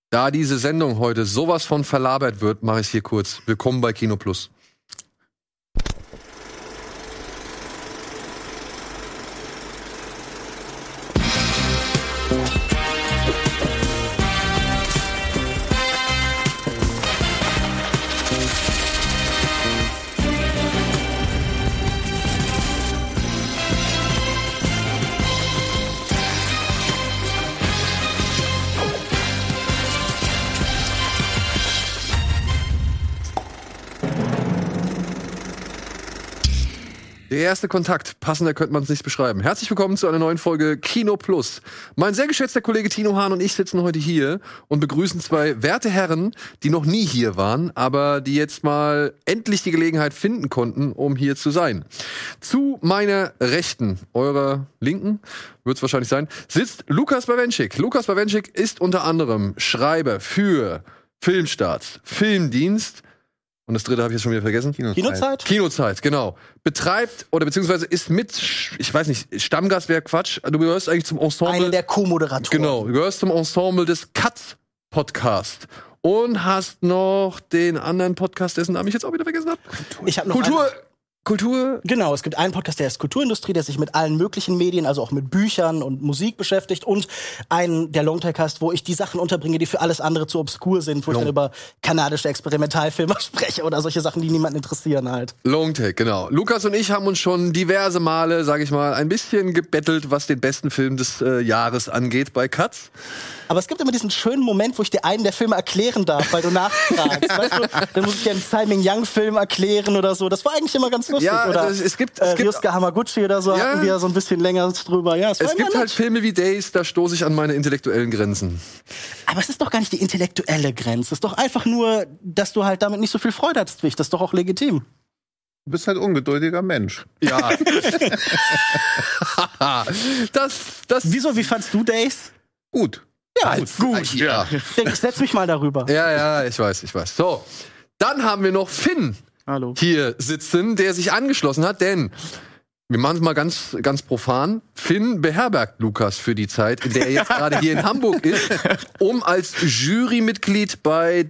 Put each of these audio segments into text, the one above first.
Da diese Sendung heute sowas von verlabert wird, mache ich es hier kurz. Willkommen bei Kino Plus. Der erste Kontakt, passender könnte man es nicht beschreiben. Herzlich willkommen zu einer neuen Folge Kino Plus. Mein sehr geschätzter Kollege Tino Hahn und ich sitzen heute hier und begrüßen zwei werte Herren, die noch nie hier waren, aber die jetzt mal endlich die Gelegenheit finden konnten, um hier zu sein. Zu meiner Rechten, eurer Linken, wird es wahrscheinlich sein, sitzt Lukas Bawenschik. Lukas Bawenschik ist unter anderem Schreiber für Filmstarts, Filmdienst, und das dritte habe ich jetzt schon wieder vergessen. Kinozeit, genau. Betreibt oder beziehungsweise ist mit, ich weiß nicht, Stammgast wäre Quatsch. Du gehörst eigentlich zum Ensemble. Einer der Co-Moderatoren. Genau, du gehörst zum Ensemble des Katz-Podcast. Und hast noch den anderen Podcast, dessen Namen ich jetzt auch wieder vergessen habe. Ich habe noch Kultur. Genau, es gibt einen Podcast, der ist Kulturindustrie, der sich mit allen möglichen Medien, also auch mit Büchern und Musik beschäftigt. Und einen, der Longtake heißt, wo ich die Sachen unterbringe, die für alles andere zu obskur sind, wo ich dann über kanadische Experimentalfilme spreche oder solche Sachen, die niemanden interessieren halt. Longtake, genau. Lukas und ich haben uns schon diverse Male, sag ich mal, ein bisschen gebettelt, was den besten Film des Jahres angeht bei Katz. Aber es gibt immer diesen schönen Moment, wo ich dir einen der Filme erklären darf, weil du nachfragst. Weißt du, dann muss ich dir einen Simon Young-Film erklären oder so. Das war eigentlich immer ganz lustig. Ja, oder es gibt Ryosuke Hamaguchi oder so, hatten wir so ein bisschen länger drüber. Ja, es gibt halt Filme wie Days, da stoße ich an meine intellektuellen Grenzen. Aber es ist doch gar nicht die intellektuelle Grenze. Es ist doch einfach nur, dass du halt damit nicht so viel Freude hattest wie ich. Das ist doch auch legitim. Du bist halt ein ungeduldiger Mensch. Ja. Wieso, wie fandst du Days? Gut. Ja, gut. Ja. Ich setz mich mal darüber. Ja, ich weiß. So, dann haben wir noch Finn hier sitzen, der sich angeschlossen hat, denn wir machen es mal ganz, ganz profan. Finn beherbergt Lukas für die Zeit, in der er jetzt gerade hier in Hamburg ist, um als Jurymitglied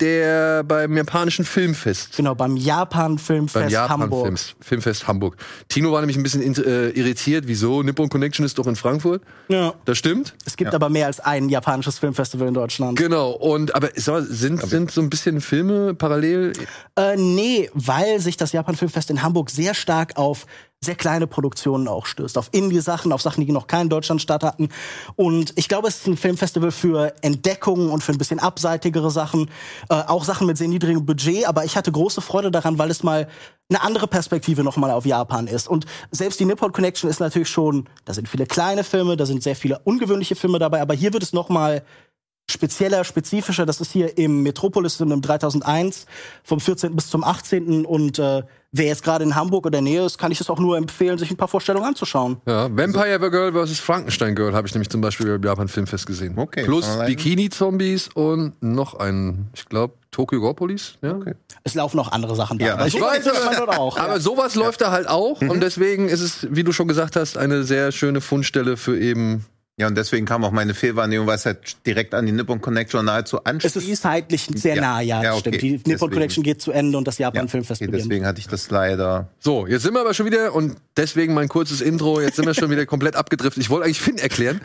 beim japanischen Filmfest. Genau, beim Japan Filmfest Hamburg. Filmfest Hamburg. Tino war nämlich ein bisschen irritiert. Wieso? Nippon Connection ist doch in Frankfurt. Ja. Das stimmt. Es gibt aber mehr als ein japanisches Filmfestival in Deutschland. Genau. Aber sind so ein bisschen Filme parallel? Nee, weil sich das Japan Filmfest in Hamburg sehr stark auf sehr kleine Produktionen auch stößt. Auf Indie-Sachen, auf Sachen, die noch keinen Deutschland statt hatten. Und ich glaube, es ist ein Filmfestival für Entdeckungen und für ein bisschen abseitigere Sachen. Auch Sachen mit sehr niedrigem Budget. Aber ich hatte große Freude daran, weil es mal eine andere Perspektive nochmal auf Japan ist. Und selbst die Nippon Connection ist natürlich schon, da sind viele kleine Filme, da sind sehr viele ungewöhnliche Filme dabei. Aber hier wird es nochmal spezieller, spezifischer. Das ist hier im Metropolis im 3001 vom 14. bis zum 18. Und wer jetzt gerade in Hamburg oder Nähe ist, kann ich es auch nur empfehlen, sich ein paar Vorstellungen anzuschauen. Ja, Vampire Girl vs. Frankenstein Girl habe ich nämlich zum Beispiel beim Japan Filmfest gesehen. Okay. Plus Bikini-Zombies und noch einen, ich glaube, Tokyo Gore Police. Ja? Okay. Es laufen noch andere Sachen da. Ja, aber ich weiß, aber sowas läuft da halt auch. Und deswegen ist es, wie du schon gesagt hast, eine sehr schöne Fundstelle für eben. Ja, und deswegen kam auch meine Fehlwahrnehmung, weil es halt direkt an die Nippon Connection nahezu anschließt. Es ist zeitlich sehr nah, ja, okay. Stimmt. Die Nippon Connection geht zu Ende und das Japan Filmfest beginnt. Deswegen hatte ich das leider. So, jetzt sind wir aber schon wieder, und deswegen mein kurzes Intro, jetzt sind wir schon wieder komplett abgedriftet. Ich wollte eigentlich Finn erklären.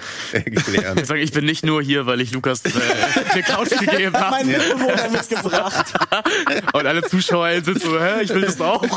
Ich bin nicht nur hier, weil ich Lukas eine Couch gegeben habe. Mein Mitbewohner mitgebracht. Und alle Zuschauer sind so, ich will das auch.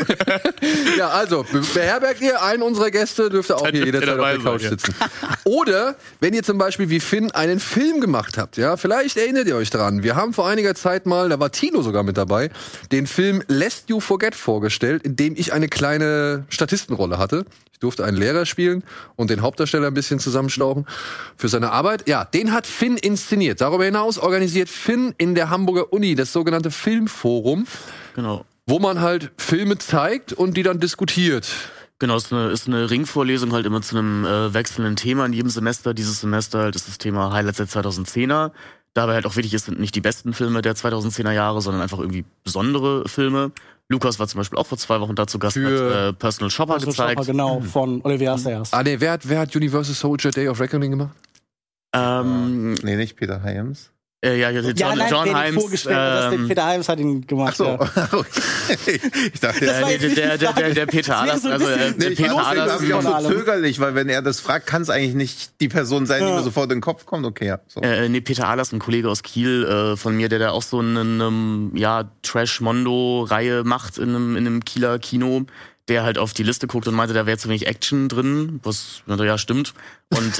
Ja, also, beherbergt ihr einen unserer Gäste, dürft ihr auch hier jederzeit auf der Couch sitzen. Oder wenn ihr zum Beispiel wie Finn einen Film gemacht habt, ja, vielleicht erinnert ihr euch dran. Wir haben vor einiger Zeit mal, da war Tino sogar mit dabei, den Film Lest You Forget vorgestellt, in dem ich eine kleine Statistenrolle hatte. Ich durfte einen Lehrer spielen und den Hauptdarsteller ein bisschen zusammenstauchen für seine Arbeit. Ja, den hat Finn inszeniert. Darüber hinaus organisiert Finn in der Hamburger Uni das sogenannte Filmforum, genau, wo man halt Filme zeigt und die dann diskutiert. Genau, es ist eine Ringvorlesung halt immer zu einem wechselnden Thema in jedem Semester. Dieses Semester halt ist das Thema Highlights der 2010er. Dabei halt auch wichtig ist, sind nicht die besten Filme der 2010er Jahre, sondern einfach irgendwie besondere Filme. Lukas war zum Beispiel auch vor 2 Wochen dazu Gast, hat Personal Shopper gezeigt. Shopper, genau, von Olivier Assayas. Nee, wer hat Universal Soldier Day of Reckoning gemacht? Nee, nicht Peter Hyams. John Himes. Peter Himes hat ihn gemacht. Ach so. Ich dachte, der Peter Alers. Also, Peter Alers ist auch so zögerlich, weil wenn er das fragt, kann es eigentlich nicht die Person sein, die mir sofort in den Kopf kommt. Okay, ja. So. Peter Alers, ein Kollege aus Kiel von mir, der da auch so eine Trash-Mondo-Reihe macht in einem Kieler Kino, der halt auf die Liste guckt und meinte, da wäre zu wenig Action drin, was ja stimmt. Und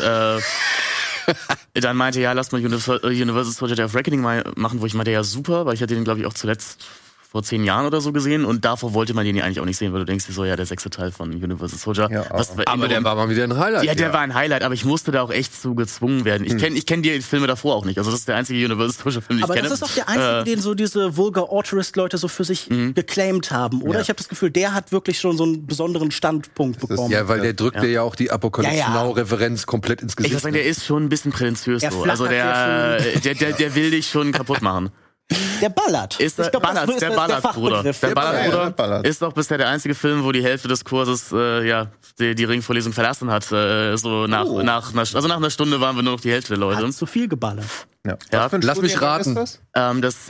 dann meinte lass mal Universal Soldier Day of Reckoning mal machen, wo ich meinte, ja super, weil ich hatte den, glaube ich, auch zuletzt vor 10 Jahren oder so gesehen und davor wollte man den ja eigentlich auch nicht sehen, weil du denkst dir so, der 6. Teil von Universal Soldier. Ja, aber der war mal wieder ein Highlight. Ja, der war ein Highlight, aber ich musste da auch echt zu gezwungen werden. Ich kenn die Filme davor auch nicht, also das ist der einzige Universal Soldier Film, den ich kenne. Aber das ist auch der einzige, den so diese Vulgar Autorist-Leute so für sich geclaimed haben, oder? Ja. Ich habe das Gefühl, der hat wirklich schon so einen besonderen Standpunkt bekommen. Ja, weil der drückt dir ja auch die Apocalypse Now-Referenz komplett ins Gesicht. Ich würde sagen, der ist schon ein bisschen prätentiös so. Also der will dich schon kaputt machen. Der ballert. Der Ballardbruder ist doch bisher der einzige Film, wo die Hälfte des Kurses die Ringvorlesung verlassen hat. Nach einer Stunde waren wir nur noch die Hälfte der Leute. Hat zu viel geballert. Ja. Lass mich raten. Das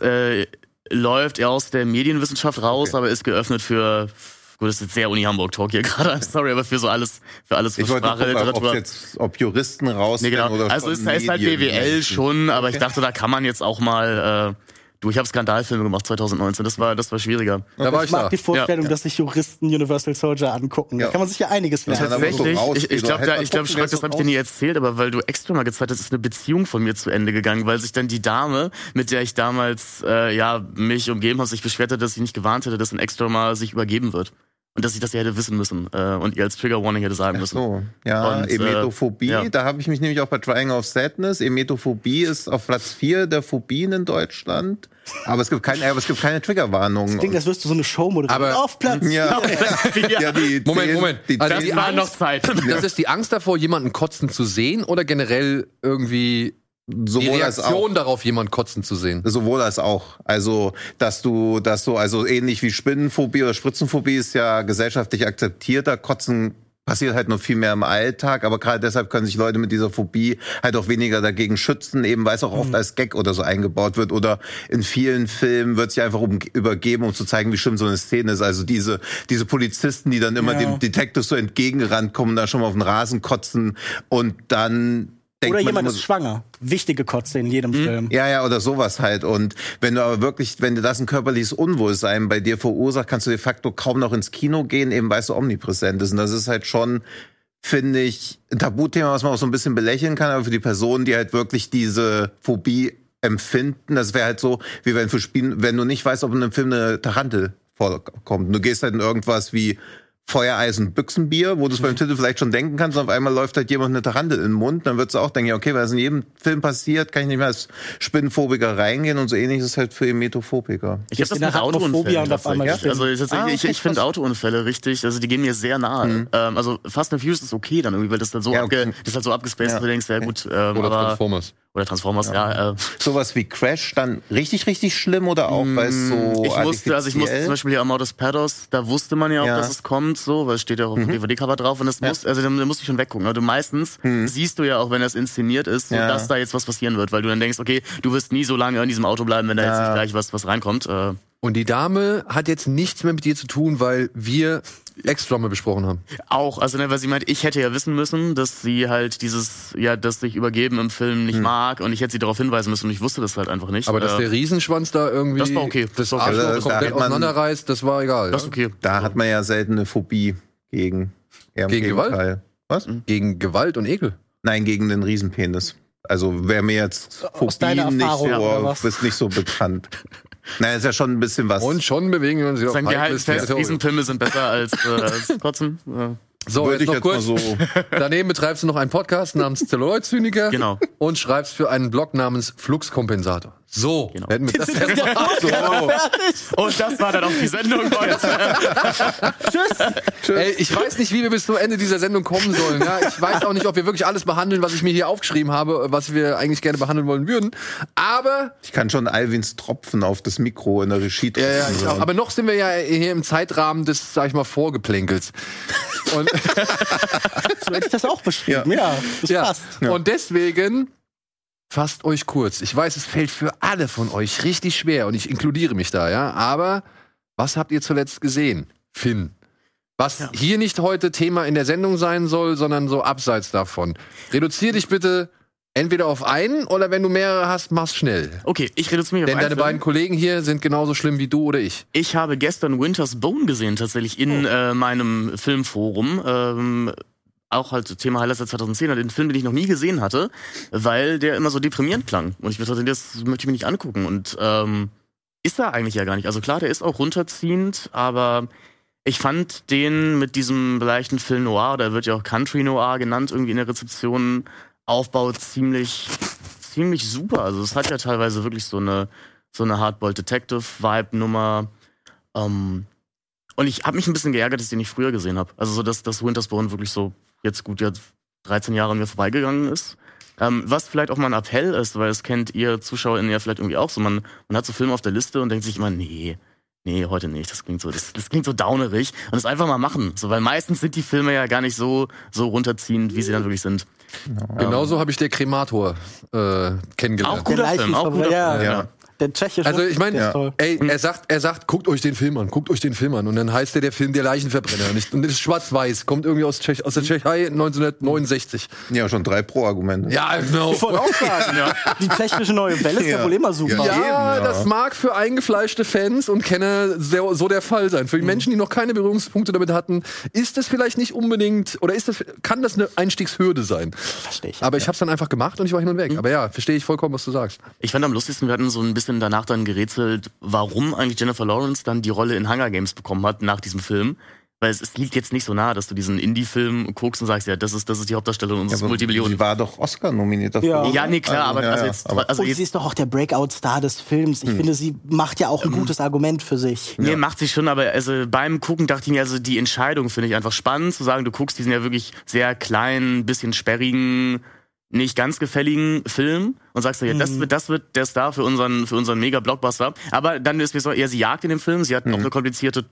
läuft aus der Medienwissenschaft raus, aber ist geöffnet für... Gut, das ist jetzt sehr Uni Hamburg-Talk hier gerade, sorry, aber für alles ich wollte gucken, ob Juristen rausnehmen oder also ist halt BWL schon, aber ich dachte, da kann man jetzt auch mal... ich habe Skandalfilme gemacht 2019, das war schwieriger. Ich mag die Vorstellung, dass sich Juristen Universal Soldier angucken. Da kann man sich ja einiges lernen. Tatsächlich, ich glaube, Schreck, das habe ich dir nie erzählt, aber weil du extra mal gezeigt hast, ist eine Beziehung von mir zu Ende gegangen, weil sich dann die Dame, mit der ich damals mich umgeben habe, sich beschwert hat, dass ich nicht gewarnt hätte, dass ein Extra mal sich übergeben wird. Und dass ich das ja hätte wissen müssen und ihr als Trigger Warning hätte sagen müssen. So, ja, und, Emetophobie, da habe ich mich nämlich auch bei Triangle of Sadness. Emetophobie ist auf Platz 4 der Phobien in Deutschland. Aber es gibt keine Triggerwarnung. Ich denke, das wirst du so eine Show moderieren. Aber auf Platz 4. Moment. Also das war noch Zeit. Das ist die Angst davor, jemanden kotzen zu sehen oder generell irgendwie die Reaktion darauf, jemanden kotzen zu sehen? Sowohl als auch. Also, dass du also ähnlich wie Spinnenphobie oder Spritzenphobie ist ja gesellschaftlich akzeptierter. Kotzen passiert halt noch viel mehr im Alltag, aber gerade deshalb können sich Leute mit dieser Phobie halt auch weniger dagegen schützen, eben weil es auch oft als Gag oder so eingebaut wird. Oder in vielen Filmen wird sich einfach übergeben, um zu zeigen, wie schlimm so eine Szene ist. Also diese Polizisten, die dann immer dem Detective so entgegengerannt kommen, da schon mal auf den Rasen kotzen und dann oder jemand ist schwanger. Wichtige Kotze in jedem Film. Ja, oder sowas halt. Und wenn dir das ein körperliches Unwohlsein bei dir verursacht, kannst du de facto kaum noch ins Kino gehen, eben weil es so omnipräsent ist. Und das ist halt schon, finde ich, ein Tabuthema, was man auch so ein bisschen belächeln kann, aber für die Personen, die halt wirklich diese Phobie empfinden, das wäre halt so, wie wenn du nicht weißt, ob in einem Film eine Tarantel vorkommt. Du gehst halt in irgendwas wie Feuereisen, Büchsenbier, wo du es beim Titel vielleicht schon denken kannst, und auf einmal läuft halt jemand eine Tarantel in den Mund, dann würdest du auch denken, ja, okay, wenn das in jedem Film passiert, kann ich nicht mehr als Spinnenphobiker reingehen, und so ähnlich ist es halt für Emetophobiker. Ich habe das mit Autounfällen ich finde Autounfälle richtig, also die gehen mir sehr nahe. Also Fast and Furious ist okay dann irgendwie, weil das dann so abgespaced, du denkst, ja gut. Oder Transformers, Sowas wie Crash dann richtig, richtig schlimm oder auch, weil es so ich musste zum Beispiel hier Amadeus Perros, da wusste man ja auch, dass es kommt, so, weil es steht ja auch auf dem DVD-Cover drauf, und da musste ich schon weggucken. Also meistens siehst du ja auch, wenn das inszeniert ist, so, dass da jetzt was passieren wird, weil du dann denkst, okay, du wirst nie so lange in diesem Auto bleiben, wenn da jetzt nicht gleich was reinkommt. Und die Dame hat jetzt nichts mehr mit dir zu tun, weil wir Extra mal besprochen haben. Auch, also weil sie meint, ich hätte ja wissen müssen, dass sie halt das sich übergeben im Film nicht mag, und ich hätte sie darauf hinweisen müssen, und ich wusste das halt einfach nicht. Aber dass der Riesenschwanz da irgendwie das war okay. Das Arschloch komplett auseinanderreißt, das war egal. Das ist okay. Da hat man ja selten eine Phobie gegen Gewalt? Was? Gegen Gewalt und Ekel? Nein, gegen den Riesenpenis. Also wäre mir jetzt Phobien nicht so bekannt. Nein, ist ja schon ein bisschen was. Und schon bewegen wir uns wieder auf fest, Riesenpimmel sind besser als Kotzen. So, jetzt noch kurz. Daneben betreibst du noch einen Podcast namens Zelluloid-Zyniker. Genau. Und schreibst für einen Blog namens Fluxkompensator. So, genau. Hätten wir das so. Und das war dann auch die Sendung heute. Tschüss. Ey, ich weiß nicht, wie wir bis zum Ende dieser Sendung kommen sollen. Ja, ich weiß auch nicht, ob wir wirklich alles behandeln, was ich mir hier aufgeschrieben habe, was wir eigentlich gerne behandeln wollen würden. Aber ich kann schon Alvins Tropfen auf das Mikro in der Regie drücken. Ja, ich auch. Aber noch sind wir ja hier im Zeitrahmen des, sag ich mal, Vorgeplänkels. Und so hätte ich das auch beschrieben. Ja, das passt. Ja. Und deswegen fasst euch kurz. Ich weiß, es fällt für alle von euch richtig schwer und ich inkludiere mich da, ja. Aber was habt ihr zuletzt gesehen? Finn. Was hier nicht heute Thema in der Sendung sein soll, sondern so abseits davon. Reduzier dich bitte entweder auf einen oder wenn du mehrere hast, mach's schnell. Okay, ich reduziere mich auf Denn einen deine Film. beiden Kollegen hier sind genauso schlimm wie du oder ich. Ich habe gestern Winter's Bone gesehen, tatsächlich in meinem Filmforum. Auch halt Thema Highlights der 2010er, den Film, den ich noch nie gesehen hatte, weil der immer so deprimierend klang. Und ich mir dachte, das möchte ich mir nicht angucken. Und ist er eigentlich ja gar nicht. Also klar, der ist auch runterziehend, aber ich fand den mit diesem leichten Film Noir, oder wird ja auch Country Noir genannt, irgendwie in der Rezeption, Aufbau ziemlich super. Also es hat ja teilweise wirklich so eine Hardboiled Detective-Vibe-Nummer. Und ich habe mich ein bisschen geärgert, dass ich den nicht früher gesehen habe. Also so, dass Winter's Bone wirklich so jetzt 13 Jahre an mir vorbeigegangen ist. Was vielleicht auch mal ein Appell ist, weil es kennt ihr ZuschauerInnen ja vielleicht irgendwie auch so. Man hat so Filme auf der Liste und denkt sich immer, nee, heute nicht. Das klingt so downerig. Und es einfach mal machen. So, weil meistens sind die Filme ja gar nicht so runterziehend, wie sie dann wirklich sind. Genauso habe ich der Kremator kennengelernt. Auch guter Film. Ja. Der tschechische. Also ich meine, der ist toll. er sagt, guckt euch den Film an. Und dann heißt der Film Der Leichenverbrenner. Und das ist schwarz-weiß, kommt irgendwie aus der Tschechei 1969. Ja, schon 3 Pro-Argumente. Ja, genau. Ich wollte auch sagen, die tschechische neue Welle ist ja wohl immer super. Ja, das mag für eingefleischte Fans und Kenner so der Fall sein. Für die Menschen, die noch keine Berührungspunkte damit hatten, ist das vielleicht nicht unbedingt, oder kann das eine Einstiegshürde sein? Verstehe ich. Aber ich habe es dann einfach gemacht und ich war hin und weg. Aber ja, verstehe ich vollkommen, was du sagst. Ich fand am lustigsten, wir hatten so ein bisschen danach dann gerätselt, warum eigentlich Jennifer Lawrence dann die Rolle in Hunger Games bekommen hat nach diesem Film. Weil es liegt jetzt nicht so nahe, dass du diesen Indie-Film guckst und sagst, ja, das ist die Hauptdarstellerin unseres Multimillionen. Sie war doch Oscar nominiert dafür. Ja. Ja, nee, klar, Und sie ist doch auch der Breakout-Star des Films. Ich finde, sie macht ja auch ein gutes Argument für sich. Nee, macht sie schon, aber also beim Gucken dachte ich mir, also die Entscheidung finde ich einfach spannend, zu sagen, du guckst diesen ja wirklich sehr kleinen, bisschen sperrigen, nicht ganz gefälligen Film und sagst dir, ja, das wird der Star für unseren Mega-Blockbuster. Aber dann ist mir so, ja, sie jagt in dem Film, sie hat auch eine komplizierte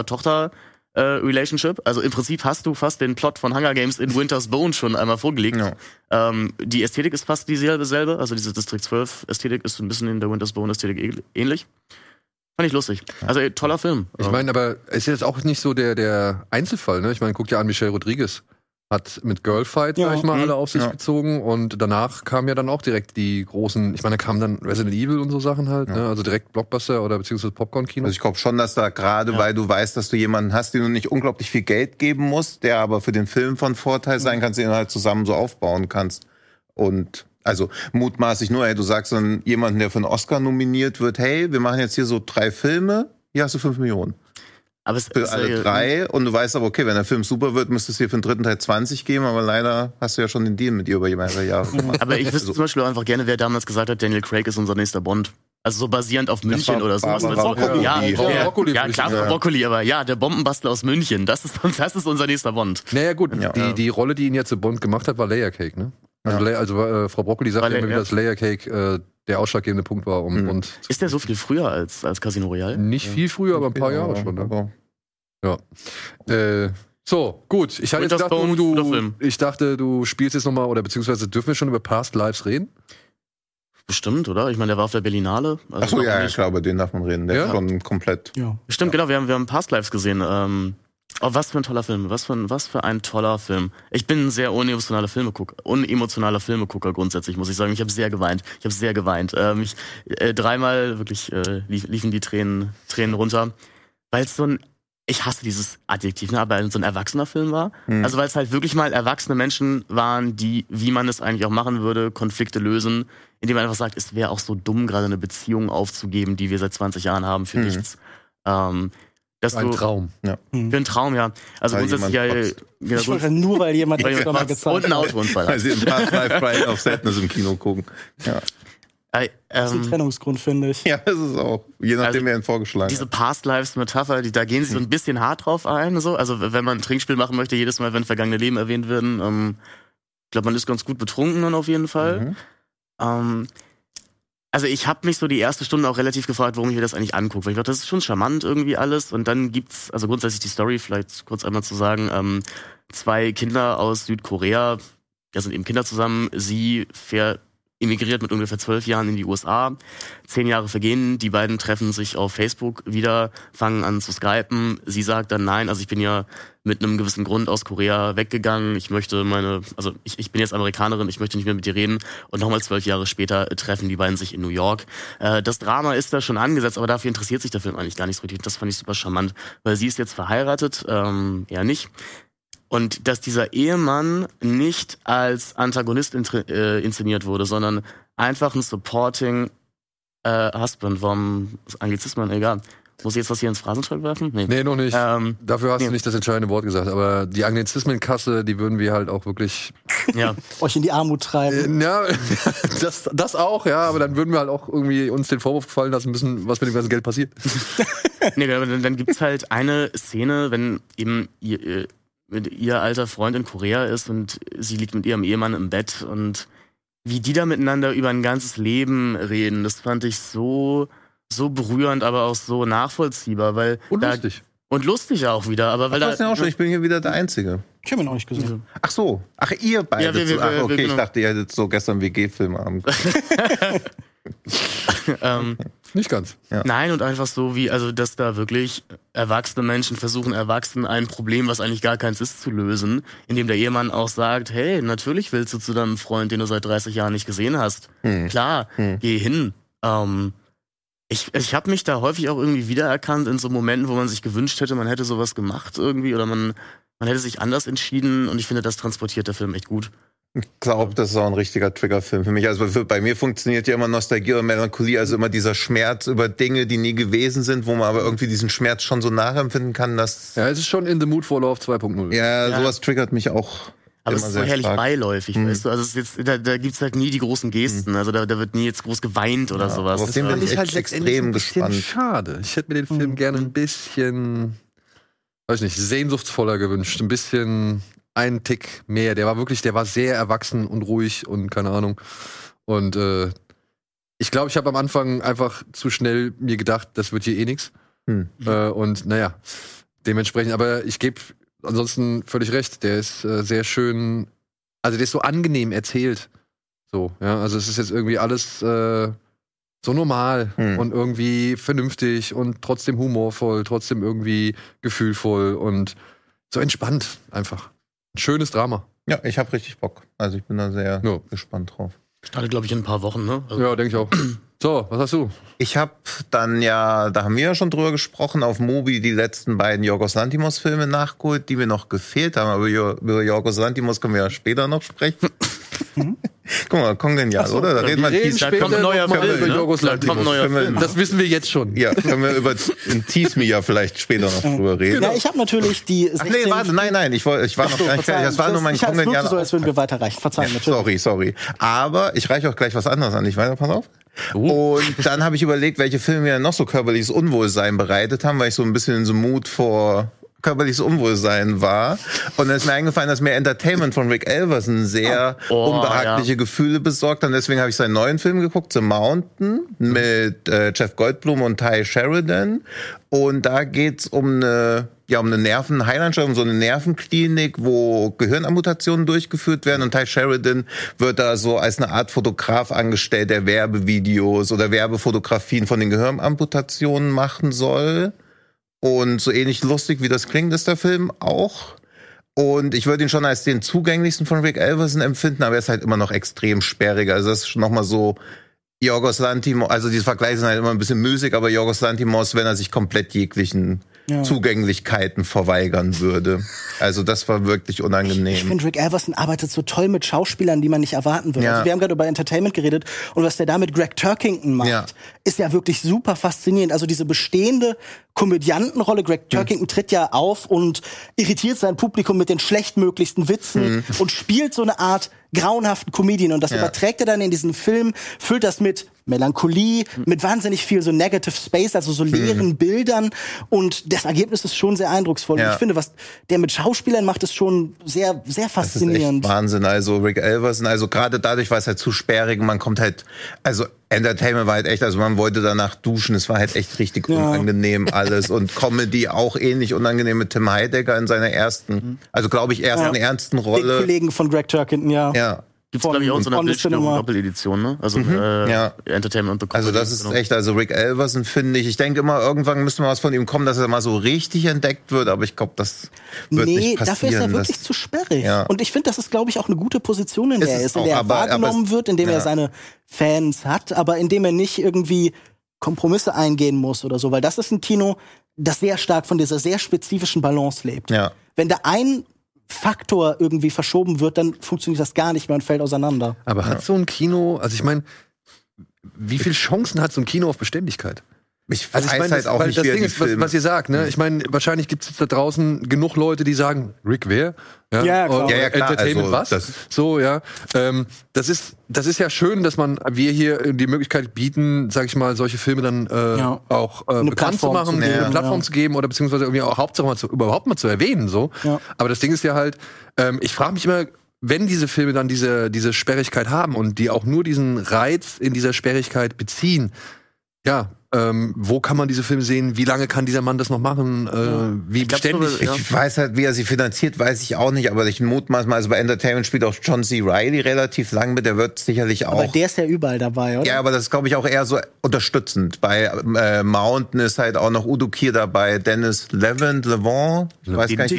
Mutter-Tochter-Relationship. Also im Prinzip hast du fast den Plot von Hunger Games in Winter's Bone schon einmal vorgelegt. Ja. Die Ästhetik ist fast dieselbe, also diese District 12 Ästhetik ist ein bisschen in der Winter's Bone Ästhetik ähnlich. Fand ich lustig. Also toller Film. Ich meine, aber es ist jetzt auch nicht so der Einzelfall, ne? Ich meine, guck dir an, Michelle Rodriguez hat mit Girlfight, sag ich mal, alle auf sich gezogen und danach kamen ja dann auch direkt die großen, ich meine, da kamen dann Resident Evil und so Sachen halt, ne? Also direkt Blockbuster oder beziehungsweise Popcorn-Kino. Also ich glaube schon, dass da gerade, weil du weißt, dass du jemanden hast, den du nicht unglaublich viel Geld geben musst, der aber für den Film von Vorteil sein kann, den du halt zusammen so aufbauen kannst. Und also mutmaßlich nur, hey, du sagst dann jemanden, der für einen Oscar nominiert wird, hey, wir machen jetzt hier so 3 Filme, hier hast du 5 Millionen. Aber es Für alle 3 und du weißt aber, okay, wenn der Film super wird, müsstest du dir für den 3. Teil 20 geben, aber leider hast du ja schon den Deal mit ihr über mehrere Jahre gemacht. Aber ich wüsste zum Beispiel auch einfach gerne, wer damals gesagt hat, Daniel Craig ist unser nächster Bond. Also so basierend auf München oder sowas. Broccoli. Ja, klar, Broccoli, aber ja, der Bombenbastler aus München, das ist unser nächster Bond. Naja gut, die Rolle, die ihn jetzt zu Bond gemacht hat, war Layer Cake, ne? Also Frau Broccoli sagt ja immer wieder, dass Layer Cake der ausschlaggebende Punkt war, um Bond. Ist der so viel früher als Casino Royale? Nicht viel früher, aber ein paar Jahre schon. Ne? Ja. So, gut. Ich hatte jetzt gedacht, ich dachte, du spielst jetzt nochmal, oder beziehungsweise dürfen wir schon über Past Lives reden? Bestimmt, oder? Ich meine, der war auf der Berlinale. Also Achso, ja, klar, über den darf man reden. Der ist schon komplett. Ja. Stimmt, genau, wir haben Past Lives gesehen. Oh, was für ein toller Film. Was für ein toller Film. Ich bin ein sehr unemotionaler Filmegucker grundsätzlich, muss ich sagen. Ich habe sehr geweint. 3-mal wirklich liefen die Tränen runter. Weil es so ein, ich hasse dieses Adjektiv, ne, aber so ein erwachsener Film war. Also weil es halt wirklich mal erwachsene Menschen waren, die, wie man es eigentlich auch machen würde, Konflikte lösen, indem man einfach sagt, es wäre auch so dumm, gerade eine Beziehung aufzugeben, die wir seit 20 Jahren haben, für nichts. Das ein Traum. Ja. Für einen Traum, ja. Also grundsätzlich ja. Ich wollte nur, weil jemand das nochmal gezeigt hat. Und ein Autounfall hat. Weil sie in Past Life Pride of Sadness im Kino gucken. Ja. Das ist ein Trennungsgrund, finde ich. Ja, das ist auch. Je nachdem, wer ihn vorgeschlagen hat. Diese Past-Lives-Metapher, da gehen sie so ein bisschen hart drauf ein. So. Also wenn man ein Trinkspiel machen möchte, jedes Mal, wenn vergangene Leben erwähnt werden, ich glaube, man ist ganz gut betrunken dann auf jeden Fall. Also ich habe mich so die erste Stunde auch relativ gefragt, warum ich mir das eigentlich angucke. Weil ich dachte, das ist schon charmant irgendwie alles. Und dann gibt's, also grundsätzlich die Story, vielleicht kurz einmal zu sagen, 2 Kinder aus Südkorea, da sind eben Kinder zusammen, sie emigriert mit ungefähr 12 Jahren in die USA. 10 Jahre vergehen, die beiden treffen sich auf Facebook wieder, fangen an zu skypen. Sie sagt dann, nein, also ich bin ja mit einem gewissen Grund aus Korea weggegangen. Ich möchte ich bin jetzt Amerikanerin, ich möchte nicht mehr mit dir reden. Und nochmal 12 Jahre später treffen die beiden sich in New York. Das Drama ist da schon angesetzt, aber dafür interessiert sich der Film eigentlich gar nicht so richtig. Das fand ich super charmant, weil sie ist jetzt verheiratet, er nicht. Und dass dieser Ehemann nicht als Antagonist inszeniert wurde, sondern einfach ein Supporting Husband. Warum Anglizismen? Egal. Muss ich jetzt was hier ins Phrasenschwein werfen? Nee, noch nicht. Dafür hast du nicht das entscheidende Wort gesagt. Aber die Anglizismenkasse, die würden wir halt auch wirklich euch in die Armut treiben. Ja, das auch, ja. Aber dann würden wir halt auch irgendwie uns den Vorwurf gefallen lassen müssen, was mit dem ganzen Geld passiert. Nee, dann gibt's halt eine Szene, wenn eben ihr alter Freund in Korea ist und sie liegt mit ihrem Ehemann im Bett und wie die da miteinander über ein ganzes Leben reden, das fand ich so berührend, aber auch so nachvollziehbar, weil und lustig. Und lustig auch wieder, aber weil auch schon, ich bin hier wieder der Einzige. Ich habe ihn noch nicht gesehen. Ach so, ihr beide. Ja, okay, ich dachte, ihr hättet so gestern WG-Filmabend. Nicht ganz. Ja. Nein, und einfach so wie, also dass da wirklich erwachsene Menschen versuchen, erwachsen ein Problem, was eigentlich gar keins ist, zu lösen, indem der Ehemann auch sagt, hey, natürlich willst du zu deinem Freund, den du seit 30 Jahren nicht gesehen hast. Klar, geh hin. Ich habe mich da häufig auch irgendwie wiedererkannt in so Momenten, wo man sich gewünscht hätte, man hätte sowas gemacht irgendwie oder man hätte sich anders entschieden und ich finde, das transportiert der Film echt gut. Ich glaube, das ist auch ein richtiger Triggerfilm für mich. Also bei mir funktioniert ja immer Nostalgie oder Melancholie, also immer dieser Schmerz über Dinge, die nie gewesen sind, wo man aber irgendwie diesen Schmerz schon so nachempfinden kann, dass... Ja, es ist schon in the mood for love 2.0. Ja, sowas triggert mich auch. Aber es ist so herrlich beiläufig, weißt du? Also es ist jetzt, da gibt's halt nie die großen Gesten. Also da wird nie jetzt groß geweint oder sowas. Auf den bin ich halt extrem gespannt. Schade. Ich hätte mir den Film gerne ein bisschen, weiß nicht, sehnsuchtsvoller gewünscht. Ein bisschen einen Tick mehr. Der war sehr erwachsen und ruhig und keine Ahnung. Und ich glaube, ich habe am Anfang einfach zu schnell mir gedacht, das wird hier eh nix. Und naja, dementsprechend, aber ich gebe ansonsten völlig recht, der ist sehr schön, also der ist so angenehm erzählt. So, ja, also es ist jetzt irgendwie alles so normal und irgendwie vernünftig und trotzdem humorvoll, trotzdem irgendwie gefühlvoll und so entspannt einfach. Ein schönes Drama. Ja, ich habe richtig Bock. Also ich bin da sehr gespannt drauf. Startet, glaube ich, in ein paar Wochen, ne? Also ja, denke ich auch. So, was hast du? Ich habe dann da haben wir ja schon drüber gesprochen, auf Mubi die letzten beiden Yorgos Lanthimos-Filme nachgeholt, die mir noch gefehlt haben. Aber über Yorgos Lanthimos können wir ja später noch sprechen. Guck mal, kongenial, oder? Da reden wir später kommt ein neuer Film über Yorgos Lanthimos. Das wissen wir jetzt schon. Ja, können wir über Tease Me ja vielleicht später noch drüber reden. Ja, ich habe natürlich die 16... Ach nee, warte, nein, ich war noch gar nicht fertig. Das war nur mein kongenialer... so, als würden wir weiterreichen. Verzeihen, natürlich. Sorry. Aber ich reiche auch gleich was anderes an. Ich weiter, pass auf. Und dann habe ich überlegt, welche Filme mir noch so körperliches Unwohlsein bereitet haben, weil ich so ein bisschen in so Mut vor körperliches Unwohlsein war. Und dann ist mir eingefallen, dass mir Entertainment von Rick Elverson sehr unbehagliche Gefühle besorgt hat. Und deswegen habe ich seinen neuen Film geguckt, The Mountain, mit Jeff Goldblum und Ty Sheridan. Und da geht's um eine Nervenheilanstalt, um so eine Nervenklinik, wo Gehirnamputationen durchgeführt werden. Und Ty Sheridan wird da so als eine Art Fotograf angestellt, der Werbevideos oder Werbefotografien von den Gehirnamputationen machen soll. Und so ähnlich lustig, wie das klingt, ist der Film auch. Und ich würde ihn schon als den zugänglichsten von Rick Elverson empfinden, aber er ist halt immer noch extrem sperriger. Also das ist noch mal so Yorgos Lanthimos, also diese Vergleiche sind halt immer ein bisschen müßig, aber Yorgos Lanthimos, wenn er sich komplett jeglichen Zugänglichkeiten verweigern würde. Also das war wirklich unangenehm. Ich finde, Rick Elverson arbeitet so toll mit Schauspielern, die man nicht erwarten würde. Ja. Also wir haben gerade über Entertainment geredet und was der da mit Greg Turkington macht, ist ja wirklich super faszinierend. Also diese bestehende Komödiantenrolle, Greg Turkington tritt ja auf und irritiert sein Publikum mit den schlechtmöglichsten Witzen und spielt so eine Art grauenhaften Comedian und das überträgt er dann in diesen Film, füllt das mit Melancholie, mit wahnsinnig viel so Negative Space, also so leeren Bildern und das Ergebnis ist schon sehr eindrucksvoll. Und ich finde, was der mit Schauspielern macht, ist schon sehr, sehr faszinierend. Das ist echt Wahnsinn. Also Rick Elverson, also gerade dadurch war es halt zu sperrig, man kommt halt, also Entertainment war halt echt, also man wollte danach duschen, es war halt echt richtig unangenehm alles und Comedy auch ähnlich unangenehm mit Tim Heidecker in seiner ersten, also glaube ich ersten ernsten Rolle. Den Kollegen von Greg Turkington, Ja. Gibt's, glaube ich, auch in so einer von Cinema. Doppeledition, ne? Also Ja. Entertainment und The Also das ist echt, also Rick Elverson finde ich denke immer, irgendwann müsste mal was von ihm kommen, dass er mal so richtig entdeckt wird, aber ich glaube, das wird nicht passieren. Dafür ist er wirklich zu sperrig. Ja. Und ich finde, das ist, glaube ich, auch eine gute Position, in der er ist, in der er aber wahrgenommen wird, in dem er seine Fans hat, aber in dem er nicht irgendwie Kompromisse eingehen muss oder so, weil das ist ein Kino, das sehr stark von dieser sehr spezifischen Balance lebt. Ja. Wenn da ein Faktor irgendwie verschoben wird, dann funktioniert das gar nicht mehr und fällt auseinander. Aber hat so ein Kino, also ich meine, wie viele Chancen hat so ein Kino auf Beständigkeit? Ich Also ich meine, halt auch weil nicht, das wie er Ding die ist, was ihr sagt, ne? Ich meine, wahrscheinlich gibt es da draußen genug Leute, die sagen, Rick, wer? Ja, klar. Ja, klar. Entertainment, Also, was? So, ja. Das ist ja schön, dass wir hier die Möglichkeit bieten, sag ich mal, solche Filme dann auch bekannt zu machen, eine Plattform zu geben oder beziehungsweise irgendwie auch Hauptsache überhaupt mal zu erwähnen. So. Ja. Aber das Ding ist ja halt, ich frage mich immer, wenn diese Filme dann diese Sperrigkeit haben und die auch nur diesen Reiz in dieser Sperrigkeit beziehen, ja, wo kann man diese Filme sehen? Wie lange kann dieser Mann das noch machen? Wie beständig? Ich weiß halt, wie er sie finanziert, weiß ich auch nicht, aber ich mutmaß mal, also bei Entertainment spielt auch John C. Reilly relativ lang mit, der wird sicherlich auch... Aber der ist ja überall dabei, oder? Ja, aber das ist, glaube ich, auch eher so unterstützend. Bei Mountain ist halt auch noch Udo Kier dabei, Dennis Levant, ich weiß gar nicht.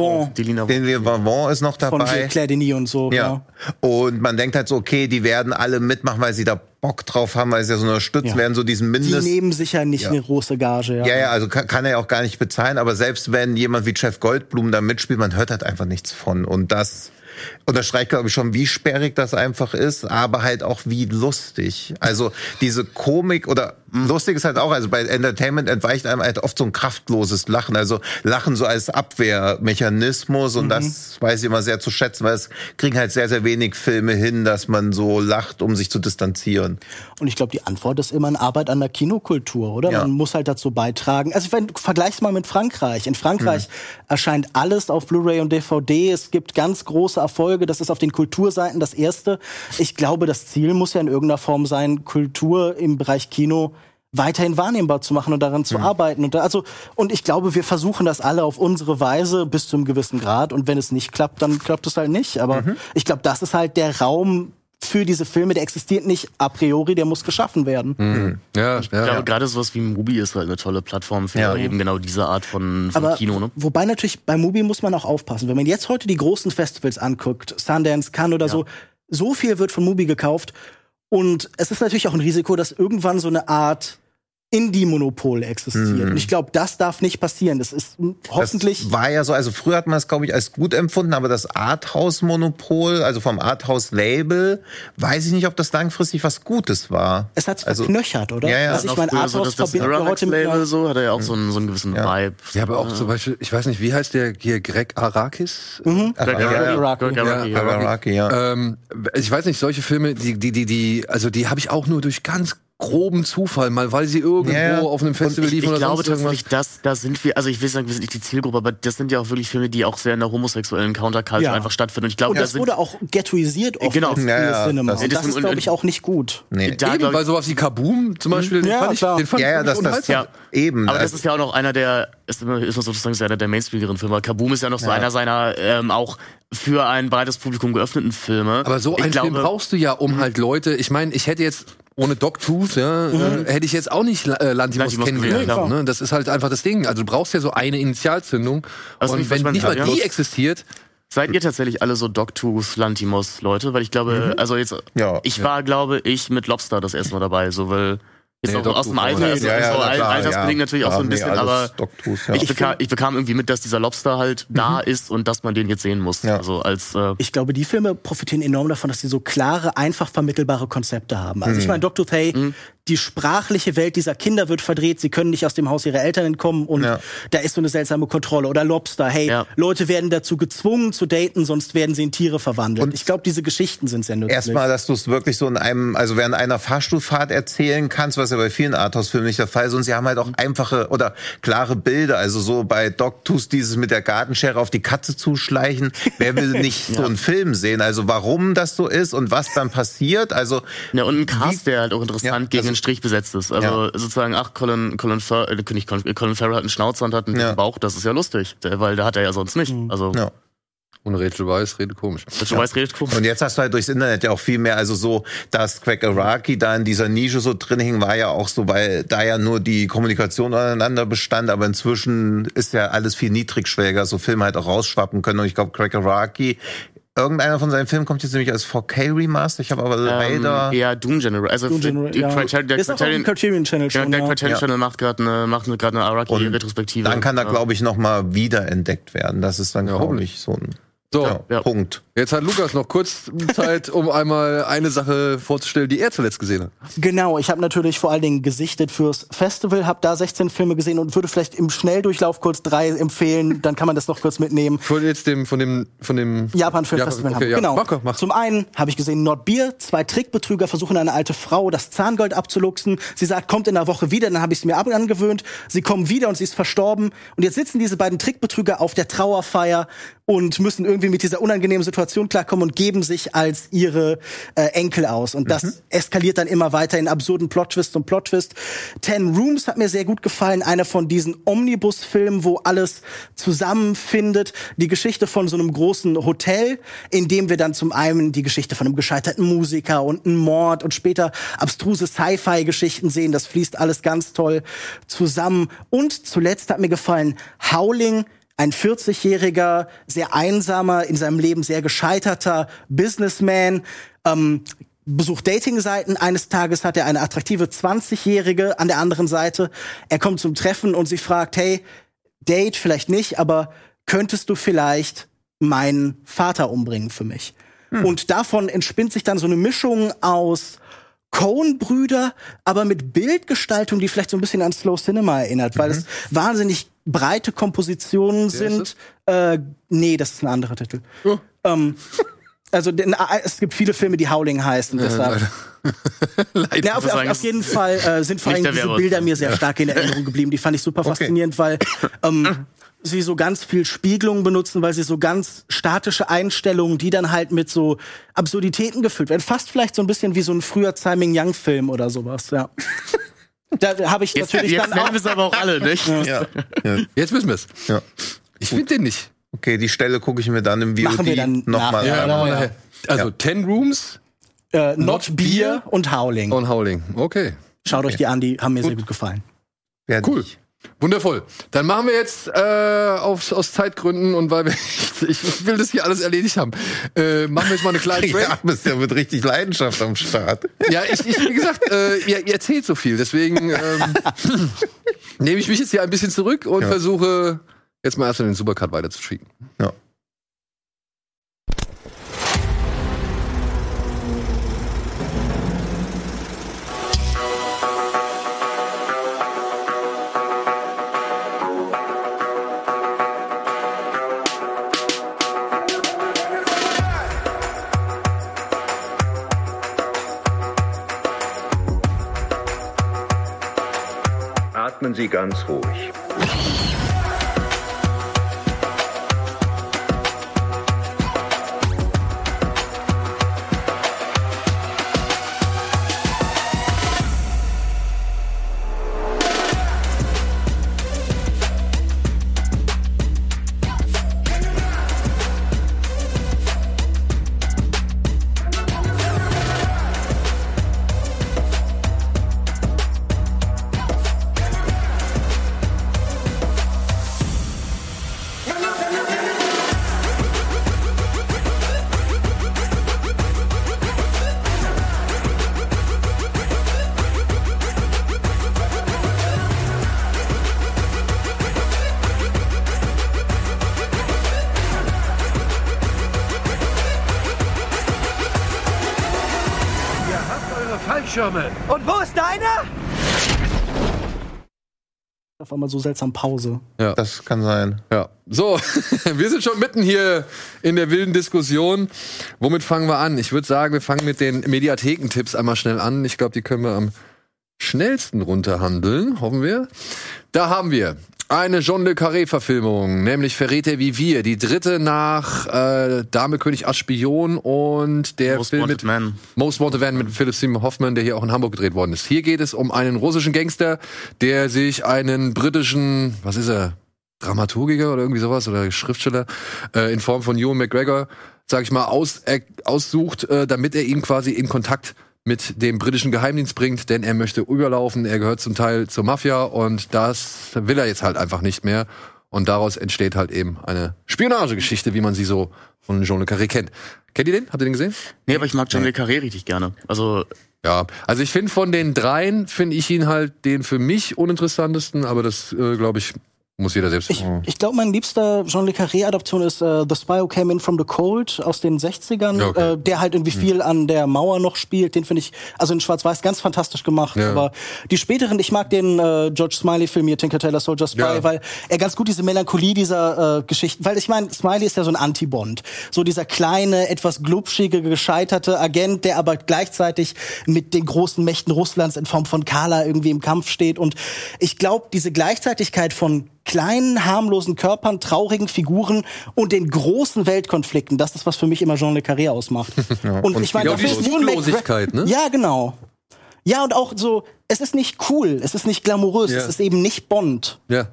Denis Lavant ist noch dabei. Von Claire Denis und so. Ja. Und man denkt halt so, okay, die werden alle mitmachen, weil sie da Bock drauf haben, weil sie ja so unterstützen werden, so diesen Mindest... Die nehmen sicher nicht eine große Gage. Ja, also kann er ja auch gar nicht bezahlen, aber selbst wenn jemand wie Jeff Goldblum da mitspielt, man hört halt einfach nichts von. Und das unterstreicht, glaube ich, schon, wie sperrig das einfach ist, aber halt auch wie lustig. Also diese Komik oder lustig ist halt auch, also bei Entertainment entweicht einem halt oft so ein kraftloses Lachen. Also Lachen so als Abwehrmechanismus und das weiß ich immer sehr zu schätzen, weil es kriegen halt sehr, sehr wenig Filme hin, dass man so lacht, um sich zu distanzieren. Und ich glaube, die Antwort ist immer eine Arbeit an der Kinokultur, oder? Ja. Man muss halt dazu beitragen. Also wenn du vergleichst mal mit Frankreich. In Frankreich erscheint alles auf Blu-ray und DVD. Es gibt ganz große Erfolge. Das ist auf den Kulturseiten das Erste. Ich glaube, das Ziel muss ja in irgendeiner Form sein, Kultur im Bereich Kino weiterhin wahrnehmbar zu machen und daran zu arbeiten. Und ich glaube, wir versuchen das alle auf unsere Weise bis zu einem gewissen Grad. Und wenn es nicht klappt, dann klappt es halt nicht. Aber ich glaube, das ist halt der Raum für diese Filme, der existiert nicht a priori, der muss geschaffen werden. Ja, ich glaube, gerade sowas wie Mubi ist halt eine tolle Plattform für eben genau diese Art von Kino. Ne? Wobei natürlich bei Mubi muss man auch aufpassen. Wenn man jetzt heute die großen Festivals anguckt, Sundance, Cannes oder so viel wird von Mubi gekauft. Und es ist natürlich auch ein Risiko, dass irgendwann so eine Art Indie-Monopol existiert. Und ich glaube, das darf nicht passieren. Das ist hoffentlich... Das war ja so, also früher hat man es, glaube ich, als gut empfunden, aber das Arthouse-Monopol, also vom Arthouse-Label, weiß ich nicht, ob das langfristig was Gutes war. Es hat verknöchert, oder? Ja, ja. Also ich meine, Arthouse verbindet wir heute mit... Label so, hat er ja auch so einen gewissen Vibe. Ja, aber auch zum Beispiel, ich weiß nicht, wie heißt der hier, Greg Arrakis? Araki, ja. Ich weiß nicht, solche Filme, die habe ich auch nur durch ganz groben Zufall, mal weil sie irgendwo auf einem Festival liefen oder sonst irgendwas. Ich glaube tatsächlich, da sind wir, also ich will sagen, wir sind nicht die Zielgruppe, aber das sind ja auch wirklich Filme, die auch sehr in der homosexuellen Counterculture einfach stattfinden. Und ich glaube, das wurde auch ghettoisiert oft genau. als Cinema. Und das ist, glaube ich, auch nicht gut. Nee. Eben, weil sowas wie Kaboom zum Beispiel, den fand ich unhaltsam. Eben. Aber das ist ja auch noch einer der, ist sozusagen einer der mainstreamigeren Filme. Kaboom ist ja noch so einer seiner auch für ein breites Publikum geöffneten Filme. Aber so einen Film brauchst du ja, um halt Leute, ich meine, ich hätte jetzt ohne Dogtooth, hätte ich jetzt auch nicht Lantimos kennengelernt. Ja, ne? Das ist halt einfach das Ding. Also du brauchst ja so eine Initialzündung. Also und wenn nicht mal die existiert... Seid ihr tatsächlich alle so Dogtooth, Lantimos Leute? Weil ich glaube, also jetzt, ich war, glaube ich, mit Lobster das erste Mal dabei, so, weil jetzt auch aus dem Alter, altersbedingt natürlich auch so ein bisschen, aber ich bekam irgendwie mit, dass dieser Lobster halt da ist und dass man den jetzt sehen muss. Ja. Also ich glaube, die Filme profitieren enorm davon, dass sie so klare, einfach vermittelbare Konzepte haben. Also ich meine, Dr. Hey, die sprachliche Welt dieser Kinder wird verdreht, sie können nicht aus dem Haus ihrer Eltern entkommen und da ist so eine seltsame Kontrolle. Oder Lobster, Leute werden dazu gezwungen zu daten, sonst werden sie in Tiere verwandelt. Und ich glaube, diese Geschichten sind sehr nützlich. Erstmal, dass du es wirklich so also während einer Fahrstuhlfahrt erzählen kannst, was ja bei vielen Arthouse-Filmen nicht der Fall ist. Und sie haben halt auch einfache oder klare Bilder. Also so bei Dogtooth dieses mit der Gartenschere auf die Katze zuschleichen. Wer will nicht so einen Film sehen? Also warum das so ist und was dann passiert. Also und ein Cast, der halt auch interessant gegen den Strich besetzt ist. Also sozusagen, Colin Farrell hat einen Schnauzer und hat einen Bauch. Das ist ja lustig, weil da hat er ja sonst nicht. Also Und Rachel Weisz redet komisch. Rachel Weisz redet komisch. Und jetzt hast du halt durchs Internet ja auch viel mehr, also so, dass Craig Araki da in dieser Nische so drin hing, war ja auch so, weil da ja nur die Kommunikation aneinander bestand, aber inzwischen ist ja alles viel niedrigschwelliger, so Filme halt auch rausschwappen können. Und ich glaube, Craig Araki, irgendeiner von seinen Filmen kommt jetzt nämlich als 4K-Remaster. Ich habe aber leider... Ja, Doom General. Also Doom General, ja. Der ist auch auf dem Criterion Channel schon. Der Criterion Channel macht gerade eine Araki-Retrospektive. Dann kann da, glaube ich, noch mal wiederentdeckt werden. Das ist dann, glaube ich, so ein Punkt. Jetzt hat Lukas noch kurz Zeit, um einmal eine Sache vorzustellen, die er zuletzt gesehen hat. Genau, ich habe natürlich vor allen Dingen gesichtet fürs Festival, habe da 16 Filme gesehen und würde vielleicht im Schnelldurchlauf kurz 3 empfehlen, dann kann man das noch kurz mitnehmen. Von dem Japan Film Festival. Okay, ja. Genau. Mach. Zum einen habe ich gesehen Not Beer, 2 Trickbetrüger versuchen eine alte Frau das Zahngold abzuluxen. Sie sagt, kommt in einer Woche wieder, dann habe ich es mir angewöhnt. Sie kommen wieder und sie ist verstorben. Und jetzt sitzen diese beiden Trickbetrüger auf der Trauerfeier und müssen irgendwie mit dieser unangenehmen Situation klarkommen und geben sich als ihre Enkel aus. Und das eskaliert dann immer weiter in absurden Plot-Twist und Plot-Twist. 10 Rooms hat mir sehr gut gefallen. Einer von diesen Omnibus-Filmen, wo alles zusammenfindet. Die Geschichte von so einem großen Hotel, in dem wir dann zum einen die Geschichte von einem gescheiterten Musiker und einem Mord und später abstruse Sci-Fi-Geschichten sehen. Das fließt alles ganz toll zusammen. Und zuletzt hat mir gefallen Howling. Ein 40-jähriger, sehr einsamer, in seinem Leben sehr gescheiterter Businessman, besucht Dating-Seiten. Eines Tages hat er eine attraktive 20-Jährige an der anderen Seite. Er kommt zum Treffen und sie fragt, hey, Date vielleicht nicht, aber könntest du vielleicht meinen Vater umbringen für mich? Und davon entspinnt sich dann so eine Mischung aus Coen-Brüder, aber mit Bildgestaltung, die vielleicht so ein bisschen an Slow Cinema erinnert, weil es wahnsinnig breite Kompositionen sind. Nee, das ist ein anderer Titel. Oh. Also es gibt viele Filme, die Howling heißen. Deshalb. Ja, auf jeden Fall sind vor allem diese Bilder mir sehr stark in Erinnerung geblieben. Die fand ich super faszinierend, weil sie so ganz viel Spiegelung benutzen, weil sie so ganz statische Einstellungen, die dann halt mit so Absurditäten gefüllt werden. Fast vielleicht so ein bisschen wie so ein früher Tsai Ming-Yang-Film oder sowas, ja. Da habe ich natürlich jetzt dann nennen auch... wir es aber auch alle, nicht? Ja. Jetzt wissen wir es. Ja. Ich finde den nicht. Okay, die Stelle gucke ich mir dann im Machen wir dann VOD nochmal nachher. an. Also 10 Rooms Not Beer und Howling. und Howling. Okay. Schaut euch die an, die haben mir sehr gut gefallen. Cool. Wundervoll. Dann machen wir jetzt aus Zeitgründen und weil ich will das hier alles erledigt haben, machen wir jetzt mal eine kleine Break. Ja, bist ja mit richtig Leidenschaft am Start. Ja, wie gesagt, ihr erzählt so viel, deswegen nehme ich mich jetzt hier ein bisschen zurück und versuche jetzt mal erstmal den Supercut weiterzuschicken. Ja. Atmen Sie ganz ruhig. Fallschirme. Und wo ist deiner? Auf einmal so seltsam Pause. Ja. Das kann sein. Ja. So, wir sind schon mitten hier in der wilden Diskussion. Womit fangen wir an? Ich würde sagen, wir fangen mit den Mediathekentipps einmal schnell an. Ich glaube, die können wir am schnellsten runterhandeln, hoffen wir. Da haben wir eine John le Carré-Verfilmung, nämlich Verräter wie wir. Die dritte nach Dame, König, Ass, Spion und der Most Film Wanted mit Man. Most Wanted Man mit Philip Seymour Hoffman, der hier auch in Hamburg gedreht worden ist. Hier geht es um einen russischen Gangster, der sich einen britischen, Dramaturgiker oder irgendwie sowas oder Schriftsteller in Form von Ewan McGregor, sag ich mal, aussucht, damit er ihn quasi in Kontakt mit dem britischen Geheimdienst bringt, denn er möchte überlaufen, er gehört zum Teil zur Mafia und das will er jetzt halt einfach nicht mehr. Und daraus entsteht halt eben eine Spionagegeschichte, wie man sie so von John le Carré kennt. Kennt ihr den? Habt ihr den gesehen? Nee, aber ich mag John le Carré richtig gerne. Also ich finde von den dreien, finde ich ihn halt den für mich uninteressantesten, aber das, glaube ich, muss jeder selbst wissen. Ich glaube, mein liebster John le Carré-Adaption ist The Spy Who Came In From the Cold aus den 60ern, okay. Der halt irgendwie viel an der Mauer noch spielt. Den finde ich, also in Schwarz-Weiß, ganz fantastisch gemacht. Ja. Aber die späteren, ich mag den George Smiley-Film hier, Tinker Tailor Soldier Spy, weil er ganz gut diese Melancholie dieser Geschichten, weil ich meine, Smiley ist ja so ein Anti-Bond. So dieser kleine, etwas glubschige, gescheiterte Agent, der aber gleichzeitig mit den großen Mächten Russlands in Form von Kala irgendwie im Kampf steht. Und ich glaube, diese Gleichzeitigkeit von kleinen, harmlosen Körpern, traurigen Figuren und den großen Weltkonflikten, das ist, was für mich immer Jean le Carré ausmacht. Und ich meine, die Skrupellosigkeit, ne? Ja, genau. Ja, und auch so, es ist nicht cool, es ist nicht glamourös, es ist eben nicht Bond. Ja.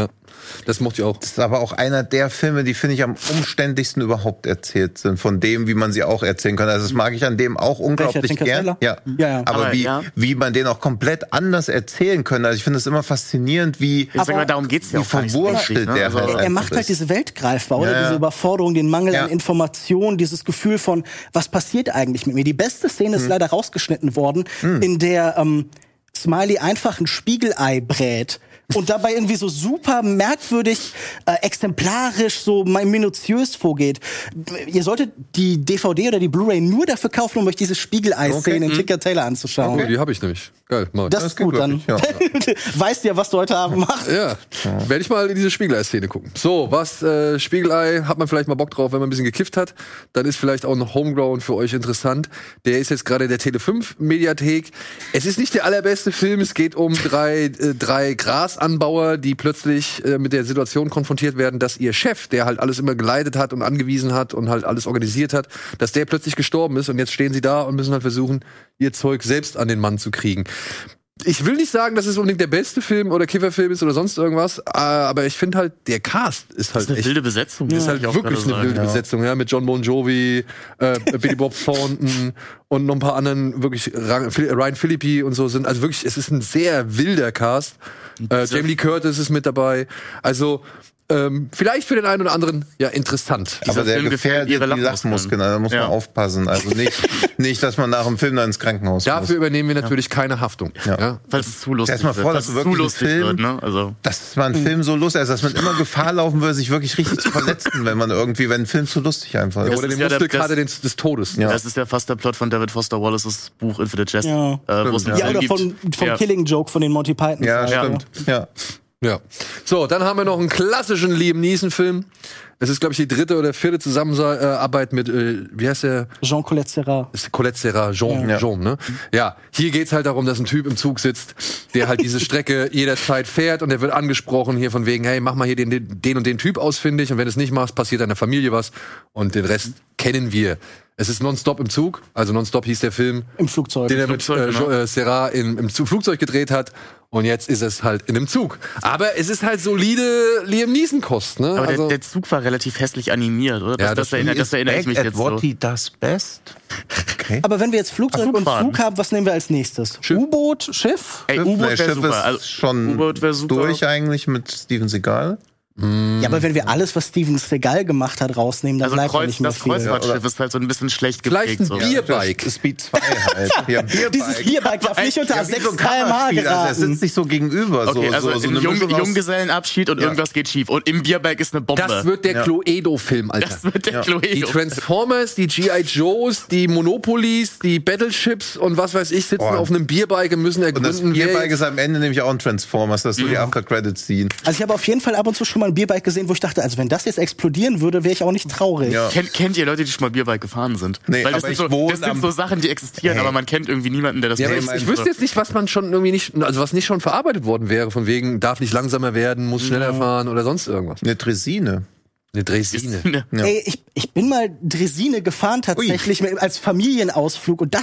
Das mochte ich auch. Das ist aber auch einer der Filme, die, finde ich, am umständlichsten überhaupt erzählt sind, von dem, wie man sie auch erzählen kann. Also das mag ich an dem auch unglaublich gern. Ja. Aber wie man den auch komplett anders erzählen kann. Also ich finde es immer faszinierend, wie darum geht's ja auch verwurschtelt ne? der halt er macht halt diese Welt greifbar, oder? Diese Überforderung, den Mangel an Informationen, dieses Gefühl von, was passiert eigentlich mit mir? Die beste Szene ist leider rausgeschnitten worden, in der Smiley einfach ein Spiegelei brät. Und dabei irgendwie so super merkwürdig, exemplarisch, so minutiös vorgeht. Ihr solltet die DVD oder die Blu-ray nur dafür kaufen, um euch diese Spiegelei-Szene in Tinker Tailor anzuschauen. Okay, die habe ich nämlich. Geil, mach ich. Das ist gut, dann. Weißt ja, was du heute Abend machst. Ja, werde ich mal in diese Spiegelei-Szene gucken. So, was Spiegelei, hat man vielleicht mal Bock drauf, wenn man ein bisschen gekifft hat. Dann ist vielleicht auch noch Homegrown für euch interessant. Der ist jetzt gerade in der Tele5-Mediathek. Es ist nicht der allerbeste Film. Es geht um drei Grasanbauer, die plötzlich mit der Situation konfrontiert werden, dass ihr Chef, der halt alles immer geleitet hat und angewiesen hat und halt alles organisiert hat, dass der plötzlich gestorben ist. Und jetzt stehen sie da und müssen halt versuchen, ihr Zeug selbst an den Mann zu kriegen. Ich will nicht sagen, dass es unbedingt der beste Film oder Kifferfilm ist oder sonst irgendwas, aber ich finde halt, der Cast ist halt echt eine wilde Besetzung. Ist halt wirklich eine wilde Besetzung, ja, mit John Bon Jovi, Billy Bob Thornton und noch ein paar anderen, wirklich, Ryan Phillippe und so sind, also wirklich, es ist ein sehr wilder Cast. Jamie Lee Curtis ist mit dabei, also vielleicht für den einen oder anderen interessant. Aber der gefährdet die Lachmuskeln, da muss man aufpassen. Also nicht, dass man nach dem Film dann ins Krankenhaus muss. Dafür übernehmen wir natürlich keine Haftung. Ja. Falls es zu lustig wird. Vor, dass es wirklich lustig wird, ne? Also dass man einen Film so lustig ist, dass man immer Gefahr laufen würde, sich wirklich richtig zu verletzen, wenn ein Film zu lustig einfach ist. Oder den Muskelkater des Todes. Ja. Das ist ja fast der Plot von David Foster Wallaces Buch Infinite Jest. Oder von Killing Joke von den Monty Python. Ja, stimmt. Ja. So, dann haben wir noch einen klassischen Liam Neeson-Film. Es ist, glaube ich, die dritte oder vierte Zusammenarbeit mit, wie heißt der? Jean Colette Serra. Colette Serra, Jean, ne? Ja, hier geht's halt darum, dass ein Typ im Zug sitzt, der halt diese Strecke jederzeit fährt und der wird angesprochen hier von wegen, hey, mach mal hier den und den Typ ausfindig und wenn du es nicht machst, passiert deiner Familie was und den Rest kennen wir. Es ist Nonstop im Zug, also Nonstop hieß der Film. Im Flugzeug. Den er mit Serra im Flugzeug gedreht hat. Und jetzt ist es halt in einem Zug. Aber es ist halt solide Liam Neeson-Kost, ne? Aber der Zug war relativ hässlich animiert, oder? Ja, das erinnere ich mich jetzt what he does best. Okay. Aber wenn wir jetzt Flugzeug und Flug haben, was nehmen wir als nächstes? U-Boot, Schiff? U-Boot wäre super. Also, schon durch eigentlich mit Steven Seagal. Ja, aber wenn wir alles, was Steven Seagal gemacht hat, rausnehmen, dann bleibt ja nicht mehr viel. Das Kreuzfahrtschiff ist halt so ein bisschen schlecht geprägt. Vielleicht ein Bierbike. Speed 2 halt. Dieses Bierbike darf nicht unter 6 km/h geraten. Er sitzt nicht so gegenüber. Okay, also so Junggesellenabschied und irgendwas geht schief. Und im Bierbike ist eine Bombe. Das wird der Cluedo-Film, Alter. Das wird der Cluedo. Die Transformers, die G.I. Joes, die Monopolies, die Battleships und was weiß ich, sitzen auf einem Bierbike und müssen ergründen. Und das Bierbike ist am Ende nämlich auch ein Transformers, das ist so die After-Credits-Scene. Also ich habe auf jeden Fall ab und zu schon mal ein Bierbike gesehen, wo ich dachte, also wenn das jetzt explodieren würde, wäre ich auch nicht traurig. Ja. Kennt ihr Leute, die schon mal Bierbike gefahren sind? Nee, weil das sind so Sachen, die existieren, aber man kennt irgendwie niemanden, der das ich wüsste jetzt nicht, was man schon irgendwie nicht, also was nicht schon verarbeitet worden wäre, von wegen, darf nicht langsamer werden, muss schneller fahren oder sonst irgendwas. Eine Draisine. Eine Draisine. Ja. Ey, ich bin mal Draisine gefahren tatsächlich als Familienausflug und das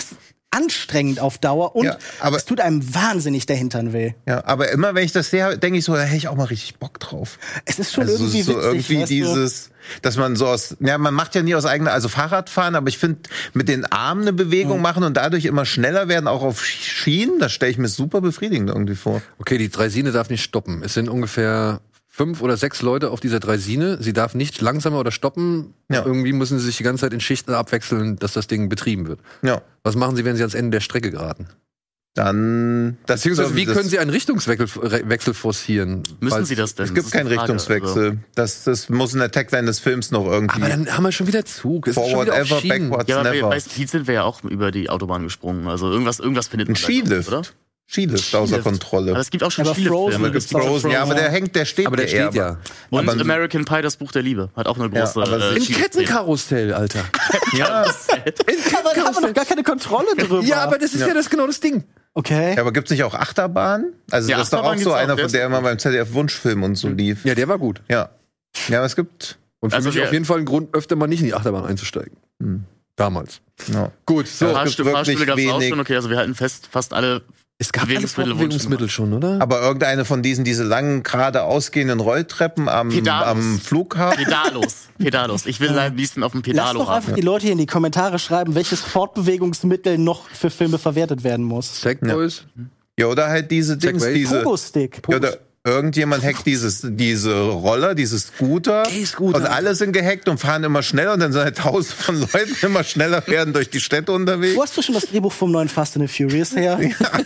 anstrengend auf Dauer und Ja, aber- es tut einem wahnsinnig der Hintern weh. Ja, aber immer wenn ich das sehe, denke ich so, da hätte ich auch mal richtig Bock drauf. Es ist schon Also irgendwie so witzig, irgendwie weißt du? dieses, dass man so man macht ja nie aus eigener, also Fahrradfahren, aber ich finde, mit den Armen eine Bewegung machen und dadurch immer schneller werden, auch auf Schienen, das stelle ich mir super befriedigend irgendwie vor. Okay, die Draisine darf nicht stoppen. Es sind ungefähr 5 oder 6 Leute auf dieser Draisine. Sie darf nicht langsamer oder stoppen. Ja. Irgendwie müssen sie sich die ganze Zeit in Schichten abwechseln, dass das Ding betrieben wird. Ja, Was machen sie, wenn sie ans Ende der Strecke geraten? dann... Beziehungsweise, wie können sie einen Richtungswechsel forcieren? Müssen Weil- sie das denn? Es gibt Das ist keinen die Frage, Richtungswechsel. Das muss ein Tagline des Films noch irgendwie... Aber dann haben wir schon wieder Zug. Es ist schon Forward wieder auf ever, Schienen. backwards Ja, aber never. bei Speed sind wir ja auch über die Autobahn gesprungen. Also irgendwas findet Ein man da, glaub ich, Skilift. oder? Skilift außer Skilift. Kontrolle. Aber es gibt auch schon Aber Skilift-Filme. Frozen Gibt's gibt's auch Frozen, ja, aber Frozen. der steht Aber der steht ja. Und Aber- American Pie, das Buch der Liebe, hat auch eine große aber Im Skilift-Szene. Kettenkarussell, Alter. Ja, Aber da haben wir noch gar keine Kontrolle drüber. Ja, aber das ist ja das genau das Ding. Okay. ja, aber gibt's nicht auch Achterbahn? Also Ja, das ist doch auch Achterbahn so gibt's auch, einer, der von ist der gut. immer beim ZDF-Wunschfilm und so lief. Ja, der war gut. Ja. Ja, aber es gibt... Und für Also mich wir- auf jeden Fall ein Grund, öfter mal nicht in die Achterbahn einzusteigen. Damals. Ja. Gut, so. Ja. Fahrstühle wirklich gab es auch wenig. schon. Okay, also wir halten fest, fast alle Es gab alles Bewegungsmittel Bewegungsmittel schon, oder? Aber irgendeine von diese langen, gerade ausgehenden Rolltreppen am Pedalos. Flughafen. Pedalos. Ich will am liebsten auf dem Lass Pedalo doch einfach haben. die Leute hier in die Kommentare schreiben, welches Fortbewegungsmittel noch für Filme verwertet werden muss. Segways? Ja, oder halt diese Dings, Segway. diese... Pogo-Stick. Ja, oder irgendjemand hackt diese Roller, diese Scooter. E-Scooter. Und alle sind gehackt und fahren immer schneller und dann sind halt tausende von Leuten immer schneller werden durch die Städte unterwegs. Wo hast du schon das Drehbuch vom neuen Fast and the Furious her?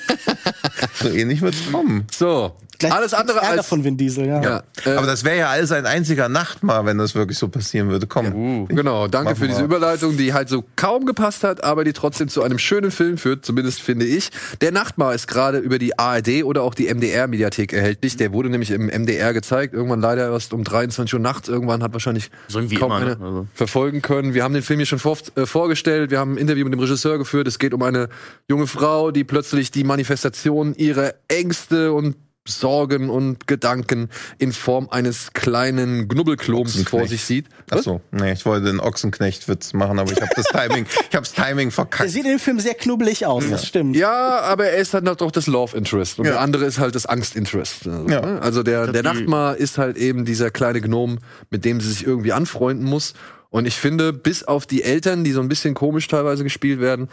So ähnlich wird's kommen. So. Gleich Alles andere Ärger als. von Vin Diesel, ja. Ja, Aber das wäre ja alles ein einziger Nachtmahl, wenn das wirklich so passieren würde. Komm. genau, danke Machen für diese wir. Überleitung, die halt so kaum gepasst hat, aber die trotzdem zu einem schönen Film führt, zumindest finde ich. Der Nachtmahl ist gerade über die ARD oder auch die MDR-Mediathek erhältlich. Der wurde nämlich im MDR gezeigt, irgendwann leider erst um 23 Uhr nachts. Irgendwann hat wahrscheinlich So irgendwie kaum immer, einer ne? Also. verfolgen können. Wir haben den Film hier schon vorgestellt, wir haben ein Interview mit dem Regisseur geführt. Es geht um eine junge Frau, die plötzlich die Manifestation ihrer Ängste und Sorgen und Gedanken in Form eines kleinen Knubbelklombs vor sich sieht. Ach so, nee, ich wollte den Ochsenknecht-Witz machen, aber ich habe das Timing Der verkackt. sieht in dem Film sehr knubbelig aus, das stimmt. Ja, aber er ist halt noch doch das Love Interest und Ja. der andere ist halt das Angst Interest. Also, Ja. ne? Also der Nachtmahl ist halt eben dieser kleine Gnom, mit dem sie sich irgendwie anfreunden muss. Und ich finde, bis auf die Eltern, die so ein bisschen komisch teilweise gespielt werden,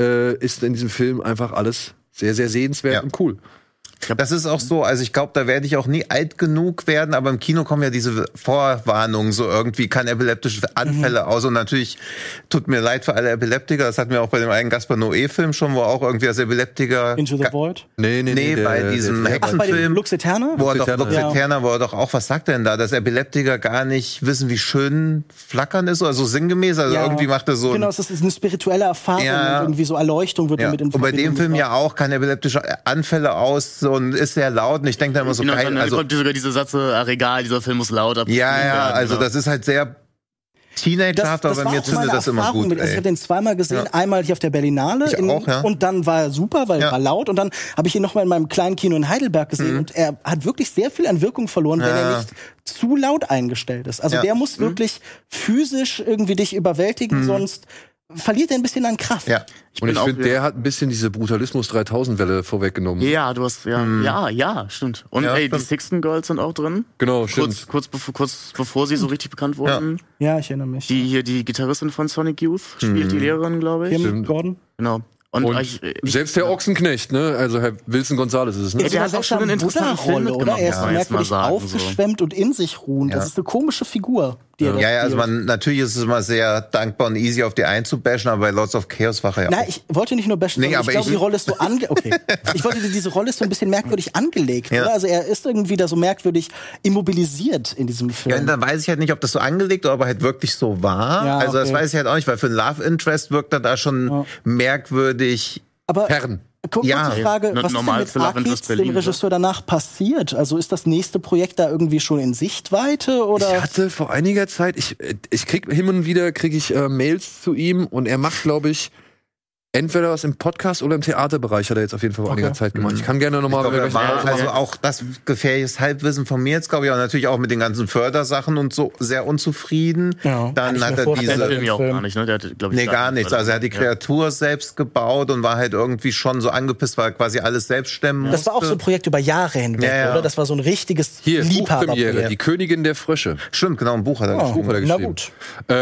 ist in diesem Film einfach alles sehr, sehr sehenswert Ja. und cool. Das ist auch so, also ich glaube, da werde ich auch nie alt genug werden, aber im Kino kommen ja diese Vorwarnungen, so irgendwie kann epileptische Anfälle aus und natürlich tut mir leid für alle Epileptiker, das hatten wir auch bei dem einen Gaspar Noé-Film schon, wo auch irgendwie als Epileptiker... Into the Void. Nee, bei diesem Ach, bei dem Hexenfilm, Lux Eterna? wo er doch Eterna, Lux ja. Eterna, wo er doch auch, was sagt er denn da, dass Epileptiker gar nicht wissen, wie schön Flackern ist, oder so sinngemäß, also Ja. irgendwie macht er so Genau, ein... es ist eine spirituelle Erfahrung Ja. und irgendwie so Erleuchtung wird Ja. damit in Und bei dem Verbindung Film gebracht. ja auch, kann epileptische Anfälle aus und ist sehr laut und ich denke da immer so Genau, geil, dann also kommt sogar diese Satze, Regal, dieser Film muss laut ab. ja, also genau. das ist halt sehr teenagerhaft, aber bei war mir auch zündet meine das immer Erfahrung gut. mit, also ich Ey. habe den zweimal gesehen, Ja. einmal hier auf der Berlinale Ich auch, ja. und dann war er super, weil er Ja. war laut und dann habe ich ihn noch mal in meinem kleinen Kino in Heidelberg gesehen und er hat wirklich sehr viel an Wirkung verloren, wenn er nicht zu laut eingestellt ist. Also Ja. der muss wirklich physisch irgendwie dich überwältigen, sonst verliert er ein bisschen an Kraft. Ja. Und ich bin auch finde, wieder- der hat ein bisschen diese Brutalismus 3000-Welle vorweggenommen. Ja, du hast, ja, stimmt. Und Ja, ey, stimmt. die Sixten Girls sind auch drin. Genau, stimmt. Kurz bevor sie so richtig bekannt wurden. Ja, ich erinnere mich. Die Gitarristin von Sonic Youth spielt die Lehrerin, glaube ich. Kim Stimmt. Gordon. Genau. Und, Und ich, selbst der Ochsenknecht, ne? Also Herr Wilson Gonzales ist es, ne? In so der einer hat auch schon einen seltsamen interessanten Film Buddha-Rolle, oder? Er ist mitgemacht, muss man jetzt mal merkwürdig sagen, aufgeschwemmt und in sich ruhend. Das ist eine komische Figur, die er da Ja, also spielt. natürlich ist es immer sehr dankbar und easy auf die einzubashen, aber bei Lords of Chaos war er ja Nein, auch. ich wollte nicht nur bashen, Nee, sondern aber ich glaube, ich- die Rolle ist so okay. Ich wollte, diese Rolle ist so ein bisschen merkwürdig angelegt, Ja. oder? Also er ist irgendwie da so merkwürdig immobilisiert in diesem Film. Ja, und dann weiß ich halt nicht, ob das so angelegt oder ob er halt wirklich so war. Ja, Also das okay. weiß ich halt auch nicht, weil für ein Love Interest wirkt er da schon merkwürdig. Aber Herren. kurze Ja. Frage, was ist denn Normalste mit Love Interest Arcades, dem Berlin, Regisseur, danach passiert? Also ist das nächste Projekt da irgendwie schon in Sichtweite, Ich oder? hatte vor einiger Zeit, ich krieg hin und wieder Mails zu ihm und er macht, glaube ich, entweder was im Podcast oder im Theaterbereich hat er jetzt auf jeden Fall vor einiger Zeit gemacht. Ich kann gerne nochmal... Also auch das gefährliches Halbwissen von mir jetzt, glaube ich, auch natürlich auch mit den ganzen Fördersachen und so sehr unzufrieden. Ja, dann hat er diese... Film ja auch gar nicht, ne? Der hat, glaub ich, gar nichts. Also er hat die Kreatur selbst gebaut und war halt irgendwie schon so angepisst, weil er quasi alles selbst stemmen musste. Das war auch so ein Projekt über Jahre hinweg, oder? Das war so ein richtiges Liebhaberprojekt. Die Königin der Frösche. Stimmt, genau, ein Buch hat er geschrieben. Na gut.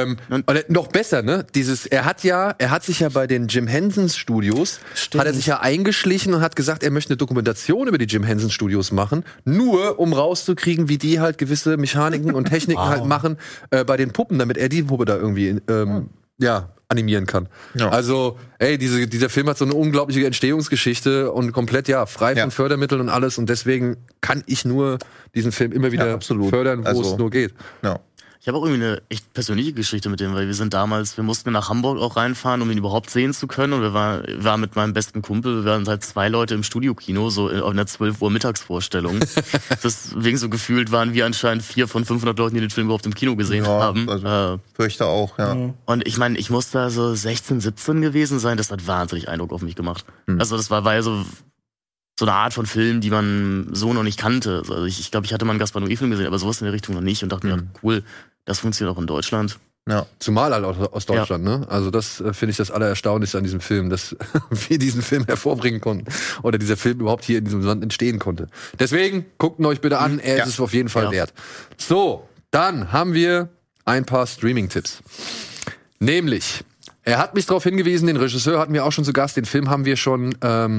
Noch besser, ne? Er hat sich ja bei den Jim Henson Studios, hat er sich ja eingeschlichen und hat gesagt, er möchte eine Dokumentation über die Jim Henson Studios machen, nur um rauszukriegen, wie die halt gewisse Mechaniken und Techniken halt machen bei den Puppen, damit er die Puppe da irgendwie animieren kann. Ja. Also, dieser Film hat so eine unglaubliche Entstehungsgeschichte und komplett frei von Fördermitteln und alles, und deswegen kann ich nur diesen Film immer wieder fördern, wo es nur geht. Ja. Ich habe auch irgendwie eine echt persönliche Geschichte mit dem, weil wir mussten nach Hamburg auch reinfahren, um ihn überhaupt sehen zu können, und wir waren mit meinem besten Kumpel, wir waren halt 2 Leute im Studiokino, so auf einer 12 Uhr Mittagsvorstellung. Deswegen so gefühlt waren wir anscheinend 4 von 500 Leuten, die den Film überhaupt im Kino gesehen haben. Also, fürchte auch, ja. Und ich meine, ich muss da so 16, 17 gewesen sein, das hat wahnsinnig Eindruck auf mich gemacht. Also das war ja so eine Art von Film, die man so noch nicht kannte. Also ich glaube, ich hatte mal einen Gaspar Noé-Film gesehen, aber sowas in der Richtung noch nicht, und dachte mir, cool, das funktioniert auch in Deutschland. Ja. Zumal halt aus Deutschland, ne? Also das finde ich das Allererstaunlichste an diesem Film, dass wir diesen Film hervorbringen konnten oder dieser Film überhaupt hier in diesem Land entstehen konnte. Deswegen, guckt ihn euch bitte an, er ist es auf jeden Fall wert. So, dann haben wir ein paar Streaming-Tipps. Nämlich, er hat mich darauf hingewiesen, den Regisseur hatten wir auch schon zu Gast, den Film haben wir schon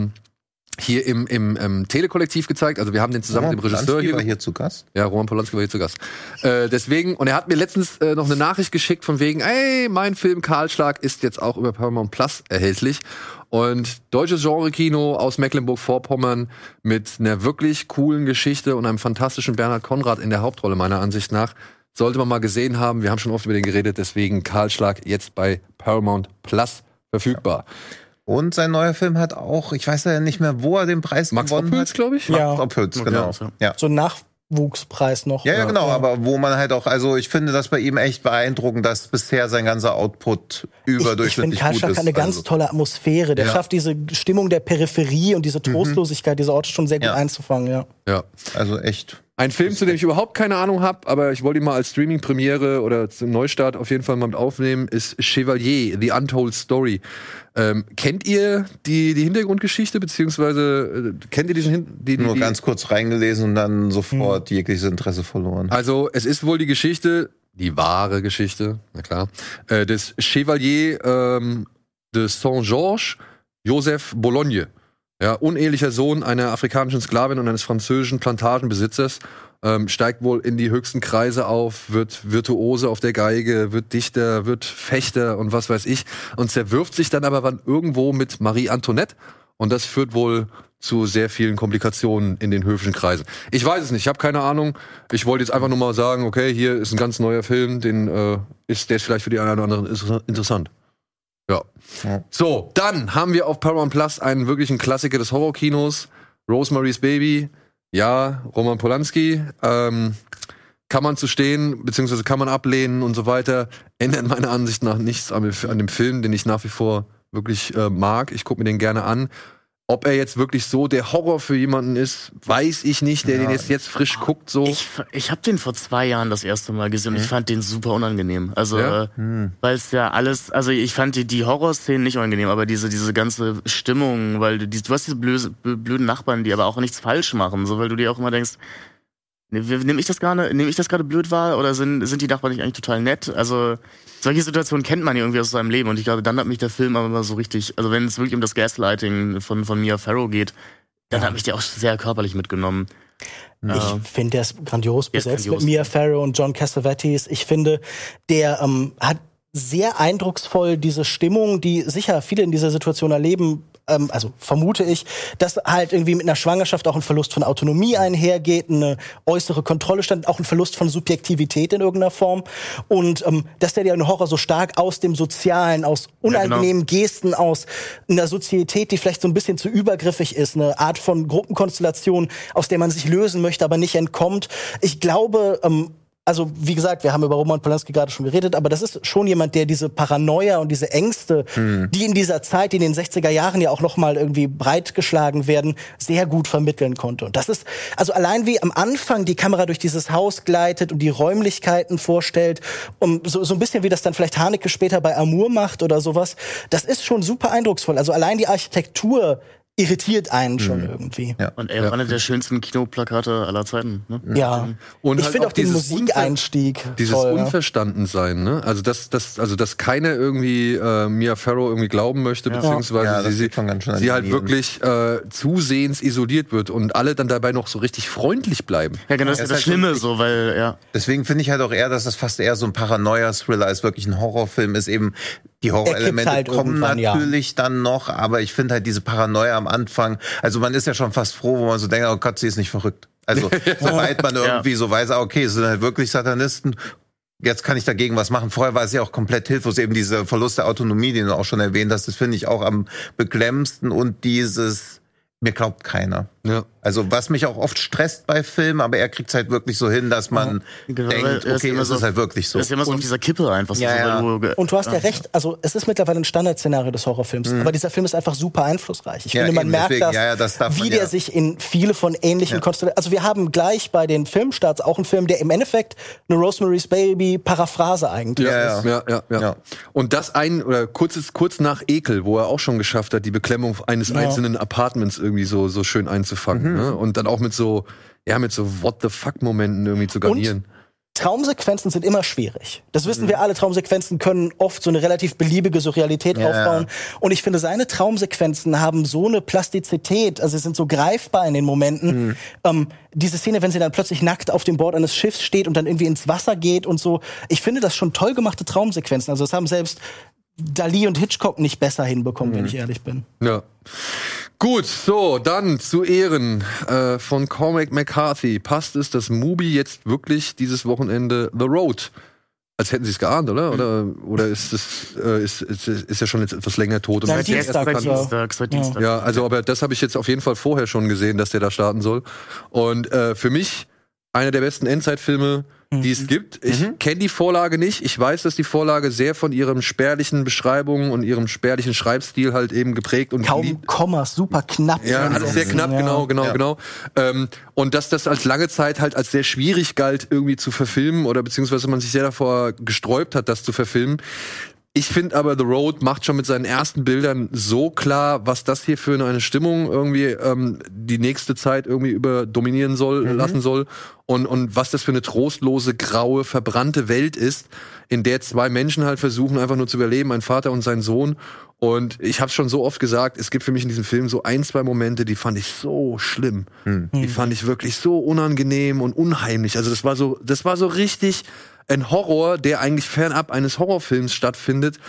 hier im Telekollektiv gezeigt. Also wir haben den zusammen mit dem Regisseur hier zu Gast. Ja, Roman Polanski war hier zu Gast. Deswegen, und er hat mir letztens noch eine Nachricht geschickt von wegen, mein Film Kahlschlag ist jetzt auch über Paramount Plus erhältlich. Und deutsches Genre-Kino aus Mecklenburg-Vorpommern mit einer wirklich coolen Geschichte und einem fantastischen Bernhard Konrad in der Hauptrolle, meiner Ansicht nach. Sollte man mal gesehen haben. Wir haben schon oft über den geredet, deswegen Kahlschlag jetzt bei Paramount Plus verfügbar. Und sein neuer Film hat auch, ich weiß ja nicht mehr, wo er den Preis gewonnen hat. glaube ich. Max Ophüls, genau. Ja. So ein Nachwuchspreis noch. Ja, genau, aber wo man halt auch, also ich finde das bei ihm echt beeindruckend, dass bisher sein ganzer Output überdurchschnittlich gut ist. Ich finde, Kahlschlag hat eine ganz tolle Atmosphäre. Der schafft diese Stimmung der Peripherie und diese Trostlosigkeit dieser Orte schon sehr gut einzufangen. Ja, also echt. Ein Film, zu dem ich überhaupt keine Ahnung habe, aber ich wollte ihn mal als Streaming-Premiere oder zum Neustart auf jeden Fall mal mit aufnehmen, ist Chevalier, The Untold Story. Kennt ihr die Hintergrundgeschichte, beziehungsweise kennt ihr die Nur ganz kurz reingelesen und dann sofort jegliches Interesse verloren. Also es ist wohl die Geschichte, die wahre Geschichte, na klar, des Chevalier de Saint-Georges, Joseph Bologne. Ja, unehelicher Sohn einer afrikanischen Sklavin und eines französischen Plantagenbesitzers, steigt wohl in die höchsten Kreise auf, wird Virtuose auf der Geige, wird Dichter, wird Fechter und was weiß ich, und zerwirft sich dann aber irgendwo mit Marie Antoinette, und das führt wohl zu sehr vielen Komplikationen in den höfischen Kreisen. Ich weiß es nicht, ich habe keine Ahnung. Ich wollte jetzt einfach nur mal sagen, okay, hier ist ein ganz neuer Film, der ist vielleicht für die einen oder anderen interessant. Ja. So, dann haben wir auf Paramount Plus einen wirklichen Klassiker des Horrorkinos, Rosemary's Baby. Ja, Roman Polanski. Kann man zu stehen, beziehungsweise kann man ablehnen und so weiter. Ändert meiner Ansicht nach nichts an dem Film, den ich nach wie vor wirklich mag. Ich gucke mir den gerne an. Ob er jetzt wirklich so der Horror für jemanden ist, weiß ich nicht, der den jetzt frisch guckt. So. Ich habe den vor 2 Jahren das erste Mal gesehen und ich fand den super unangenehm. Also, weil es ja alles, also ich fand die Horrorszenen nicht unangenehm, aber diese ganze Stimmung, weil du hast diese blöden Nachbarn, die aber auch nichts falsch machen, so, weil du dir auch immer denkst, nehme ich das gerade blöd wahr, oder sind die Nachbarn nicht eigentlich total nett? Also solche Situationen kennt man ja irgendwie aus seinem Leben, und ich glaube, dann hat mich der Film aber mal so richtig, also wenn es wirklich um das Gaslighting von Mia Farrow geht, dann hat mich der auch sehr körperlich mitgenommen. Ich finde, der ist grandios besetzt mit Mia Farrow und John Cassavetes. Ich finde, der hat sehr eindrucksvoll diese Stimmung, die sicher viele in dieser Situation erleben, also vermute ich, dass halt irgendwie mit einer Schwangerschaft auch ein Verlust von Autonomie einhergeht, eine äußere Kontrolle stand, auch ein Verlust von Subjektivität in irgendeiner Form, und dass der Horror so stark aus dem Sozialen, aus unangenehmen Gesten, aus einer Sozietät, die vielleicht so ein bisschen zu übergriffig ist, eine Art von Gruppenkonstellation, aus der man sich lösen möchte, aber nicht entkommt. Ich glaube, also wie gesagt, wir haben über Roman Polanski gerade schon geredet, aber das ist schon jemand, der diese Paranoia und diese Ängste, die in dieser Zeit, die in den 60er Jahren ja auch noch mal irgendwie breitgeschlagen werden, sehr gut vermitteln konnte. Und das ist, also allein wie am Anfang die Kamera durch dieses Haus gleitet und die Räumlichkeiten vorstellt, so ein bisschen wie das dann vielleicht Haneke später bei Amour macht oder sowas, das ist schon super eindrucksvoll. Also allein die Architektur irritiert einen schon irgendwie. Ja. Und er war einer der schönsten Kinoplakate aller Zeiten. Ne? Ja. Und ich halt finde auch den dieses Musikeinstieg Dieses toll, Unverstandensein, ne? Also dass keiner irgendwie Mia Farrow irgendwie glauben möchte, beziehungsweise sie halt wirklich zusehends isoliert wird und alle dann dabei noch so richtig freundlich bleiben. Ja, genau, das ist das Schlimme so, weil, ja. Deswegen finde ich halt auch eher, dass das fast eher so ein Paranoia-Thriller als wirklich ein Horrorfilm ist. Eben die Horrorelemente halt kommen natürlich dann noch, aber ich finde halt diese Paranoia am Anfang, also man ist ja schon fast froh, wo man so denkt, oh Gott, sie ist nicht verrückt. Also sobald man irgendwie so weiß, okay, es sind halt wirklich Satanisten, jetzt kann ich dagegen was machen. Vorher war es ja auch komplett hilflos, eben dieser Verlust der Autonomie, den du auch schon erwähnt hast, das finde ich auch am beklemmendsten und dieses, mir glaubt keiner. Ja. Also was mich auch oft stresst bei Filmen, aber er kriegt es halt wirklich so hin, dass man denkt, okay, es ist halt wirklich so. Das ist immer so auf dieser Kippe einfach. Und du hast ja recht, also es ist mittlerweile ein Standardszenario des Horrorfilms, aber dieser Film ist einfach super einflussreich. Ich finde, man merkt wie der sich in viele von ähnlichen Konstellationen, also wir haben gleich bei den Filmstarts auch einen Film, der im Endeffekt eine Rosemary's Baby Paraphrase eigentlich ist. Ja. Und das kurz nach Ekel, wo er auch schon geschafft hat, die Beklemmung eines einzelnen Apartments irgendwie so schön einzufangen. Ne? Und dann auch mit so What-the-fuck-Momenten irgendwie zu garnieren. Und Traumsequenzen sind immer schwierig. Das wissen wir alle. Traumsequenzen können oft so eine relativ beliebige Surrealität aufbauen. Und ich finde, seine Traumsequenzen haben so eine Plastizität, also sie sind so greifbar in den Momenten. Diese Szene, wenn sie dann plötzlich nackt auf dem Bord eines Schiffs steht und dann irgendwie ins Wasser geht und so. Ich finde das schon toll gemachte Traumsequenzen. Also das haben selbst Dali und Hitchcock nicht besser hinbekommen, wenn ich ehrlich bin. Ja. Gut, so, dann zu Ehren von Cormac McCarthy. Passt es, dass Mubi jetzt wirklich dieses Wochenende The Road, als hätten sie es geahnt, oder? Oder ist es ist ja schon jetzt etwas länger tot? Seit Dienstag. Ja, also aber das habe ich jetzt auf jeden Fall vorher schon gesehen, dass der da starten soll. Und für mich einer der besten Endzeitfilme, die es gibt. Ich kenne die Vorlage nicht. Ich weiß, dass die Vorlage sehr von ihren spärlichen Beschreibungen und ihrem spärlichen Schreibstil halt eben geprägt und kaum Kommas, super knapp. Ja, alles sehr knapp, genau. Und dass das als lange Zeit halt als sehr schwierig galt, irgendwie zu verfilmen oder beziehungsweise man sich sehr davor gesträubt hat, das zu verfilmen. Ich finde aber, The Road macht schon mit seinen ersten Bildern so klar, was das hier für eine Stimmung irgendwie die nächste Zeit irgendwie über dominieren soll, lassen soll und was das für eine trostlose, graue, verbrannte Welt ist, in der zwei Menschen halt versuchen, einfach nur zu überleben, ein Vater und sein Sohn. Und ich habe schon so oft gesagt, es gibt für mich in diesem Film so 1-2 Momente, die fand ich so schlimm. Die fand ich wirklich so unangenehm und unheimlich. Also das war so richtig ein Horror, der eigentlich fernab eines Horrorfilms stattfindet,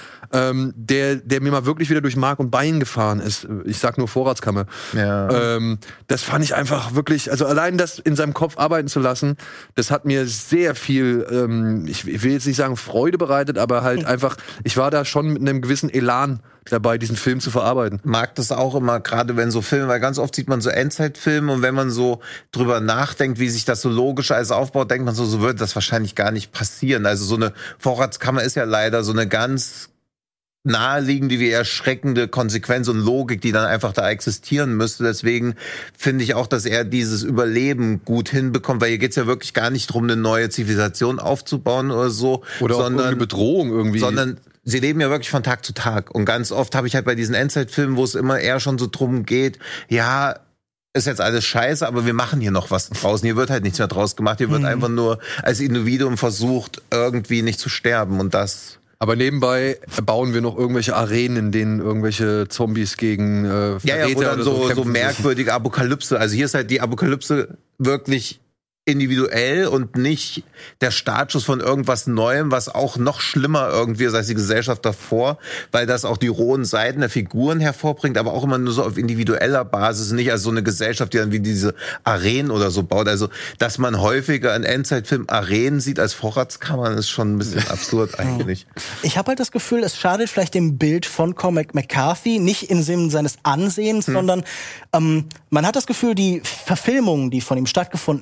der mir mal wirklich wieder durch Mark und Bein gefahren ist. Ich sag nur Vorratskammer. Ja. Das fand ich einfach wirklich, also allein das in seinem Kopf arbeiten zu lassen, das hat mir sehr viel, ich will jetzt nicht sagen Freude bereitet, aber halt einfach, ich war da schon mit einem gewissen Elan dabei, diesen Film zu verarbeiten. Mag das auch immer, gerade wenn so Filme, weil ganz oft sieht man so Endzeitfilme und wenn man so drüber nachdenkt, wie sich das so logisch alles aufbaut, denkt man so würde das wahrscheinlich gar nicht passieren. Also so eine Vorratskammer ist ja leider so eine ganz naheliegende, wie erschreckende Konsequenz und Logik, die dann einfach da existieren müsste. Deswegen finde ich auch, dass er dieses Überleben gut hinbekommt, weil hier geht's ja wirklich gar nicht darum, eine neue Zivilisation aufzubauen oder so. Oder sondern auch eine Bedrohung irgendwie. Sondern sie leben ja wirklich von Tag zu Tag. Und ganz oft habe ich halt bei diesen Endzeitfilmen, wo es immer eher schon so drum geht, ja, ist jetzt alles scheiße, aber wir machen hier noch was draußen. Hier wird halt nichts mehr draus gemacht. Hier wird einfach nur als Individuum versucht, irgendwie nicht zu sterben. Und das... Aber nebenbei bauen wir noch irgendwelche Arenen, in denen irgendwelche Zombies gegen Verräter oder oder so merkwürdige Apokalypse. Also hier ist halt die Apokalypse wirklich individuell und nicht der Startschuss von irgendwas Neuem, was auch noch schlimmer irgendwie ist als die Gesellschaft davor, weil das auch die rohen Seiten der Figuren hervorbringt, aber auch immer nur so auf individueller Basis, nicht als so eine Gesellschaft, die dann wie diese Arenen oder so baut. Also, dass man häufiger in Endzeitfilmen Arenen sieht als Vorratskammern, ist schon ein bisschen absurd eigentlich. Ich habe halt das Gefühl, es schadet vielleicht dem Bild von Cormac McCarthy, nicht im Sinne seines Ansehens, sondern man hat das Gefühl, die Verfilmungen, die von ihm stattgefunden haben, auch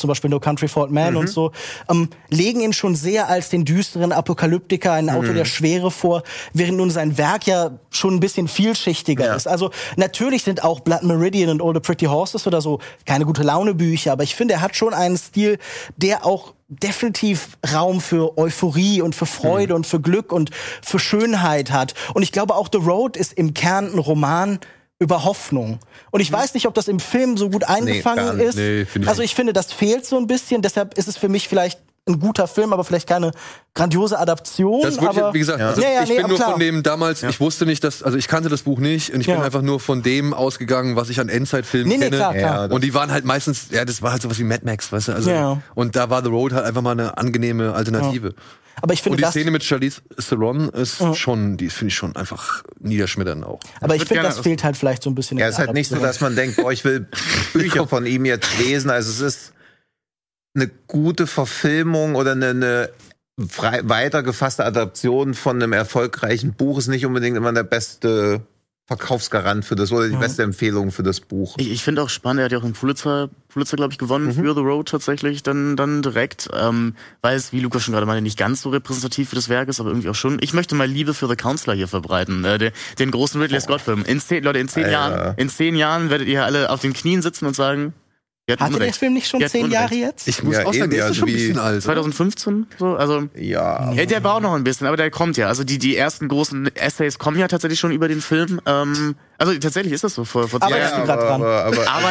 zum Beispiel No Country for Old Men und so, legen ihn schon sehr als den düsteren Apokalyptiker, einen Autor der Schwere vor, während nun sein Werk ja schon ein bisschen vielschichtiger ist. Also natürlich sind auch Blood Meridian und All the Pretty Horses oder so keine gute Laune-Bücher, aber ich finde, er hat schon einen Stil, der auch definitiv Raum für Euphorie und für Freude und für Glück und für Schönheit hat. Und ich glaube auch The Road ist im Kern ein Roman über Hoffnung. Und ich weiß nicht, ob das im Film so gut eingefangen ist. Nee, also ich finde, das fehlt so ein bisschen. Deshalb ist es für mich vielleicht ein guter Film, aber vielleicht keine grandiose Adaption. Das würde ich, wie gesagt, also ich bin nur von dem damals, ich wusste nicht, also ich kannte das Buch nicht und ich bin einfach nur von dem ausgegangen, was ich an Endzeitfilmen kenne. Klar. Und die waren halt meistens, das war halt sowas wie Mad Max, weißt du? Also, und da war The Road halt einfach mal eine angenehme Alternative. Aber ich finde, und die Szene mit Charlize Theron ist schon, die finde ich schon einfach niederschmetternd auch. Aber ich finde, das fehlt halt vielleicht so ein bisschen. Ja, es ist halt nicht so, dass man denkt, ich will Bücher von ihm jetzt lesen. Also es ist eine gute Verfilmung oder eine weiter gefasste Adaption von einem erfolgreichen Buch ist nicht unbedingt immer der beste Verkaufsgarant für das oder die beste Empfehlung für das Buch. Ich finde auch spannend, er hat ja auch einen Pulitzer glaube ich, gewonnen für The Road tatsächlich dann direkt, weil es, wie Lukas schon gerade meinte, nicht ganz so repräsentativ für das Werk ist, aber irgendwie auch schon. Ich möchte mal Liebe für The Counselor hier verbreiten, den großen Ridley Scott-Film. In 10 Jahren werdet ihr alle auf den Knien sitzen und sagen, hatte der Film nicht schon 10 Jahre jetzt? Ich muss auch sagen, der ist schon ein bisschen alt. 2015? So, also, der braucht noch ein bisschen, aber der kommt ja. Also die ersten großen Essays kommen ja tatsächlich schon über den Film. Also tatsächlich ist das so vor 2 Jahren. Aber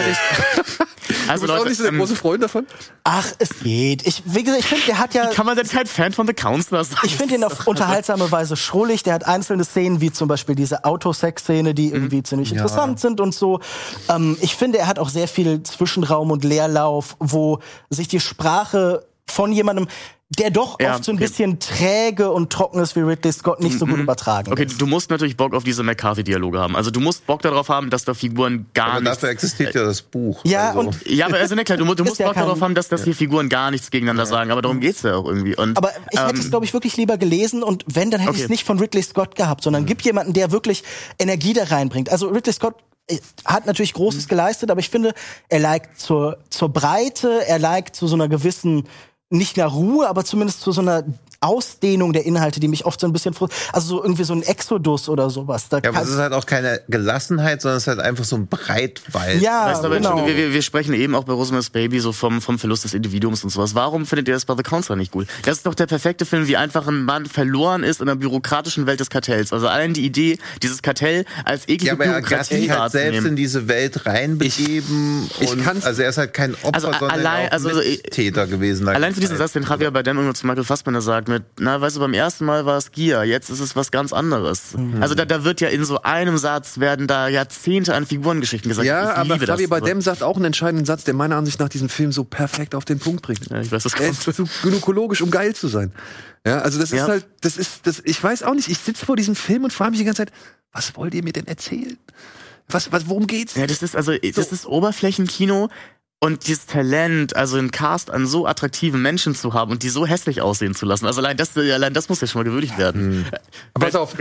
Also du bist auch nicht so der große Freund davon? Ach, es geht. Wie gesagt, ich finde, der hat ja... Wie kann man denn kein Fan von The Counselor sein? Ich finde ihn auf unterhaltsame Weise schrullig. Der hat einzelne Szenen, wie zum Beispiel diese Autosex-Szene, die irgendwie ziemlich interessant sind und so. Ich finde, er hat auch sehr viel Zwischenraum und Leerlauf, wo sich die Sprache von jemandem, der doch oft so ein bisschen träge und trocken ist wie Ridley Scott, nicht so gut übertragen ist. Du musst natürlich Bock auf diese McCarthy-Dialoge haben. Also du musst Bock darauf haben, dass da Figuren gar nichts... Dafür existiert ja das Buch. Ja, also. aber also klar, du musst Bock darauf haben, dass die Figuren gar nichts gegeneinander sagen. Aber darum geht's ja auch irgendwie. Und, aber ich hätte es, glaube ich, wirklich lieber gelesen und wenn, dann hätte ich es nicht von Ridley Scott gehabt, sondern gib jemanden, der wirklich Energie da reinbringt. Also Ridley Scott hat natürlich Großes geleistet, aber ich finde, er neigt zur Breite, er neigt zu so einer gewissen, nicht nach Ruhe, aber zumindest zu so einer Ausdehnung der Inhalte, die mich oft so ein bisschen also so irgendwie so ein Exodus oder sowas. Aber es ist halt auch keine Gelassenheit, sondern es ist halt einfach so ein Breitwald. Ja, weißt du, genau. Wir sprechen eben auch bei Rosemary's Baby so vom Verlust des Individuums und sowas. Warum findet ihr das bei The Counselor nicht gut? Das ist doch der perfekte Film, wie einfach ein Mann verloren ist in der bürokratischen Welt des Kartells. Also allein die Idee, dieses Kartell als eklige Bürokratie hat sich halt selbst in diese Welt reinbegeben. Also er ist halt kein Opfer, sondern auch Täter gewesen. Allein für diesen Satz, den Javier Bardem immer zu Michael Fassbender sagt, weißt du, beim ersten Mal war es Gier, jetzt ist es was ganz anderes. Also da wird ja in so einem Satz werden da Jahrzehnte an Figurengeschichten gesagt. Ja, aber Javier Bardem sagt auch einen entscheidenden Satz, der meiner Ansicht nach diesen Film so perfekt auf den Punkt bringt. Ja, ich weiß, das er ist zu gynäkologisch, um geil zu sein. Ja, also das ist halt, ich weiß auch nicht, ich sitze vor diesem Film und frage mich die ganze Zeit, was wollt ihr mir denn erzählen? Worum geht's? Ja, das ist Oberflächenkino. Und dieses Talent, also einen Cast an so attraktiven Menschen zu haben und die so hässlich aussehen zu lassen, also allein das muss ja schon mal gewürdigt werden. Pass auf,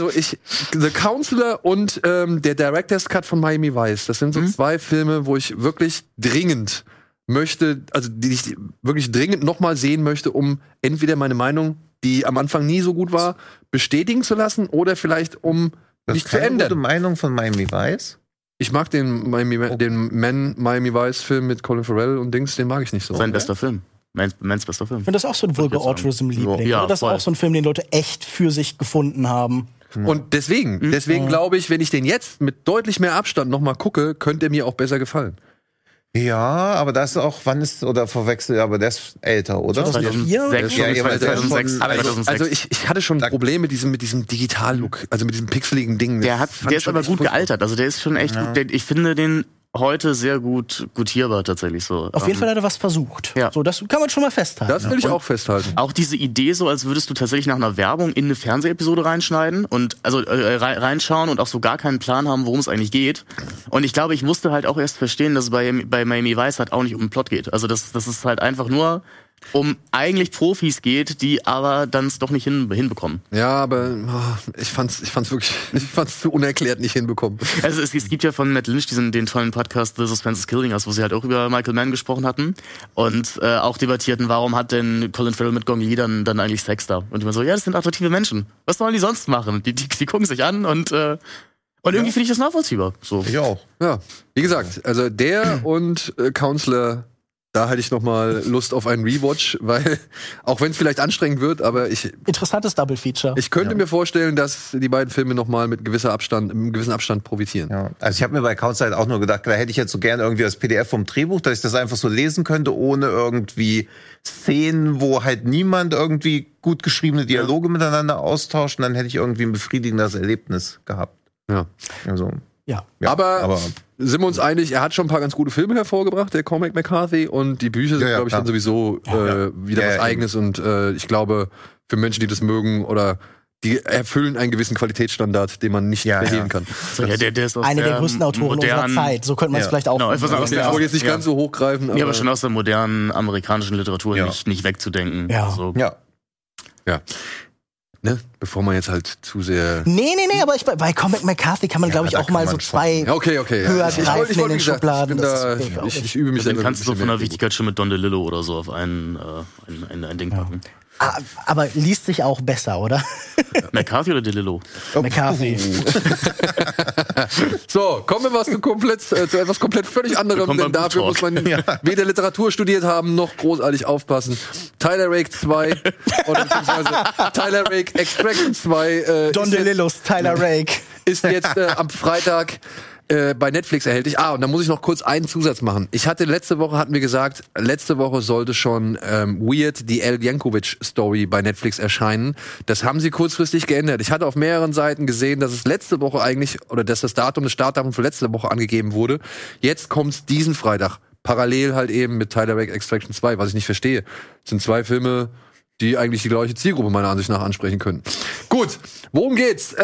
The Counselor und der Director's Cut von Miami Vice, das sind so 2 Filme, wo ich wirklich dringend möchte, also die ich wirklich dringend nochmal sehen möchte, um entweder meine Meinung, die am Anfang nie so gut war, bestätigen zu lassen oder vielleicht um mich zu ändern. Das ist keine gute Meinung von Miami Vice? Ich mag den Miami Vice-Film mit Colin Farrell und Dings, den mag ich nicht so. Sein bester Film. Mans bester Film. Ich finde das auch so ein Vulgar-Autism-Liebling. Ja, das ist auch so ein Film, den Leute echt für sich gefunden haben. Und deswegen glaube ich, wenn ich den jetzt mit deutlich mehr Abstand noch mal gucke, könnte er mir auch besser gefallen. Ja, aber das ist auch, aber der ist älter, oder? 2006. Also ich hatte schon ein Problem mit diesem Digital-Look, also mit diesem pixeligen Ding. Der ist aber gut gealtert, also der ist schon echt gut. Ich finde den heute sehr gut gutierbar tatsächlich so. Auf jeden Fall hat er was versucht. Ja. So, das kann man schon mal festhalten. Das will ich auch festhalten. Auch diese Idee so, als würdest du tatsächlich nach einer Werbung in eine Fernsehepisode reinschneiden und also reinschauen und auch so gar keinen Plan haben, worum es eigentlich geht. Und ich glaube, ich musste halt auch erst verstehen, dass es bei Miami Vice halt auch nicht um den Plot geht. Also das ist halt einfach nur um eigentlich Profis geht, die aber dann es doch nicht hinbekommen. Ja, aber ich fand's zu unerklärt nicht hinbekommen. Also es gibt ja von Matt Lynch den tollen Podcast The Suspense is Killing Us, wo sie halt auch über Michael Mann gesprochen hatten und auch debattierten, warum hat denn Colin Farrell mit Gong Li dann eigentlich Sex da? Und immer so, ja, das sind attraktive Menschen. Was sollen die sonst machen? Die gucken sich an und irgendwie finde ich das nachvollziehbar. So. Ich auch. Ja, wie gesagt, also der und Counselor, da hätte ich noch mal Lust auf einen Rewatch, weil, auch wenn es vielleicht anstrengend wird, aber interessantes Double Feature. Ich könnte mir vorstellen, dass die beiden Filme noch mal mit einem gewissen Abstand profitieren. Ja. Also ich habe mir bei Counselor halt auch nur gedacht, da hätte ich jetzt so gerne irgendwie das PDF vom Drehbuch, dass ich das einfach so lesen könnte, ohne irgendwie Szenen, wo halt niemand irgendwie gut geschriebene Dialoge miteinander austauscht. Und dann hätte ich irgendwie ein befriedigendes Erlebnis gehabt. Ja. Also, ja. Aber sind wir uns einig, er hat schon ein paar ganz gute Filme hervorgebracht, der Cormac McCarthy, und die Bücher sind, glaube ich, dann sowieso wieder was Eigenes und ich glaube, für Menschen, die das mögen oder die erfüllen einen gewissen Qualitätsstandard, den man nicht verhehlen kann. So, der ist aus eine der größten Autoren unserer Zeit, so könnte man es vielleicht auch sagen. Ich wollte jetzt nicht ganz so hochgreifen. Aber schon aus der modernen amerikanischen Literatur nicht wegzudenken. Ja. Also. Ja. Ne? Bevor man jetzt halt zu sehr... Nee, aber bei Cormac McCarthy kann man, glaube ich, auch mal so zwei höher greifen in den Schubladen. Ich übe mich dann kannst du von der Wichtigkeit schon mit Don DeLillo oder so auf ein Ding packen. Aber liest sich auch besser, oder? McCarthy oder DeLillo? McCarthy. So, kommen wir zu etwas komplett völlig anderem, denn dafür muss man weder Literatur studiert haben, noch großartig aufpassen. Tyler Rake 2 oder beziehungsweise Tyler Rake Extraction 2 Don DeLillos Tyler Rake ist jetzt am Freitag bei Netflix erhältlich. Und da muss ich noch kurz einen Zusatz machen. Letzte Woche sollte schon Weird, die El Yankovic-Story bei Netflix erscheinen. Das haben sie kurzfristig geändert. Ich hatte auf mehreren Seiten gesehen, dass es letzte Woche dass das Startdatum für letzte Woche angegeben wurde. Jetzt kommt's diesen Freitag. Parallel halt eben mit Tyler Rake Extraction 2, was ich nicht verstehe. Das sind zwei Filme, die eigentlich die gleiche Zielgruppe meiner Ansicht nach ansprechen können. Gut, worum geht's?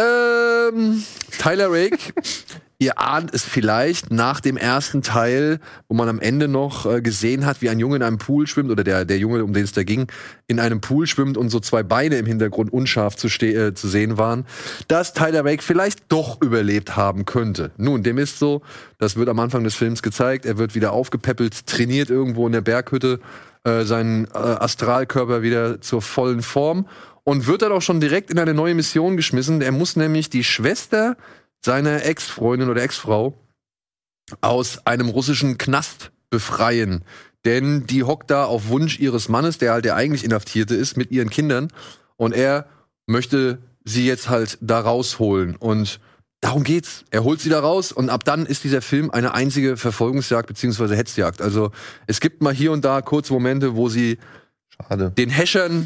Tyler Rake, ihr ahnt es vielleicht, nach dem ersten Teil, wo man am Ende noch gesehen hat, wie ein Junge in einem Pool schwimmt, oder der Junge, um den es da ging, in einem Pool schwimmt und so zwei Beine im Hintergrund unscharf zu sehen waren, dass Tyler Rake vielleicht doch überlebt haben könnte. Nun, dem ist so, das wird am Anfang des Films gezeigt, er wird wieder aufgepäppelt, trainiert irgendwo in der Berghütte, seinen Astralkörper wieder zur vollen Form und wird dann auch schon direkt in eine neue Mission geschmissen. Er muss nämlich die Schwester seiner Ex-Freundin oder Ex-Frau aus einem russischen Knast befreien. Denn die hockt da auf Wunsch ihres Mannes, der halt der eigentlich Inhaftierte ist, mit ihren Kindern. Und er möchte sie jetzt halt da rausholen. Und darum geht's. Er holt sie da raus und ab dann ist dieser Film eine einzige Verfolgungsjagd bzw. Hetzjagd. Also es gibt mal hier und da kurze Momente, wo sie den Häschern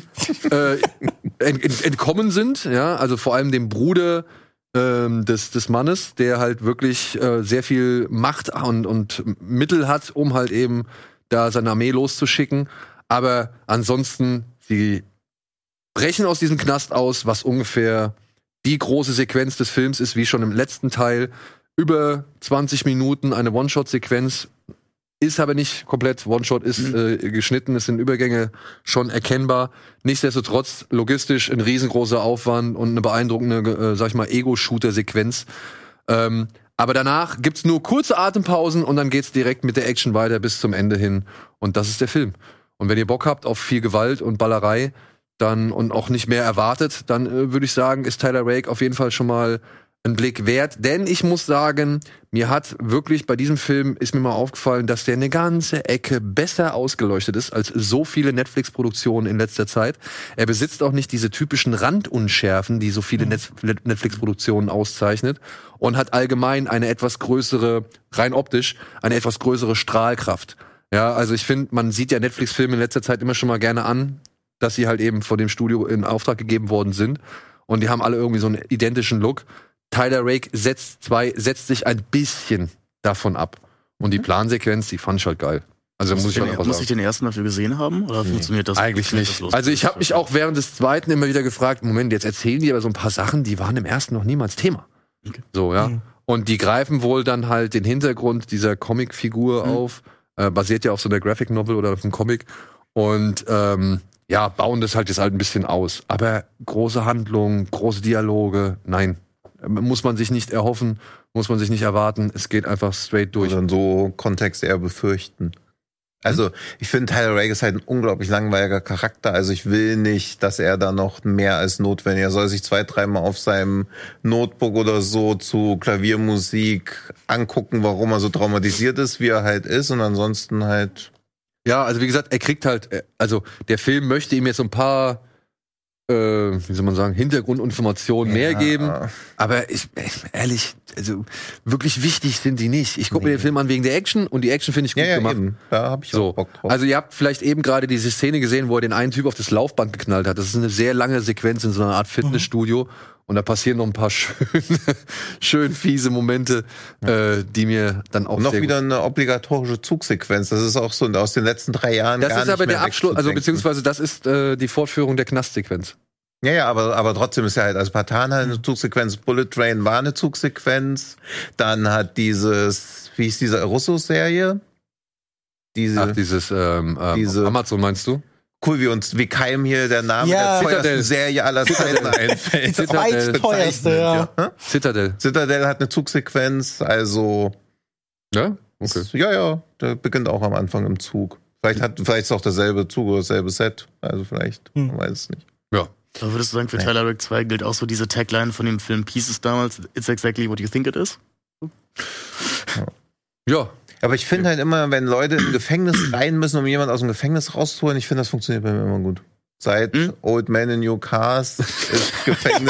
entkommen sind. Ja, also vor allem dem Bruder des Mannes, der halt wirklich sehr viel Macht und Mittel hat, um halt eben da seine Armee loszuschicken. Aber ansonsten, sie brechen aus diesem Knast aus, was ungefähr die große Sequenz des Films ist, wie schon im letzten Teil. Über 20 Minuten eine One-Shot-Sequenz. Ist aber nicht komplett One-Shot, ist geschnitten, es sind Übergänge schon erkennbar. Nichtsdestotrotz logistisch ein riesengroßer Aufwand und eine beeindruckende, sag ich mal, Ego-Shooter-Sequenz. Aber danach gibt's nur kurze Atempausen und dann geht's direkt mit der Action weiter bis zum Ende hin. Und das ist der Film. Und wenn ihr Bock habt auf viel Gewalt und Ballerei, dann und auch nicht mehr erwartet, dann würde ich sagen, ist Tyler Rake auf jeden Fall schon mal ein Blick wert, denn ich muss sagen, mir hat wirklich bei diesem Film ist mir mal aufgefallen, dass der eine ganze Ecke besser ausgeleuchtet ist als so viele Netflix-Produktionen in letzter Zeit. Er besitzt auch nicht diese typischen Randunschärfen, die so viele Netflix-Produktionen auszeichnet und hat allgemein eine etwas größere, rein optisch, eine etwas größere Strahlkraft. Ja, also ich finde, man sieht ja Netflix-Filme in letzter Zeit immer schon mal gerne an, dass sie halt eben von dem Studio in Auftrag gegeben worden sind und die haben alle irgendwie so einen identischen Look. Tyler Rake setzt sich ein bisschen davon ab. Und die Plansequenz, die fand ich halt geil. Also muss ich den ersten dafür gesehen haben? Oder funktioniert das? Eigentlich nicht. Also ich habe mich auch während des zweiten immer wieder gefragt, Moment, jetzt erzählen die aber so ein paar Sachen, die waren im ersten noch niemals Thema. Okay. So, ja. Und die greifen wohl dann halt den Hintergrund dieser Comicfigur auf. Basiert ja auf so einer Graphic Novel oder auf einem Comic. Und bauen das halt jetzt halt ein bisschen aus. Aber große Handlungen, große Dialoge, nein. Muss man sich nicht erhoffen, muss man sich nicht erwarten. Es geht einfach straight durch. Und so Kontext eher befürchten. Also, ich finde, Tyler Rake ist halt ein unglaublich langweiliger Charakter. Also, ich will nicht, dass er da noch mehr als notwendig. Er soll sich 2-3 Mal auf seinem Notebook oder so zu Klaviermusik angucken, warum er so traumatisiert ist, wie er halt ist. Und ansonsten halt. Ja, also wie gesagt, er kriegt halt, also der Film möchte ihm jetzt so ein paar, wie soll man sagen, Hintergrundinformationen mehr geben. Aber ehrlich, also wirklich wichtig sind die nicht. Ich gucke mir den Film an wegen der Action und die Action finde ich gut gemacht. Eben. Da habe ich so. auch Bock drauf. Also ihr habt vielleicht eben gerade diese Szene gesehen, wo er den einen Typ auf das Laufband geknallt hat. Das ist eine sehr lange Sequenz in so einer Art Fitnessstudio. Und da passieren noch ein paar schön fiese Momente, die mir dann auch und noch sehr wieder eine obligatorische Zugsequenz. Das ist auch so aus den letzten 3 Jahren das gar ist nicht aber mehr der Abschluss, also wegzudenken. beziehungsweise das ist die Fortführung der Knastsequenz. Ja, aber trotzdem ist ja halt, also Patan hat eine Zugsequenz, Bullet Train war eine Zugsequenz, dann hat dieses, wie hieß diese Russo-Serie? Diese Amazon meinst du? Cool, wie Keim hier der Name der teuersten Serie aller Zeiten einfällt. Die zweiteuerste, ja. Citadel hat eine Zugsequenz, also ja, okay. Ja, der beginnt auch am Anfang im Zug. Vielleicht ist auch derselbe Zug oder dasselbe Set, also vielleicht, man weiß es nicht. Ja. Aber würdest du sagen, für Tyler Rake 2 gilt auch so diese Tagline von dem Film Pieces damals, It's exactly what you think it is? Ja. Aber ich finde halt immer, wenn Leute im Gefängnis rein müssen, um jemanden aus dem Gefängnis rauszuholen, ich finde, das funktioniert bei mir immer gut. Seit Old Man in New Cars ist Gefängnis.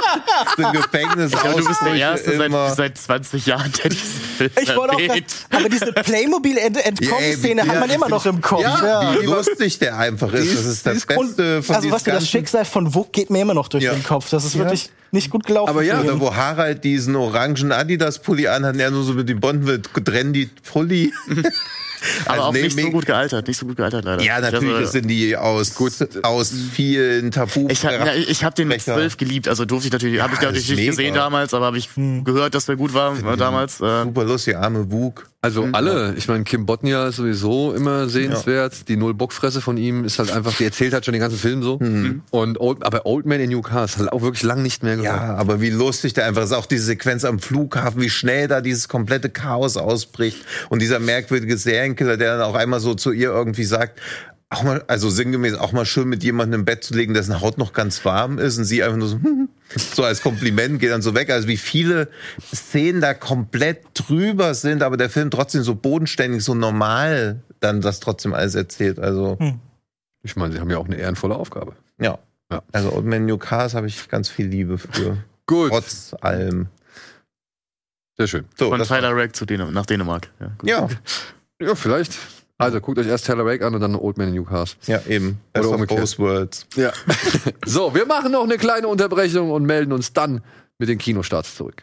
Du bist der Erste seit 20 Jahren, der diesen Film aber diese Playmobil-Entkommen-Szene hat man immer noch im Kopf. Wie lustig der einfach ist. Das ist das Beste von Also das Schicksal von Wuk geht mir immer noch durch den Kopf. Das ist wirklich nicht gut gelaufen. Aber ja, oder wo Harald diesen orangen Adidas-Pulli anhat und er nur so mit dem Trendy-Pulli. Aber auch nicht so gut gealtert, leider. Ja, natürlich sind die aus vielen Tabu. Ich hab den mit 12 geliebt, also durfte ich natürlich, habe ich natürlich nicht gesehen damals, aber habe ich gehört, dass der gut war damals. Super lustig, arme Wuk. Also alle, ich meine, Kim Bodnia ist sowieso immer sehenswert. Ja. Die Null-Bock-Fresse von ihm ist halt einfach, die erzählt halt schon den ganzen Film so. Aber Old Man in New Cars hat auch wirklich lang nicht mehr gehört. Ja, aber wie lustig der einfach ist. Auch diese Sequenz am Flughafen, wie schnell da dieses komplette Chaos ausbricht. Und dieser merkwürdige Serienkiller, der dann auch einmal so zu ihr irgendwie sagt, auch mal, also sinngemäß auch mal schön mit jemandem im Bett zu legen, dessen Haut noch ganz warm ist und sie einfach nur so als Kompliment geht dann so weg. Also wie viele Szenen da komplett drüber sind, aber der Film trotzdem so bodenständig, so normal dann das trotzdem alles erzählt. Also ich meine, sie haben ja auch eine ehrenvolle Aufgabe. Ja. Also Old Man New Cars habe ich ganz viel Liebe für. Gut. Trotz allem. Sehr schön. So, von Tyler Rake nach Dänemark. Ja, vielleicht. Also guckt euch erst Tyler Rake an und dann Old Man in New Cars. Ja, eben. Best of both worlds. Ja. So, wir machen noch eine kleine Unterbrechung und melden uns dann mit den Kinostarts zurück.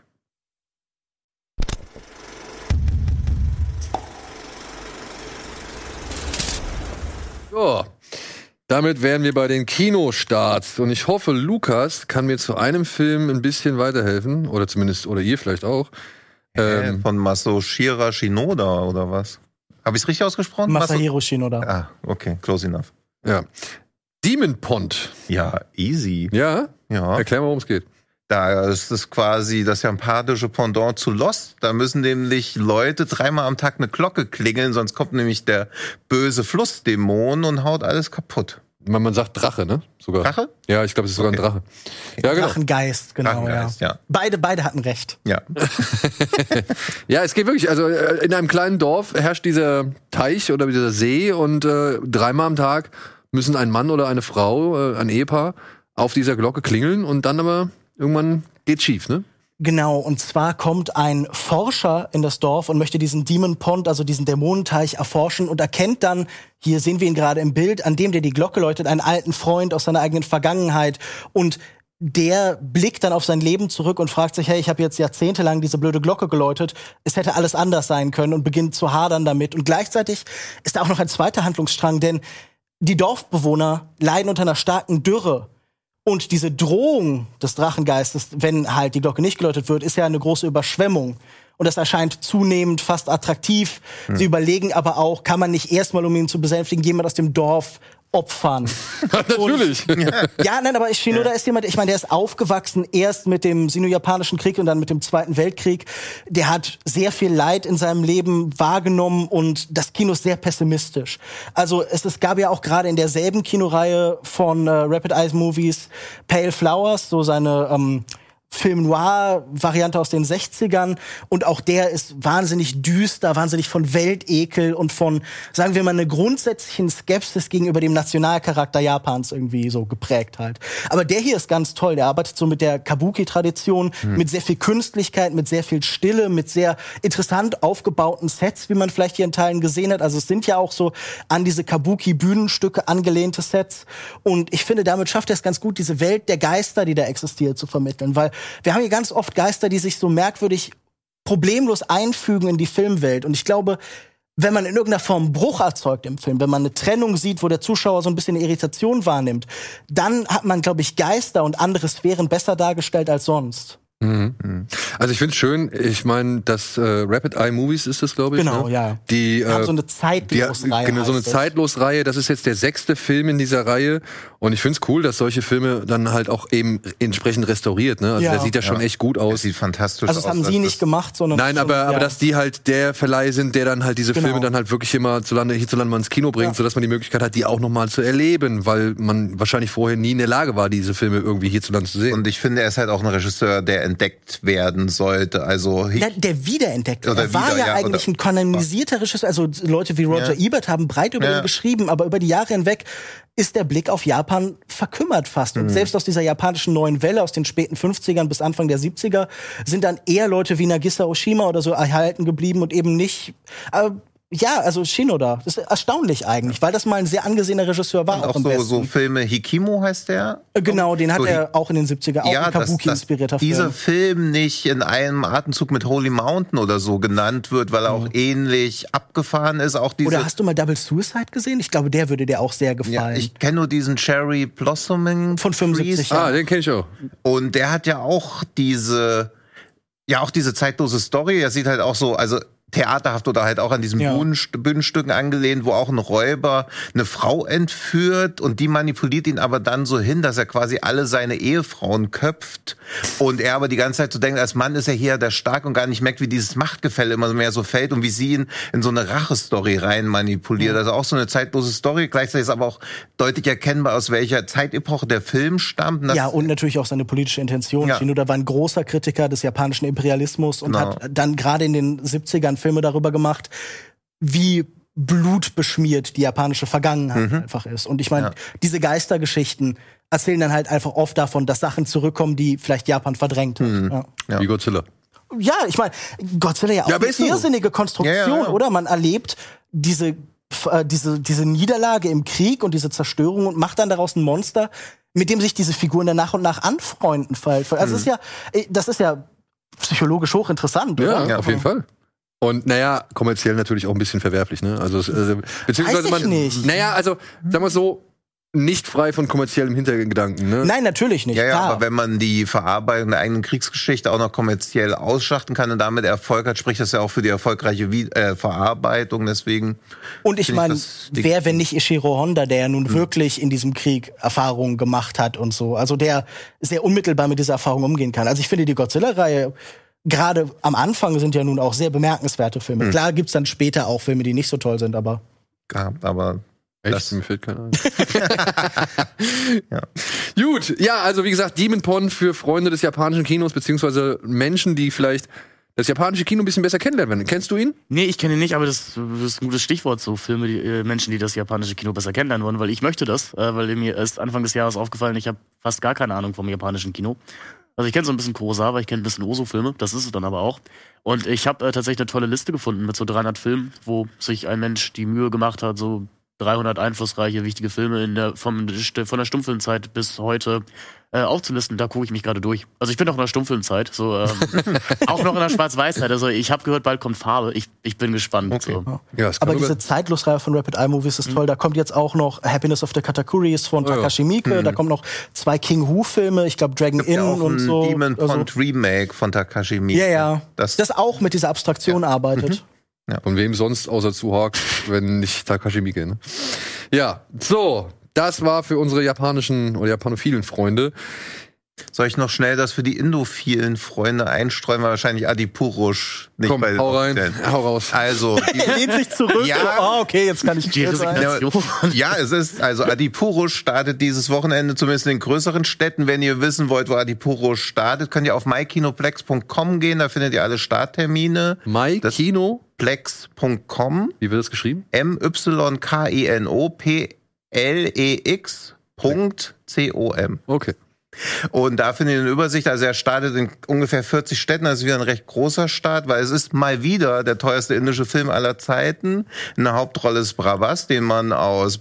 So, damit wären wir bei den Kinostarts. Und ich hoffe, Lukas kann mir zu einem Film ein bisschen weiterhelfen. Oder zumindest, oder ihr vielleicht auch. Von Masaoshiro Shinoda oder was? Habe ich es richtig ausgesprochen? Masahiro Shinoda. Ah, okay, close enough. Ja. Demon Pond. Ja, easy. Ja? Erklär mal, worum es geht. Da ist es quasi das japanische Pendant zu Lost. Da müssen nämlich Leute 3-mal am Tag eine Glocke klingeln, sonst kommt nämlich der böse Flussdämon und haut alles kaputt. Man sagt Drache, ne? Sogar. Drache? Ja, ich glaube, es ist sogar ein Drache. Ja, genau. Drachengeist, genau. Drachengeist, ja. Beide hatten recht. Ja. Ja, es geht wirklich, also in einem kleinen Dorf herrscht dieser Teich oder dieser See und 3-mal am Tag müssen ein Mann oder eine Frau, ein Ehepaar, auf dieser Glocke klingeln und dann aber irgendwann geht's schief, ne? Genau, und zwar kommt ein Forscher in das Dorf und möchte diesen Demon Pond, also diesen Dämonenteich, erforschen und erkennt dann, hier sehen wir ihn gerade im Bild, an dem der die Glocke läutet, einen alten Freund aus seiner eigenen Vergangenheit. Und der blickt dann auf sein Leben zurück und fragt sich, hey, ich habe jetzt jahrzehntelang diese blöde Glocke geläutet, es hätte alles anders sein können und beginnt zu hadern damit. Und gleichzeitig ist da auch noch ein zweiter Handlungsstrang, denn die Dorfbewohner leiden unter einer starken Dürre. Und diese Drohung des Drachengeistes, wenn halt die Glocke nicht geläutet wird, ist ja eine große Überschwemmung. Und das erscheint zunehmend fast attraktiv. Sie überlegen aber auch, kann man nicht erstmal, um ihn zu besänftigen, jemand aus dem Dorf opfern. Natürlich. Ja, nein, aber Shinoda ist jemand, ich meine, der ist aufgewachsen erst mit dem Sino-Japanischen Krieg und dann mit dem Zweiten Weltkrieg. Der hat sehr viel Leid in seinem Leben wahrgenommen und das Kino ist sehr pessimistisch. Also es gab ja auch gerade in derselben Kinoreihe von Rapid Eye Movies Pale Flowers, so seine Film-Noir-Variante aus den 60ern. Und auch der ist wahnsinnig düster, wahnsinnig von Weltekel und von, sagen wir mal, einer grundsätzlichen Skepsis gegenüber dem Nationalcharakter Japans irgendwie so geprägt halt. Aber der hier ist ganz toll. Der arbeitet so mit der Kabuki-Tradition, mit sehr viel Künstlichkeit, mit sehr viel Stille, mit sehr interessant aufgebauten Sets, wie man vielleicht hier in Teilen gesehen hat. Also es sind ja auch so an diese Kabuki-Bühnenstücke angelehnte Sets. Und ich finde, damit schafft er es ganz gut, diese Welt der Geister, die da existiert, zu vermitteln. Weil wir haben hier ganz oft Geister, die sich so merkwürdig problemlos einfügen in die Filmwelt. Und ich glaube, wenn man in irgendeiner Form einen Bruch erzeugt im Film, wenn man eine Trennung sieht, wo der Zuschauer so ein bisschen eine Irritation wahrnimmt, dann hat man, glaube ich, Geister und andere Sphären besser dargestellt als sonst. Also ich finde es schön, ich meine, das Rapid Eye Movies ist das, glaube ich. Genau, ne? ja. Die haben so eine Zeitlosreihe. Genau, so eine Zeitlosreihe. Das ist jetzt der 6. Film in dieser Reihe. Und ich finde es cool, dass solche Filme dann halt auch eben entsprechend restauriert. Ne? Also der sieht ja schon echt gut aus. Das sieht fantastisch aus. Also das haben sie nicht gemacht, sondern... Nein, aber dass die halt der Verleih sind, der dann halt diese Filme dann halt wirklich immer hierzulande mal ins Kino bringt, sodass man die Möglichkeit hat, die auch nochmal zu erleben, weil man wahrscheinlich vorher nie in der Lage war, diese Filme irgendwie hierzulande zu sehen. Und ich finde, er ist halt auch ein Regisseur, der entdeckt werden sollte. Also der wiederentdeckt wird. Er war ja eigentlich ein kanonisierter Regisseur. Also Leute wie Roger Ebert haben breit über ihn geschrieben, aber über die Jahre hinweg ist der Blick auf Japan verkümmert fast. Und selbst aus dieser japanischen neuen Welle aus den späten 50ern bis Anfang der 70er sind dann eher Leute wie Nagisa Oshima oder so erhalten geblieben und eben nicht... Ja, also Shinoda. Das ist erstaunlich eigentlich, weil das mal ein sehr angesehener Regisseur war. Und auch so Filme, Hikimo heißt der? Genau, den hat er auch in den 70er, auch ein Kabuki-inspirierter Film. Dieser Film nicht in einem Atemzug mit Holy Mountain oder so genannt wird, weil er auch ähnlich abgefahren ist. Auch diese oder hast du mal Double Suicide gesehen? Ich glaube, der würde dir auch sehr gefallen. Ja, ich kenne nur diesen Cherry Blossoming von 75. Ah, den kenne ich auch. Und der hat ja auch diese zeitlose Story. Er sieht halt auch so, also theaterhaft oder halt auch an diesen Bühnenstücken angelehnt, wo auch ein Räuber eine Frau entführt und die manipuliert ihn aber dann so hin, dass er quasi alle seine Ehefrauen köpft und er aber die ganze Zeit so denkt, als Mann ist er hier der Stark und gar nicht merkt, wie dieses Machtgefälle immer mehr so fällt und wie sie ihn in so eine Rachestory rein manipuliert. Also auch so eine zeitlose Story, gleichzeitig ist aber auch deutlich erkennbar, aus welcher Zeitepoche der Film stammt. Und natürlich auch seine politische Intention. Shinoda war ein großer Kritiker des japanischen Imperialismus und hat dann gerade in den 70ern Filme darüber gemacht, wie blutbeschmiert die japanische Vergangenheit einfach ist. Und ich meine, diese Geistergeschichten erzählen dann halt einfach oft davon, dass Sachen zurückkommen, die vielleicht Japan verdrängt hat. Ja. Wie Godzilla. Ja, ich meine, Godzilla auch eine irrsinnige Konstruktion, oder? Man erlebt diese Niederlage im Krieg und diese Zerstörung und macht dann daraus ein Monster, mit dem sich diese Figuren dann nach und nach anfreunden. Also das ist ja psychologisch hochinteressant, oder? Ja, auf jeden Fall. Und kommerziell natürlich auch ein bisschen verwerflich, ne? Also beziehungsweise weiß ich nicht. Sagen wir so, nicht frei von kommerziellem Hintergedanken, ne? Nein, natürlich nicht. Ja, aber wenn man die Verarbeitung der eigenen Kriegsgeschichte auch noch kommerziell ausschlachten kann und damit Erfolg hat, spricht das ja auch für die erfolgreiche Verarbeitung, deswegen. Und ich meine, wer, wenn nicht Ishiro Honda, der ja nun wirklich in diesem Krieg Erfahrungen gemacht hat und so, also der sehr unmittelbar mit dieser Erfahrung umgehen kann. Also ich finde die Godzilla-Reihe gerade am Anfang sind ja nun auch sehr bemerkenswerte Filme. Klar gibt's dann später auch Filme, die nicht so toll sind, aber... Ja, aber... Echt? Mir fällt keiner ein. Gut, also wie gesagt, Demon Pond für Freunde des japanischen Kinos, beziehungsweise Menschen, die vielleicht das japanische Kino ein bisschen besser kennenlernen werden. Kennst du ihn? Nee, ich kenne ihn nicht, aber das ist ein gutes Stichwort, so Filme, Menschen, die das japanische Kino besser kennenlernen wollen, weil ich möchte das, weil mir ist Anfang des Jahres aufgefallen, ich habe fast gar keine Ahnung vom japanischen Kino. Also ich kenne so ein bisschen Kurosawa, ich kenne ein bisschen Ozu-Filme, das ist es dann aber auch. Und ich habe tatsächlich eine tolle Liste gefunden mit so 300 Filmen, wo sich ein Mensch die Mühe gemacht hat, so 300 einflussreiche, wichtige Filme von der Stummfilmzeit bis heute aufzulisten, da gucke ich mich gerade durch. Also ich bin auch in der Stummfilmzeit, so auch noch in der Schwarz-Weiß-Zeit. Also ich habe gehört, bald kommt Farbe. Ich bin gespannt. Okay. So. Ja, aber diese Zeitlosreihe von Rapid Eye Movies ist toll. Da kommt jetzt auch noch Happiness of the Katakuris von Takashi Miike. Da kommen noch 2 King Hu-Filme. Ich glaube Dragon Inn und so. Demon Pond Remake von Takashi Miike. Ja. Das auch mit dieser Abstraktion arbeitet. Ja. Von wem sonst außer zu Hawk, wenn nicht Takashi Miike, ne? Ja, so. Das war für unsere japanischen oder japanophilen Freunde. Soll ich noch schnell das für die indophilen Freunde einstreuen, weil wahrscheinlich Adipurush nicht Komm, bei hau rein, hau raus. Also, Er lehnt sich zurück. Ja. Okay, jetzt kann ich Die Resignation. Ja, es ist, also Adipurush startet dieses Wochenende zumindest in den größeren Städten. Wenn ihr wissen wollt, wo Adipurush startet, könnt ihr auf mykinoplex.com gehen, da findet ihr alle Starttermine. Mykino? Plex.com. Wie wird das geschrieben? MYKINOPLEX.com. Okay. Und da findet ihr eine Übersicht, also er startet in ungefähr 40 Städten, also wieder ein recht großer Start, weil es ist mal wieder der teuerste indische Film aller Zeiten. In der Hauptrolle ist Bravas, den man aus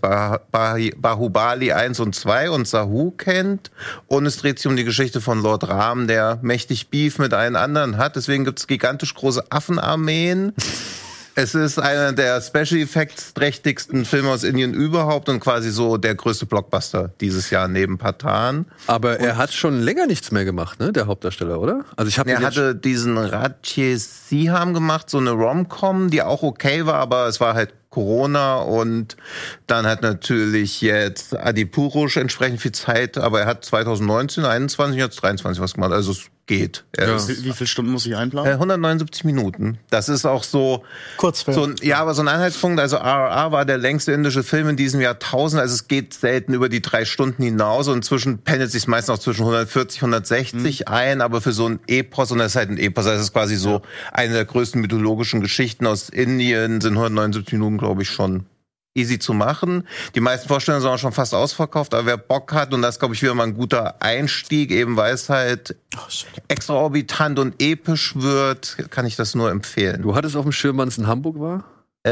Bahubali 1 und 2 und Sahu kennt. Und es dreht sich um die Geschichte von Lord Ram, der mächtig Beef mit allen anderen hat. Deswegen gibt es gigantisch große Affenarmeen. Es ist einer der Special Effects trächtigsten Filme aus Indien überhaupt und quasi so der größte Blockbuster dieses Jahr neben Pathan. Aber er hat schon länger nichts mehr gemacht, ne, der Hauptdarsteller, oder? Also Er hatte diesen Raje Siham gemacht, so eine Rom-Com, die auch okay war, aber es war halt Corona und dann hat natürlich jetzt Adipurush entsprechend viel Zeit, aber er hat 2019, 21, jetzt 23 was gemacht, also es geht. Wie viele Stunden muss ich einplanen? 179 Minuten. Das ist auch so Kurzfilm. Aber so ein Anhaltspunkt, also RRR war der längste indische Film in diesem Jahrtausend, also es geht selten über die 3 Stunden hinaus und inzwischen pendelt sich meist noch zwischen 140, 160 ein, aber für so ein Epos, und das ist halt ein Epos, das ist quasi so eine der größten mythologischen Geschichten aus Indien, sind 179 Minuten, glaube ich, schon easy zu machen. Die meisten Vorstellungen sind auch schon fast ausverkauft, aber wer Bock hat, und das ist, glaube ich, wieder mal ein guter Einstieg, eben weil es halt extraorbitant und episch wird, kann ich das nur empfehlen. Du hattest auf dem Schirm, wann es in Hamburg war?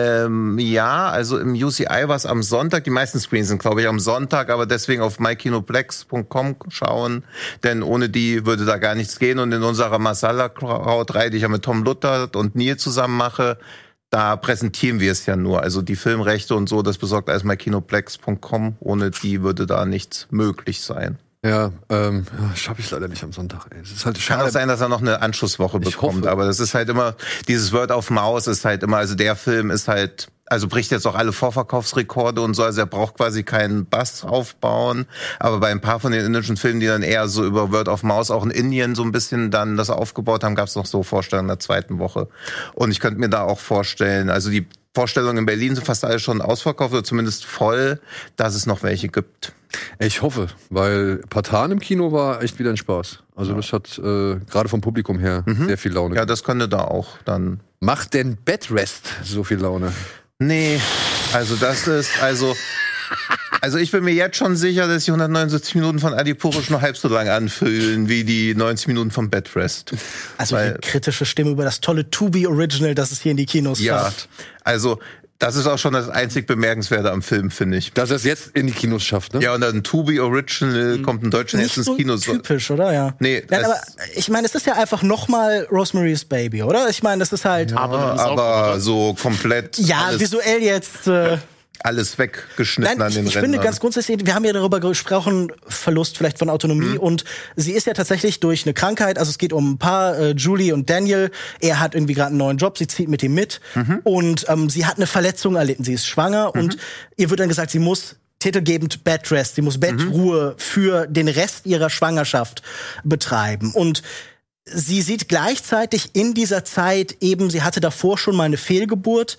Ja, also im UCI war es am Sonntag. Die meisten Screens sind, glaube ich, am Sonntag, aber deswegen auf mykinoplex.com schauen, denn ohne die würde da gar nichts gehen. Und in unserer Masala-Crowd-Reihe, die ich ja mit Tom Luther und Neil zusammen mache, da präsentieren wir es ja nur. Also die Filmrechte und so, das besorgt alles mykinoplex.com. Ohne die würde da nichts möglich sein. Ja, schaffe ich leider nicht am Sonntag. Ey. Es ist halt schade. Kann auch sein, dass er noch eine Anschlusswoche bekommt, aber das ist halt immer, dieses Word of Mouth ist halt immer, also der Film ist halt, also bricht jetzt auch alle Vorverkaufsrekorde und so, also er braucht quasi keinen Bass aufbauen, aber bei ein paar von den indischen Filmen, die dann eher so über Word of Mouth auch in Indien so ein bisschen dann das aufgebaut haben, gab es noch so Vorstellungen in der zweiten Woche. Und ich könnte mir da auch vorstellen, also die Vorstellungen in Berlin sind fast alle schon ausverkauft oder zumindest voll, dass es noch welche gibt. Ich hoffe, weil Pathan im Kino war echt wieder ein Spaß. Also das hat gerade vom Publikum her sehr viel Laune. Ja, das könnte da auch dann. Macht denn Bedrest so viel Laune? Nee, also das ist, also ich bin mir jetzt schon sicher, dass die 179 Minuten von Adipurush noch halb so lang anfühlen wie die 90 Minuten von Bedrest. Also die kritische Stimme über das tolle Tubi-Original, das es hier in die Kinos schafft. Also das ist auch schon das einzig Bemerkenswerte am Film, finde ich. Dass er es jetzt in die Kinos schafft, ne? Ja, und dann Tubi Original kommt in Deutschland jetzt ins Kino. Typisch, oder? Ja. Nee, nein, aber ich meine, es ist ja einfach nochmal Rosemary's Baby, oder? Ich meine, das ist halt. Ja, aber so komplett. Ja, visuell jetzt. Alles weggeschnitten an den Rändern. Ich finde ganz grundsätzlich, wir haben ja darüber gesprochen, Verlust vielleicht von Autonomie und sie ist ja tatsächlich durch eine Krankheit, also es geht um ein Paar, Julie und Daniel, er hat irgendwie gerade einen neuen Job, sie zieht mit ihm mit und sie hat eine Verletzung erlitten, sie ist schwanger und ihr wird dann gesagt, sie muss titelgebend Bedrest, sie muss Bettruhe für den Rest ihrer Schwangerschaft betreiben und sie sieht gleichzeitig in dieser Zeit eben, sie hatte davor schon mal eine Fehlgeburt,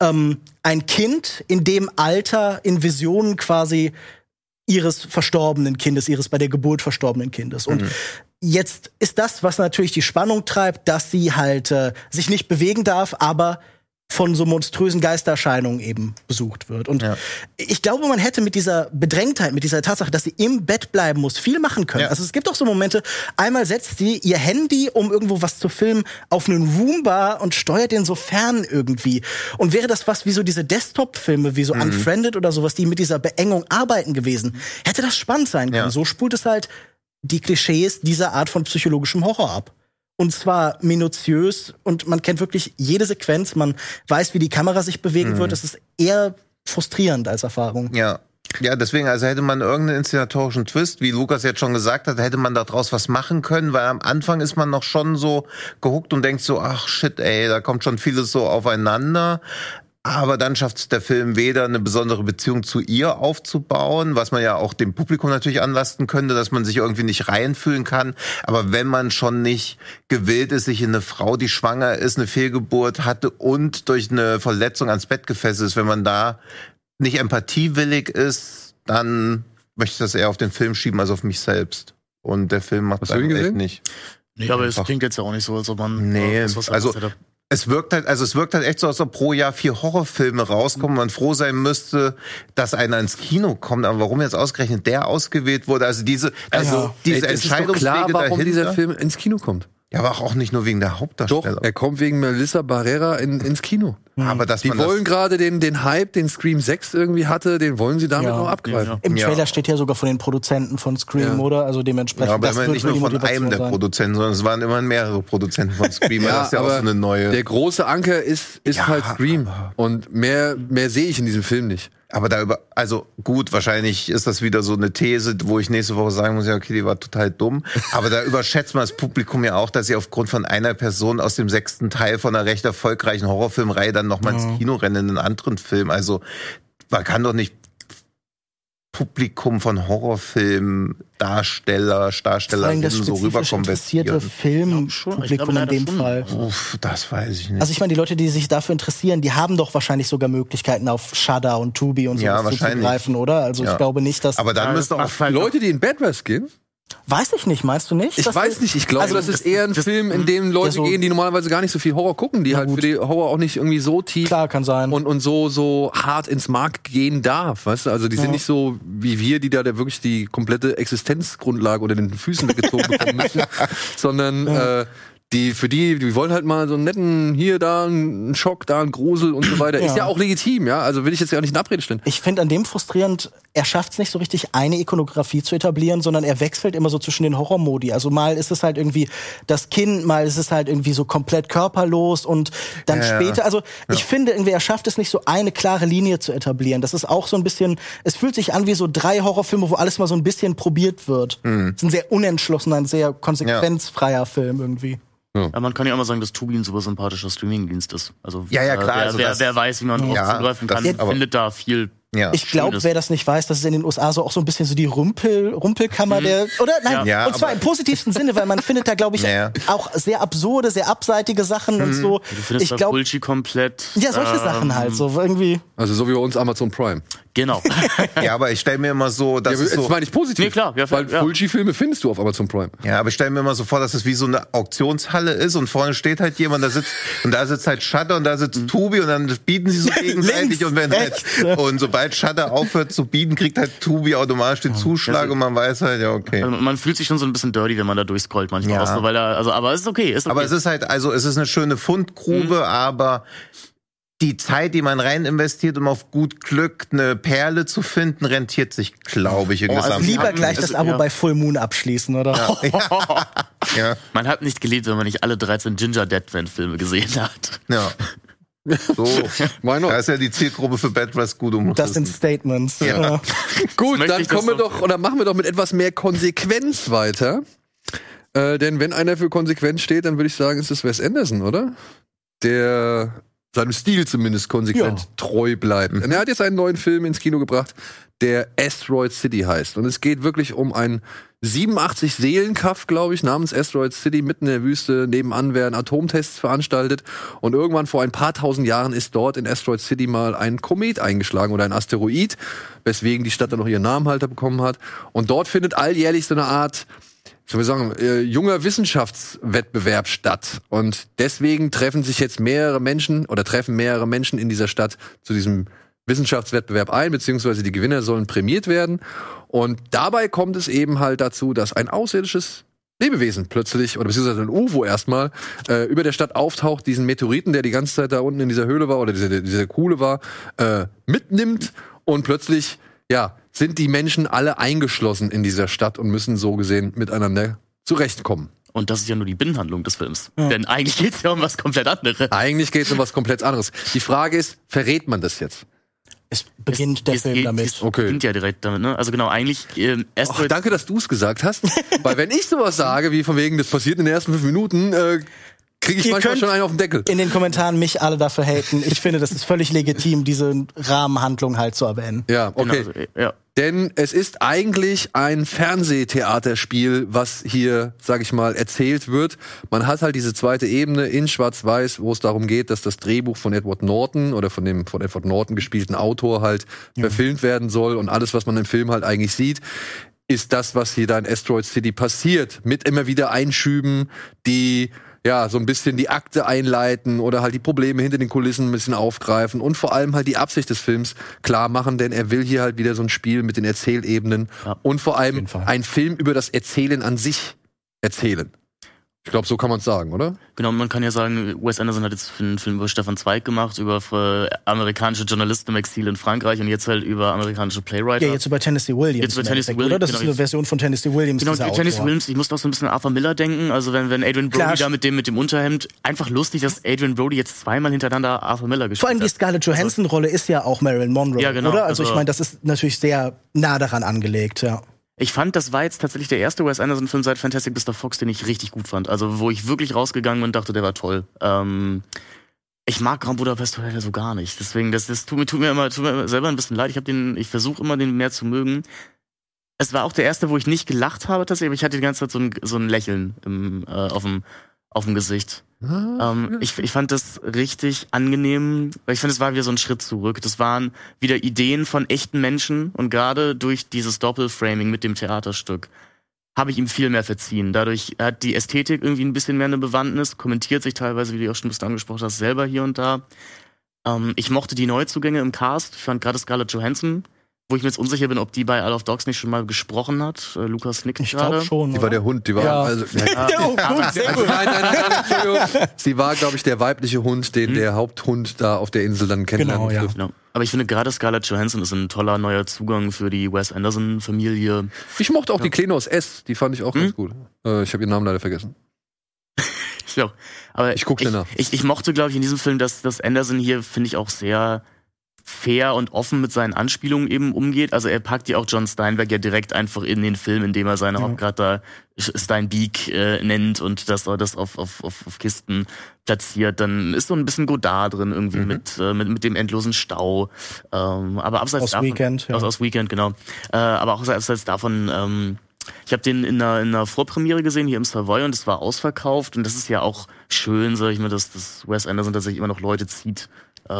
ein Kind in dem Alter in Visionen quasi ihres verstorbenen Kindes, ihres bei der Geburt verstorbenen Kindes. Und jetzt ist das, was natürlich die Spannung treibt, dass sie halt sich nicht bewegen darf, aber von so monströsen Geistererscheinungen eben besucht wird. Und ich glaube, man hätte mit dieser Bedrängtheit, mit dieser Tatsache, dass sie im Bett bleiben muss, viel machen können. Ja. Also es gibt auch so Momente, einmal setzt sie ihr Handy, um irgendwo was zu filmen, auf einen Roomba und steuert den so fern irgendwie. Und wäre das was wie so diese Desktop-Filme, wie so Unfriended oder sowas, die mit dieser Beengung arbeiten gewesen, hätte das spannend sein können. Ja. So spult es halt die Klischees dieser Art von psychologischem Horror ab. Und zwar minutiös und man kennt wirklich jede Sequenz, man weiß, wie die Kamera sich bewegen wird. Es ist eher frustrierend als Erfahrung. Ja, deswegen, also hätte man irgendeinen inszenatorischen Twist, wie Lukas jetzt schon gesagt hat, hätte man daraus was machen können, weil am Anfang ist man noch schon so gehuckt und denkt so, ach shit, ey, da kommt schon vieles so aufeinander. Aber dann schafft es der Film weder eine besondere Beziehung zu ihr aufzubauen, was man ja auch dem Publikum natürlich anlasten könnte, dass man sich irgendwie nicht reinfühlen kann. Aber wenn man schon nicht gewillt ist, sich in eine Frau, die schwanger ist, eine Fehlgeburt hatte und durch eine Verletzung ans Bett gefesselt ist, wenn man da nicht empathiewillig ist, dann möchte ich das eher auf den Film schieben als auf mich selbst. Und der Film macht das echt nicht. Nee, aber es klingt jetzt ja auch nicht so, als ob man was also hätte. Es wirkt halt echt so, als ob pro Jahr 4 Horrorfilme rauskommen und man froh sein müsste, dass einer ins Kino kommt. Aber warum jetzt ausgerechnet der ausgewählt wurde? Also diese Entscheidungswege ist doch klar, warum dieser Film ins Kino kommt. Ja, aber auch nicht nur wegen der Hauptdarsteller. Doch, er kommt wegen Melissa Barrera ins Kino. Aber die wollen gerade den Hype, den Scream 6 irgendwie hatte, den wollen sie damit noch abgreifen. Ja. Im Trailer steht ja sogar von den Produzenten von Scream, oder? Also dementsprechend. Ja, aber das nicht nur von einem der Produzenten, sondern es waren immer mehrere Produzenten von Scream. Das ist ja auch so eine neue. Der große Anker ist halt Scream. Und mehr sehe ich in diesem Film nicht. Aber also gut, wahrscheinlich ist das wieder so eine These, wo ich nächste Woche sagen muss, ja, okay, die war total dumm. Aber da überschätzt man das Publikum ja auch, dass sie aufgrund von einer Person aus dem 6. Teil von einer recht erfolgreichen Horrorfilmreihe dann nochmal ins Kino rennen in einen anderen Film. Also man kann doch nicht Publikum von Horrorfilmen, Darstellerinnen so rüber konvertieren. Filmpublikum in dem Fall. Das weiß ich nicht. Also ich meine, die Leute, die sich dafür interessieren, die haben doch wahrscheinlich sogar Möglichkeiten auf Shudder und Tubi und sowas zuzugreifen, oder? Also ich glaube nicht, dass... Aber dann müsste auch Leute, die in Bad Rest gehen? Weiß ich nicht, meinst du nicht? Ich weiß nicht, ich glaube, das ist eher ein Film, in dem Leute gehen, die normalerweise gar nicht so viel Horror gucken, die halt für die Horror auch nicht irgendwie so tief kann sein. Und so hart ins Mark gehen darf, weißt du? Also die sind nicht so wie wir, die da wirklich die komplette Existenzgrundlage unter den Füßen weggezogen bekommen müssen, sondern die wollen halt mal so einen netten, hier, da einen Schock, da einen Grusel und so weiter. Ist ja auch legitim, ja. Also will ich jetzt ja auch nicht in Abrede stellen. Ich finde an dem frustrierend, er schafft es nicht so richtig, eine Ikonografie zu etablieren, sondern er wechselt immer so zwischen den Horrormodi. Also mal ist es halt irgendwie das Kind, mal ist es halt irgendwie so komplett körperlos und dann später. Also ich finde irgendwie, er schafft es nicht so eine klare Linie zu etablieren. Das ist auch so ein bisschen, es fühlt sich an wie so 3 Horrorfilme, wo alles mal so ein bisschen probiert wird. Es ist ein sehr unentschlossener, ein sehr konsequenzfreier Film irgendwie. Ja, man kann ja auch mal sagen, dass Tubi ein super sympathischer Streamingdienst ist. Also klar. Wer weiß, wie man drauf zugreifen kann, findet da viel. Ja. Ich glaube, wer das nicht weiß, das ist in den USA so auch so ein bisschen so die Rumpelkammer der, oder? Nein, und zwar im positivsten Sinne, weil man findet da, glaube ich, auch sehr absurde, sehr abseitige Sachen und so. Du findest da Fulci komplett. Ja, solche Sachen halt, so irgendwie. Also so wie bei uns Amazon Prime. Genau. Ja, aber ich stelle mir immer so, dass das meine ich positiv. Nee, klar. Weil Fulci-Filme findest du auf Amazon Prime. Ja, aber ich stelle mir immer so vor, dass es wie so eine Auktionshalle ist und vorne steht halt jemand, da sitzt halt Shudder und da sitzt Tubi und dann bieten sie so gegenseitig und und sobald Shudder aufhört zu bieten, kriegt halt Tubi automatisch den Zuschlag und man weiß halt, ja, okay. Also man fühlt sich schon so ein bisschen dirty, wenn man da durchscrollt manchmal. Auch so, aber es ist okay, Aber es ist halt, also es ist eine schöne Fundgrube, aber die Zeit, die man rein investiert, um auf gut Glück eine Perle zu finden, rentiert sich, glaube ich, also lieber gleich das Abo bei Full Moon abschließen, oder? Ja. Man hat nicht gelebt, wenn man nicht alle 13 Ginger Deadman-Filme gesehen hat. Ja. So, da ist ja die Zielgruppe für Bad Rest gut umrissen. Das sind Statements. Ja. Gut, dann machen wir doch mit etwas mehr Konsequenz weiter. Denn wenn einer für Konsequenz steht, dann würde ich sagen, ist es Wes Anderson, oder? Der seinem Stil zumindest konsequent treu bleibt. Und er hat jetzt einen neuen Film ins Kino gebracht, der Asteroid City heißt. Und es geht wirklich um ein 87 Seelenkaff, glaube ich, namens Asteroid City, mitten in der Wüste. Nebenan werden Atomtests veranstaltet. Und irgendwann vor ein paar tausend Jahren ist dort in Asteroid City mal ein Komet eingeschlagen oder ein Asteroid, weswegen die Stadt dann noch ihren Namenhalter bekommen hat. Und dort findet alljährlich so eine Art soll ich sagen, junger Wissenschaftswettbewerb statt. Und deswegen treffen mehrere Menschen in dieser Stadt zu diesem Wissenschaftswettbewerb ein, beziehungsweise die Gewinner sollen prämiert werden. Und dabei kommt es eben halt dazu, dass ein außerirdisches Lebewesen plötzlich, oder beziehungsweise ein UFO erstmal, über der Stadt auftaucht, diesen Meteoriten, der die ganze Zeit da unten in dieser Höhle war, oder diese Kuhle war, mitnimmt. Und plötzlich, sind die Menschen alle eingeschlossen in dieser Stadt und müssen so gesehen miteinander zurechtkommen. Und das ist ja nur die Binnenhandlung des Films. Ja. Denn eigentlich geht's ja um was komplett anderes. Die Frage ist, verrät man das jetzt? Es beginnt der Film damit. Es beginnt ja direkt damit, ne? Also genau, eigentlich danke, dass du es gesagt hast. Weil wenn ich sowas sage, wie von wegen, das passiert in den ersten 5 Minuten, kriege ich manchmal schon einen auf den Deckel. In den Kommentaren mich alle dafür haten. Ich finde, das ist völlig legitim, diese Rahmenhandlung halt zu erwähnen. Ja, okay. Genau, ja. Denn es ist eigentlich ein Fernsehtheaterspiel, was hier, sag ich mal, erzählt wird. Man hat halt diese zweite Ebene in Schwarz-Weiß, wo es darum geht, dass das Drehbuch von Edward Norton oder von dem von Edward Norton gespielten Autor halt verfilmt werden soll. Und alles, was man im Film halt eigentlich sieht, ist das, was hier da in Asteroid City passiert. Mit immer wieder Einschüben, die so ein bisschen die Akte einleiten oder halt die Probleme hinter den Kulissen ein bisschen aufgreifen und vor allem halt die Absicht des Films klar machen, denn er will hier halt wieder so ein Spiel mit den Erzählebenen und vor allem ein Film über das Erzählen an sich erzählen. Ich glaube, so kann man es sagen, oder? Genau, man kann ja sagen, Wes Anderson hat jetzt einen Film über Stefan Zweig gemacht, über amerikanische Journalisten im Exil in Frankreich und jetzt halt über amerikanische Playwriter. Ja, jetzt über Tennessee Williams. Oder? Das ist eine Version von Tennessee Williams. Genau, Tennessee Williams, ich musste auch so ein bisschen an Arthur Miller denken, also wenn Adrian Brody da mit dem Unterhemd, einfach lustig, dass Adrian Brody jetzt zweimal hintereinander Arthur Miller gespielt hat. Vor allem die Scarlett Johansson-Rolle ist ja auch Marilyn Monroe, genau, oder? Also ich meine, das ist natürlich sehr nah daran angelegt, ja. Ich fand, das war jetzt tatsächlich der erste Wes Anderson-Film seit Fantastic Mr. Fox, den ich richtig gut fand. Also, wo ich wirklich rausgegangen bin und dachte, der war toll. Ich mag Grand Budapest Hotel so gar nicht. Deswegen, das tut mir immer selber ein bisschen leid. Ich versuche immer, den mehr zu mögen. Es war auch der erste, wo ich nicht gelacht habe tatsächlich, aber ich hatte die ganze Zeit so ein Lächeln auf dem Gesicht. Ich fand das richtig angenehm, weil ich finde, es war wieder so ein Schritt zurück. Das waren wieder Ideen von echten Menschen und gerade durch dieses Doppelframing mit dem Theaterstück habe ich ihm viel mehr verziehen. Dadurch hat die Ästhetik irgendwie ein bisschen mehr eine Bewandtnis, kommentiert sich teilweise, wie du auch schon ein bisschen angesprochen hast, selber hier und da. Ich mochte die Neuzugänge im Cast. Ich fand gerade Scarlett Johansson, wo ich mir jetzt unsicher bin, ob die bei Isle of Dogs nicht schon mal gesprochen hat. Lukas nickt gerade. Ich glaube schon. Die war der Hund, die war Entschuldigung. Sie war, glaube ich, der weibliche Hund, den der Haupthund da auf der Insel dann kennenlernen Genau, Genau. Aber ich finde gerade Scarlett Johansson ist ein toller neuer Zugang für die Wes Anderson-Familie. Ich mochte auch die Kleine aus S, die fand ich auch ganz gut. Ich habe ihren Namen leider vergessen. Ja, aber ich gucke danach. Ich mochte, glaube ich, in diesem Film, dass Anderson hier, finde ich, auch sehr fair und offen mit seinen Anspielungen eben umgeht. Also er packt ja auch John Steinbeck ja direkt einfach in den Film, indem er seine Hauptcharakter Steinbeck nennt und das auf Kisten platziert. Dann ist so ein bisschen Godard drin irgendwie mit dem endlosen Stau. Aber abseits aus davon, Weekend, aus Weekend, genau. Aber auch abseits davon, ich habe den in einer Vorpremiere gesehen hier im Savoy und es war ausverkauft und das ist ja auch schön, sag ich mal, dass Wes Anderson tatsächlich immer noch Leute zieht.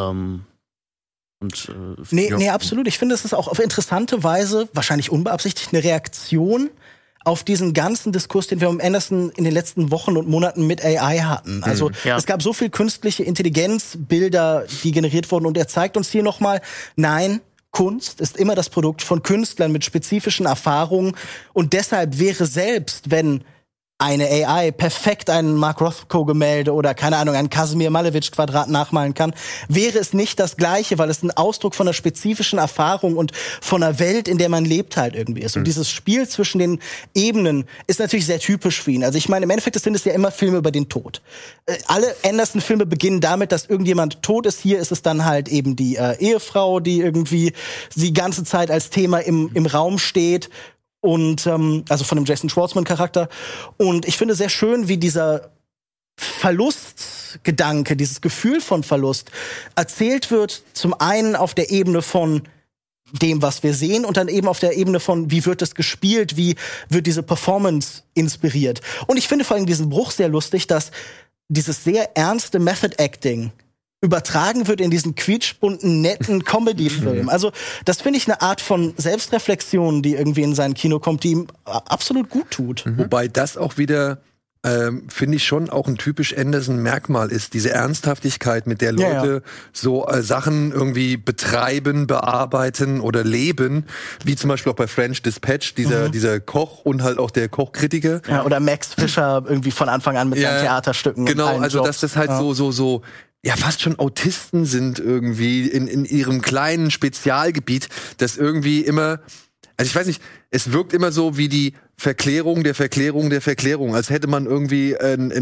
Nee, absolut. Ich finde, es ist auch auf interessante Weise, wahrscheinlich unbeabsichtigt, eine Reaktion auf diesen ganzen Diskurs, den wir um Anderson in den letzten Wochen und Monaten mit AI hatten. Also es gab so viel künstliche Intelligenz, Bilder, die generiert wurden und er zeigt uns hier nochmal, nein, Kunst ist immer das Produkt von Künstlern mit spezifischen Erfahrungen und deshalb wäre selbst, wenn eine AI perfekt ein Mark Rothko-Gemälde oder, keine Ahnung, ein Kasimir Malevich-Quadrat nachmalen kann, wäre es nicht das Gleiche, weil es ein Ausdruck von einer spezifischen Erfahrung und von einer Welt, in der man lebt, halt irgendwie ist. Und dieses Spiel zwischen den Ebenen ist natürlich sehr typisch für ihn. Also ich meine, im Endeffekt sind es ja immer Filme über den Tod. Alle Anderson-Filme beginnen damit, dass irgendjemand tot ist. Hier ist es dann halt eben die Ehefrau, die irgendwie die ganze Zeit als Thema im Raum steht. Und also von dem Jason Schwartzman-Charakter. Und ich finde sehr schön, wie dieser Verlustgedanke, dieses Gefühl von Verlust erzählt wird, zum einen auf der Ebene von dem, was wir sehen, und dann eben auf der Ebene von, wie wird es gespielt, wie wird diese Performance inspiriert. Und ich finde vor allem diesen Bruch sehr lustig, dass dieses sehr ernste Method-Acting übertragen wird in diesen quietschbunten, netten Comedy-Film. Also das finde ich eine Art von Selbstreflexion, die irgendwie in sein Kino kommt, die ihm absolut gut tut. Wobei das auch wieder finde ich schon auch ein typisch Anderson-Merkmal ist, diese Ernsthaftigkeit, mit der Leute so Sachen irgendwie betreiben, bearbeiten oder leben, wie zum Beispiel auch bei French Dispatch, dieser Koch und halt auch der Kochkritiker. Ja, oder Max Fischer irgendwie von Anfang an mit seinen Theaterstücken. Genau, und also Jobs. dass das halt so ja, fast schon Autisten sind irgendwie in ihrem kleinen Spezialgebiet, das irgendwie immer, also ich weiß nicht, es wirkt immer so wie die Verklärung der Verklärung der Verklärung, als hätte man irgendwie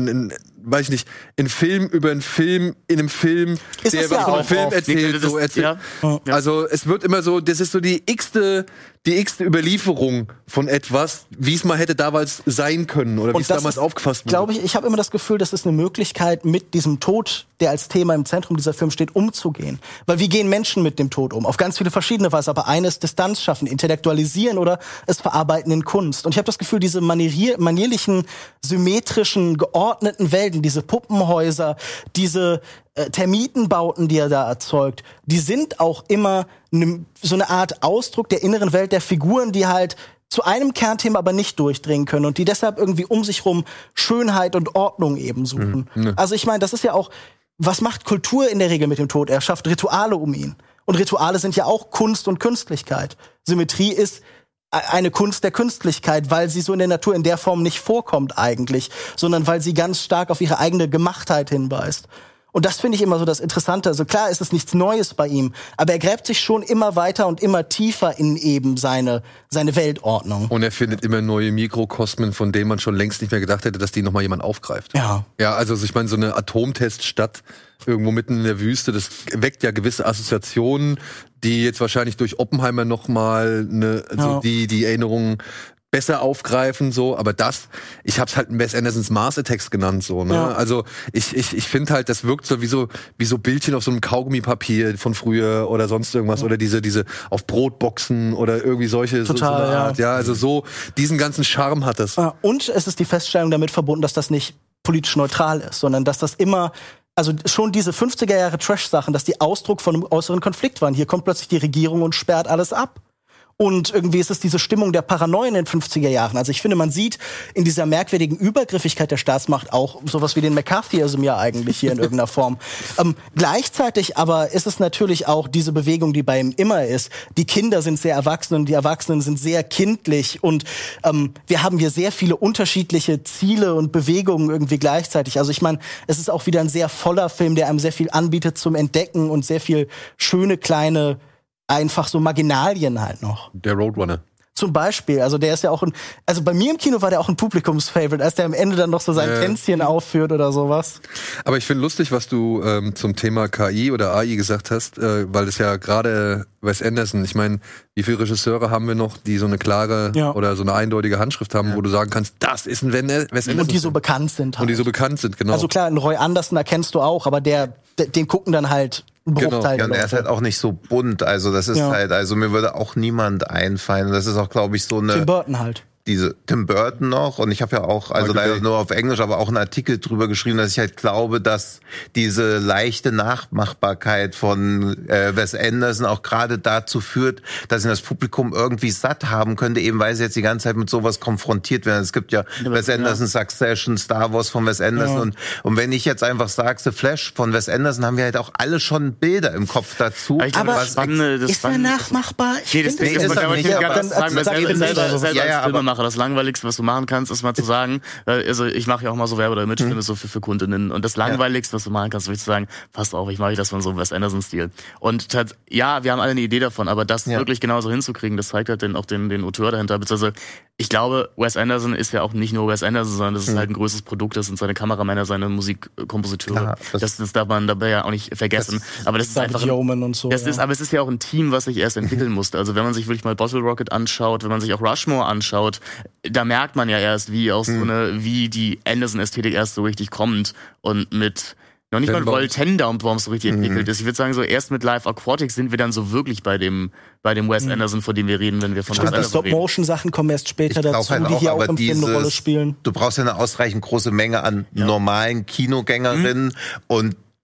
weiß ich nicht, einen Film über einen Film in einem Film, Ist der es ja von einem auch Film oft. erzählt, so erzählt. Ja. Also es wird immer so, das ist so die x-te Überlieferung von etwas, wie es mal hätte damals sein können oder wie es damals aufgefasst wurde. Glaube ich habe immer das Gefühl, das ist eine Möglichkeit, mit diesem Tod, der als Thema im Zentrum dieser Film steht, umzugehen. Weil wie gehen Menschen mit dem Tod um? Auf ganz viele verschiedene Weise, aber eine ist Distanz schaffen, intellektualisieren oder es verarbeiten in Kunst. Und ich habe das Gefühl, diese manierlichen, symmetrischen, geordneten Welten, diese Puppenhäuser, diese Termitenbauten, die er da erzeugt, die sind auch immer so eine Art Ausdruck der inneren Welt der Figuren, die halt zu einem Kernthema aber nicht durchdringen können und die deshalb irgendwie um sich rum Schönheit und Ordnung eben suchen. Also ich meine, das ist ja auch, was macht Kultur in der Regel mit dem Tod? Er schafft Rituale um ihn. Und Rituale sind ja auch Kunst und Künstlichkeit. Symmetrie ist eine Kunst der Künstlichkeit, weil sie so in der Natur in der Form nicht vorkommt eigentlich, sondern weil sie ganz stark auf ihre eigene Gemachtheit hinweist. Und das finde ich immer so das Interessante. Also klar ist es nichts Neues bei ihm, aber er gräbt sich schon immer weiter und immer tiefer in eben seine Weltordnung. Und er findet immer neue Mikrokosmen, von denen man schon längst nicht mehr gedacht hätte, dass die noch mal jemand aufgreift. Ja. Ja, also ich meine, so eine Atomteststadt irgendwo mitten in der Wüste, das weckt ja gewisse Assoziationen, die jetzt wahrscheinlich durch Oppenheimer noch mal die Erinnerungen besser aufgreifen, so, aber ich hab's halt Wes Andersons Mars Attacks genannt, so, ne? Ja. Also, ich finde halt, das wirkt so wie so Bildchen auf so einem Kaugummipapier von früher oder sonst irgendwas, oder diese auf Brotboxen oder irgendwie solche, Total, so eine Art, ja, also so, diesen ganzen Charme hat das. Ja, und es ist die Feststellung damit verbunden, dass das nicht politisch neutral ist, sondern dass das immer, also schon diese 50er Jahre Trash-Sachen, dass die Ausdruck von einem äußeren Konflikt waren. Hier kommt plötzlich die Regierung und sperrt alles ab. Und irgendwie ist es diese Stimmung der Paranoia in den 50er Jahren. Also ich finde, man sieht in dieser merkwürdigen Übergriffigkeit der Staatsmacht auch sowas wie den McCarthyism ja eigentlich hier in irgendeiner Form. Gleichzeitig aber ist es natürlich auch diese Bewegung, die bei ihm immer ist. Die Kinder sind sehr erwachsen und die Erwachsenen sind sehr kindlich. Und wir haben hier sehr viele unterschiedliche Ziele und Bewegungen irgendwie gleichzeitig. Also ich meine, es ist auch wieder ein sehr voller Film, der einem sehr viel anbietet zum Entdecken und sehr viel schöne kleine einfach so Marginalien halt noch. Der Roadrunner. Zum Beispiel, also der ist ja auch also bei mir im Kino war der auch ein Publikumsfavorite, als der am Ende dann noch so sein Tänzchen aufführt oder sowas. Aber ich finde lustig, was du zum Thema KI oder AI gesagt hast, weil das ja gerade Wes Anderson, ich meine, wie viele Regisseure haben wir noch, die so eine klare oder so eine eindeutige Handschrift haben, wo du sagen kannst, das ist ein Wes Anderson. Und die so bekannt sind halt. Und die so bekannt sind, genau. Also klar, einen Roy Anderson erkennst du auch, aber den gucken dann halt ein Bruchteil. Ja, und er ist halt auch nicht so bunt, also das ist halt, also mir würde auch niemand einfallen. Das ist auch, glaube ich, so eine... Tim Burton halt. Tim Burton noch, und ich habe ja auch, also leider nur auf Englisch, aber auch einen Artikel drüber geschrieben, dass ich halt glaube, dass diese leichte Nachmachbarkeit von Wes Anderson auch gerade dazu führt, dass ihn das Publikum irgendwie satt haben könnte, eben weil sie jetzt die ganze Zeit mit sowas konfrontiert werden. Es gibt ja Wes Anderson, Succession, Star Wars von Wes Anderson, und wenn ich jetzt einfach sage, The Flash von Wes Anderson, haben wir halt auch alle schon Bilder im Kopf dazu. Aber ist er nachmachbar? Nee, deswegen ist man nicht ganz sagen, selber das Langweiligste, was du machen kannst, ist mal zu sagen, also ich mache ja auch mal so Werbe- oder Imagefilme so für Kundinnen, und das Langweiligste, was du machen kannst, ist zu sagen, passt auf, ich mache das von so einem Wes Anderson-Stil. Und ja, wir haben alle eine Idee davon, aber das wirklich genauso hinzukriegen, das zeigt halt auch den Auteur dahinter, beziehungsweise ich glaube, Wes Anderson ist ja auch nicht nur Wes Anderson, sondern das ist halt ein größeres Produkt, das sind seine Kameramänner, seine Musikkompositeure, das darf man dabei ja auch nicht vergessen. Aber das ist einfach und so, aber es ist ja auch ein Team, was sich erst entwickeln musste. Also wenn man sich wirklich mal Bottle Rocket anschaut, wenn man sich auch Rushmore anschaut, da merkt man ja erst, wie die Anderson-Ästhetik erst so richtig kommt und mit noch nicht mal Roll Tenenbaum so richtig entwickelt ist. Ich würde sagen, so erst mit Live Aquatic sind wir dann so wirklich bei dem Wes Anderson, von dem wir reden, wenn wir von Wes Anderson reden. Stop-Motion-Sachen kommen erst später dazu, halt die hier auch im Film eine Rolle spielen. Du brauchst ja eine ausreichend große Menge an normalen Kinogängerinnen, und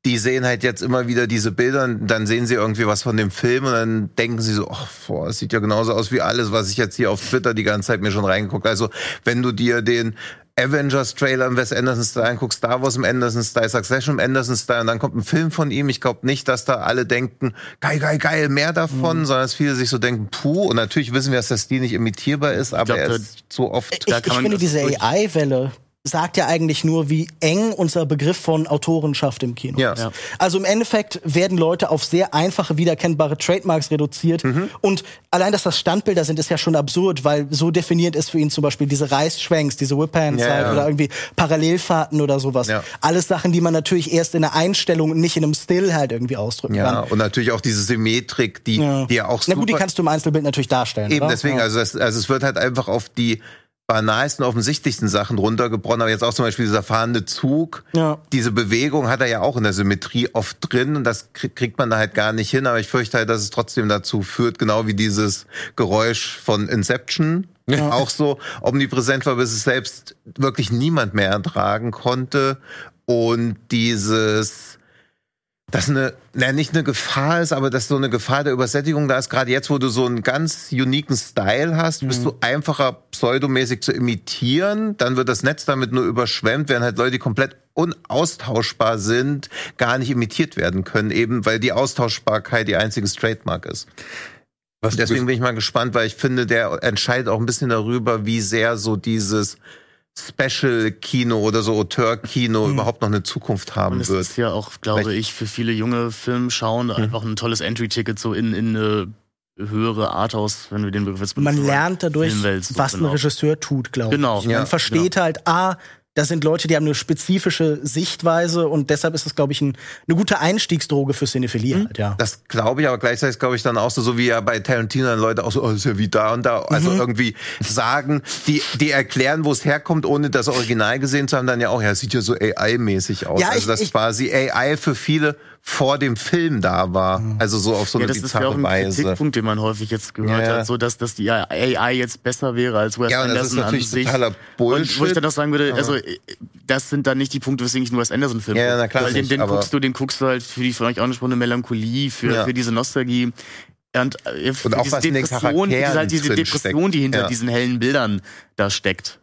die sehen halt jetzt immer wieder diese Bilder und dann sehen sie irgendwie was von dem Film und dann denken sie so, ach, boah, es sieht ja genauso aus wie alles, was ich jetzt hier auf Twitter die ganze Zeit mir schon reingeguckt. Also, wenn du dir den Avengers-Trailer im Wes Anderson-Style anguckst, Star Wars im Anderson-Style, Succession im Anderson-Style und dann kommt ein Film von ihm. Ich glaube nicht, dass da alle denken, geil, mehr davon, sondern dass viele sich so denken, puh. Und natürlich wissen wir, dass der Stil nicht imitierbar ist, aber er ist so oft... Ich finde, diese AI-Welle sagt ja eigentlich nur, wie eng unser Begriff von Autorenschaft im Kino ist. Also im Endeffekt werden Leute auf sehr einfache, wiedererkennbare Trademarks reduziert. Und allein, dass das Standbilder sind, ist ja schon absurd, weil so definiert ist für ihn zum Beispiel diese Reißschwenks, diese Whip-Hands oder irgendwie Parallelfahrten oder sowas. Alles Sachen, die man natürlich erst in der Einstellung und nicht in einem Still halt irgendwie ausdrücken kann. Und natürlich auch diese Symmetrik, die ja auch super... Na gut, die kannst du im Einzelbild natürlich darstellen. Eben, oder? deswegen, also es wird halt einfach auf die banalsten, offensichtlichsten Sachen runtergebrochen, aber jetzt auch zum Beispiel dieser fahrende Zug, diese Bewegung hat er ja auch in der Symmetrie oft drin und das kriegt man da halt gar nicht hin, aber ich fürchte halt, dass es trotzdem dazu führt, genau wie dieses Geräusch von Inception, auch so omnipräsent war, bis es selbst wirklich niemand mehr ertragen konnte und dass nicht eine Gefahr ist, aber dass so eine Gefahr der Übersättigung da ist. Gerade jetzt, wo du so einen ganz uniken Style hast, bist du einfacher pseudomäßig zu imitieren. Dann wird das Netz damit nur überschwemmt, während halt Leute, die komplett unaustauschbar sind, gar nicht imitiert werden können, eben weil die Austauschbarkeit die einzige Trademark ist. Deswegen bin ich mal gespannt, weil ich finde, der entscheidet auch ein bisschen darüber, wie sehr so dieses Special-Kino oder so Auteur-Kino überhaupt noch eine Zukunft haben wird. Das ist ja auch, glaube ich, für viele junge Filmschauende einfach ein tolles Entry-Ticket so in eine höhere Arthouse, wenn wir den Begriff jetzt benutzen. Man lernt dadurch, was ein Regisseur tut, glaube ich. Man versteht halt, das sind Leute, die haben eine spezifische Sichtweise und deshalb ist das, glaube ich, eine gute Einstiegsdroge für Cinephilie halt, Das glaube ich, aber gleichzeitig glaube ich dann auch so wie ja bei Tarantino dann Leute auch so, das ist ja wie da und da, also irgendwie sagen, die erklären, wo es herkommt, ohne das Original gesehen zu haben, dann ja auch, es sieht ja so AI-mäßig aus. Also dass quasi AI für viele vor dem Film da war. Also so auf so eine bizarre Weise. Das ist ja auch ein Kritikpunkt, den man häufig jetzt gehört hat, so dass die AI jetzt besser wäre als Wes Anderson das ist natürlich an sich. Totaler Bullshit. Und wo ich dann auch sagen würde, also das sind dann nicht die Punkte, weswegen ich einen Wes Anderson-Film gucke. Na klar, weil den guckst du halt für die von euch angesprochene Melancholie, für diese Nostalgie. Und auch was in den Charakteren diese Depression, die hinter diesen hellen Bildern da steckt.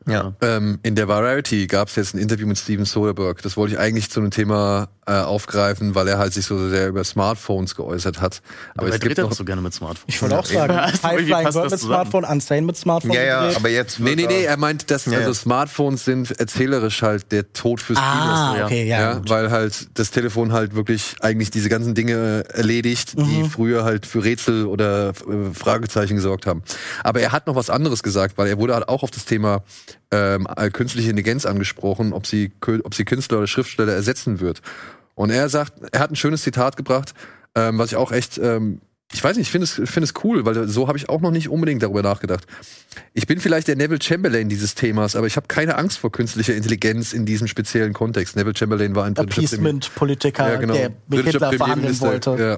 In der Variety gab es jetzt ein Interview mit Steven Soderbergh. Das wollte ich eigentlich zu einem Thema aufgreifen, weil er halt sich so sehr über Smartphones geäußert hat. Aber es gibt doch so gerne mit Smartphones. Ich wollte auch sagen, High-Flying Bird mit Smartphone, Unsane mit Smartphone. Aber jetzt Nee, er meint, dass also Smartphones sind erzählerisch halt der Tod fürs Kino. Okay, weil halt das Telefon halt wirklich eigentlich diese ganzen Dinge erledigt, die früher halt für Rätsel oder Fragezeichen gesorgt haben. Aber er hat noch was anderes gesagt, weil er wurde halt auch auf das Thema künstliche Intelligenz angesprochen, ob sie Künstler oder Schriftsteller ersetzen wird. Und er sagt, er hat ein schönes Zitat gebracht, was ich auch echt, ich weiß nicht, ich finde es cool, weil so habe ich auch noch nicht unbedingt darüber nachgedacht. Ich bin vielleicht der Neville Chamberlain dieses Themas, aber ich habe keine Angst vor künstlicher Intelligenz in diesem speziellen Kontext. Neville Chamberlain war ein Appeasement-Politiker, der mit Hitler verhandeln wollte.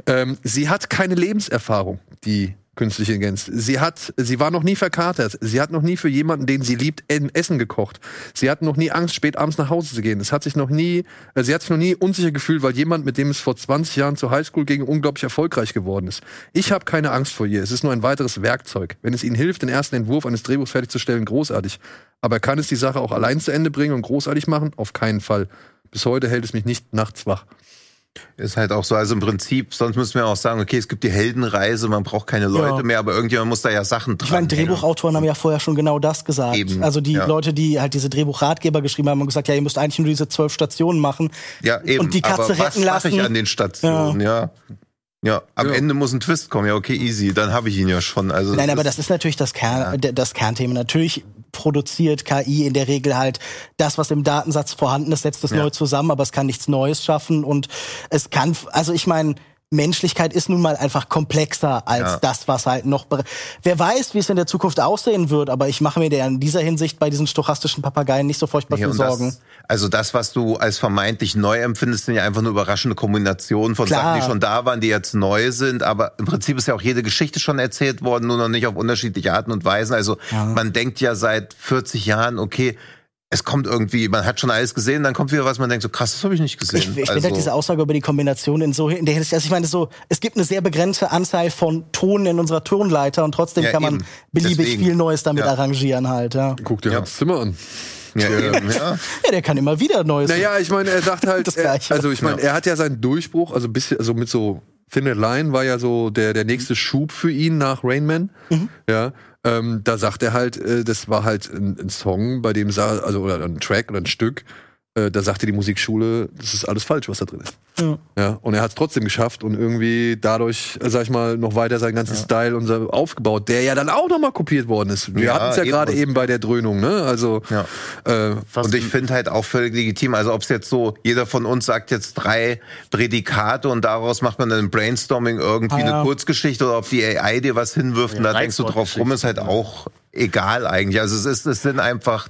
Sie hat keine Lebenserfahrung, die künstliche Intelligenz. Sie war noch nie verkatert. Sie hat noch nie für jemanden, den sie liebt, Essen gekocht. Sie hat noch nie Angst, spät abends nach Hause zu gehen. Sie hat sich noch nie unsicher gefühlt, weil jemand, mit dem es vor 20 Jahren zur Highschool ging, unglaublich erfolgreich geworden ist. Ich habe keine Angst vor ihr. Es ist nur ein weiteres Werkzeug. Wenn es ihnen hilft, den ersten Entwurf eines Drehbuchs fertigzustellen, großartig. Aber kann es die Sache auch allein zu Ende bringen und großartig machen? Auf keinen Fall. Bis heute hält es mich nicht nachts wach. Ist halt auch so, also im Prinzip, sonst müssten wir auch sagen, okay, es gibt die Heldenreise, man braucht keine Leute mehr, aber irgendjemand muss da ja Sachen dran. Ich meine, Drehbuchautoren haben ja vorher schon genau das gesagt. Eben, also die Leute, die halt diese Drehbuchratgeber geschrieben haben, haben gesagt, ihr müsst eigentlich nur diese 12 Stationen machen. Ja, eben. Und die Katze aber retten lassen. Was mache ich an den Stationen, Ja, am Ende muss ein Twist kommen. Ja, okay, easy. Dann habe ich ihn ja schon. Also nein, aber das ist natürlich das Kernthema. Natürlich produziert KI in der Regel halt das, was im Datensatz vorhanden ist, setzt es neu zusammen, aber es kann nichts Neues schaffen und es kann, also ich meine, Menschlichkeit ist nun mal einfach komplexer als das, was halt noch... Wer weiß, wie es in der Zukunft aussehen wird, aber ich mache mir in dieser Hinsicht bei diesen stochastischen Papageien nicht so furchtbar viel Sorgen. Das, was du als vermeintlich neu empfindest, sind ja einfach nur überraschende Kombinationen von Sachen, die schon da waren, die jetzt neu sind. Aber im Prinzip ist ja auch jede Geschichte schon erzählt worden, nur noch nicht auf unterschiedliche Arten und Weisen. Also man denkt ja seit 40 Jahren, okay, es kommt irgendwie, man hat schon alles gesehen, dann kommt wieder was, man denkt so, krass, das habe ich nicht gesehen. Ich finde halt diese Aussage über die Kombination in der Hinsicht, also ich meine so, es gibt eine sehr begrenzte Anzahl von Tonen in unserer Tonleiter und trotzdem kann man beliebig viel Neues damit arrangieren halt, ja. Guck dir Hans Zimmer an. Ja, der kann immer wieder Neues. Naja, ich meine, er sagt halt, das Gleiche. also ich meine, er hat ja seinen Durchbruch, also bisschen, also mit so Thin Red Line war ja so der nächste Schub für ihn nach Rain Man. Ja. Da sagt er halt, das war halt ein Song, bei dem oder ein Track oder ein Stück, da sagte die Musikschule, das ist alles falsch, was da drin ist. Ja, und er hat es trotzdem geschafft und irgendwie dadurch, sag ich mal, noch weiter seinen ganzen Style und so aufgebaut, der ja dann auch nochmal kopiert worden ist. Wir hatten es ja gerade eben bei der Dröhnung, ne? Also und ich finde halt auch völlig legitim, also ob es jetzt so, jeder von uns sagt jetzt 3 Prädikate und daraus macht man dann im Brainstorming irgendwie eine Kurzgeschichte oder ob die AI dir was hinwirft und da denkst du drauf rum, ist halt auch egal eigentlich. Also es sind einfach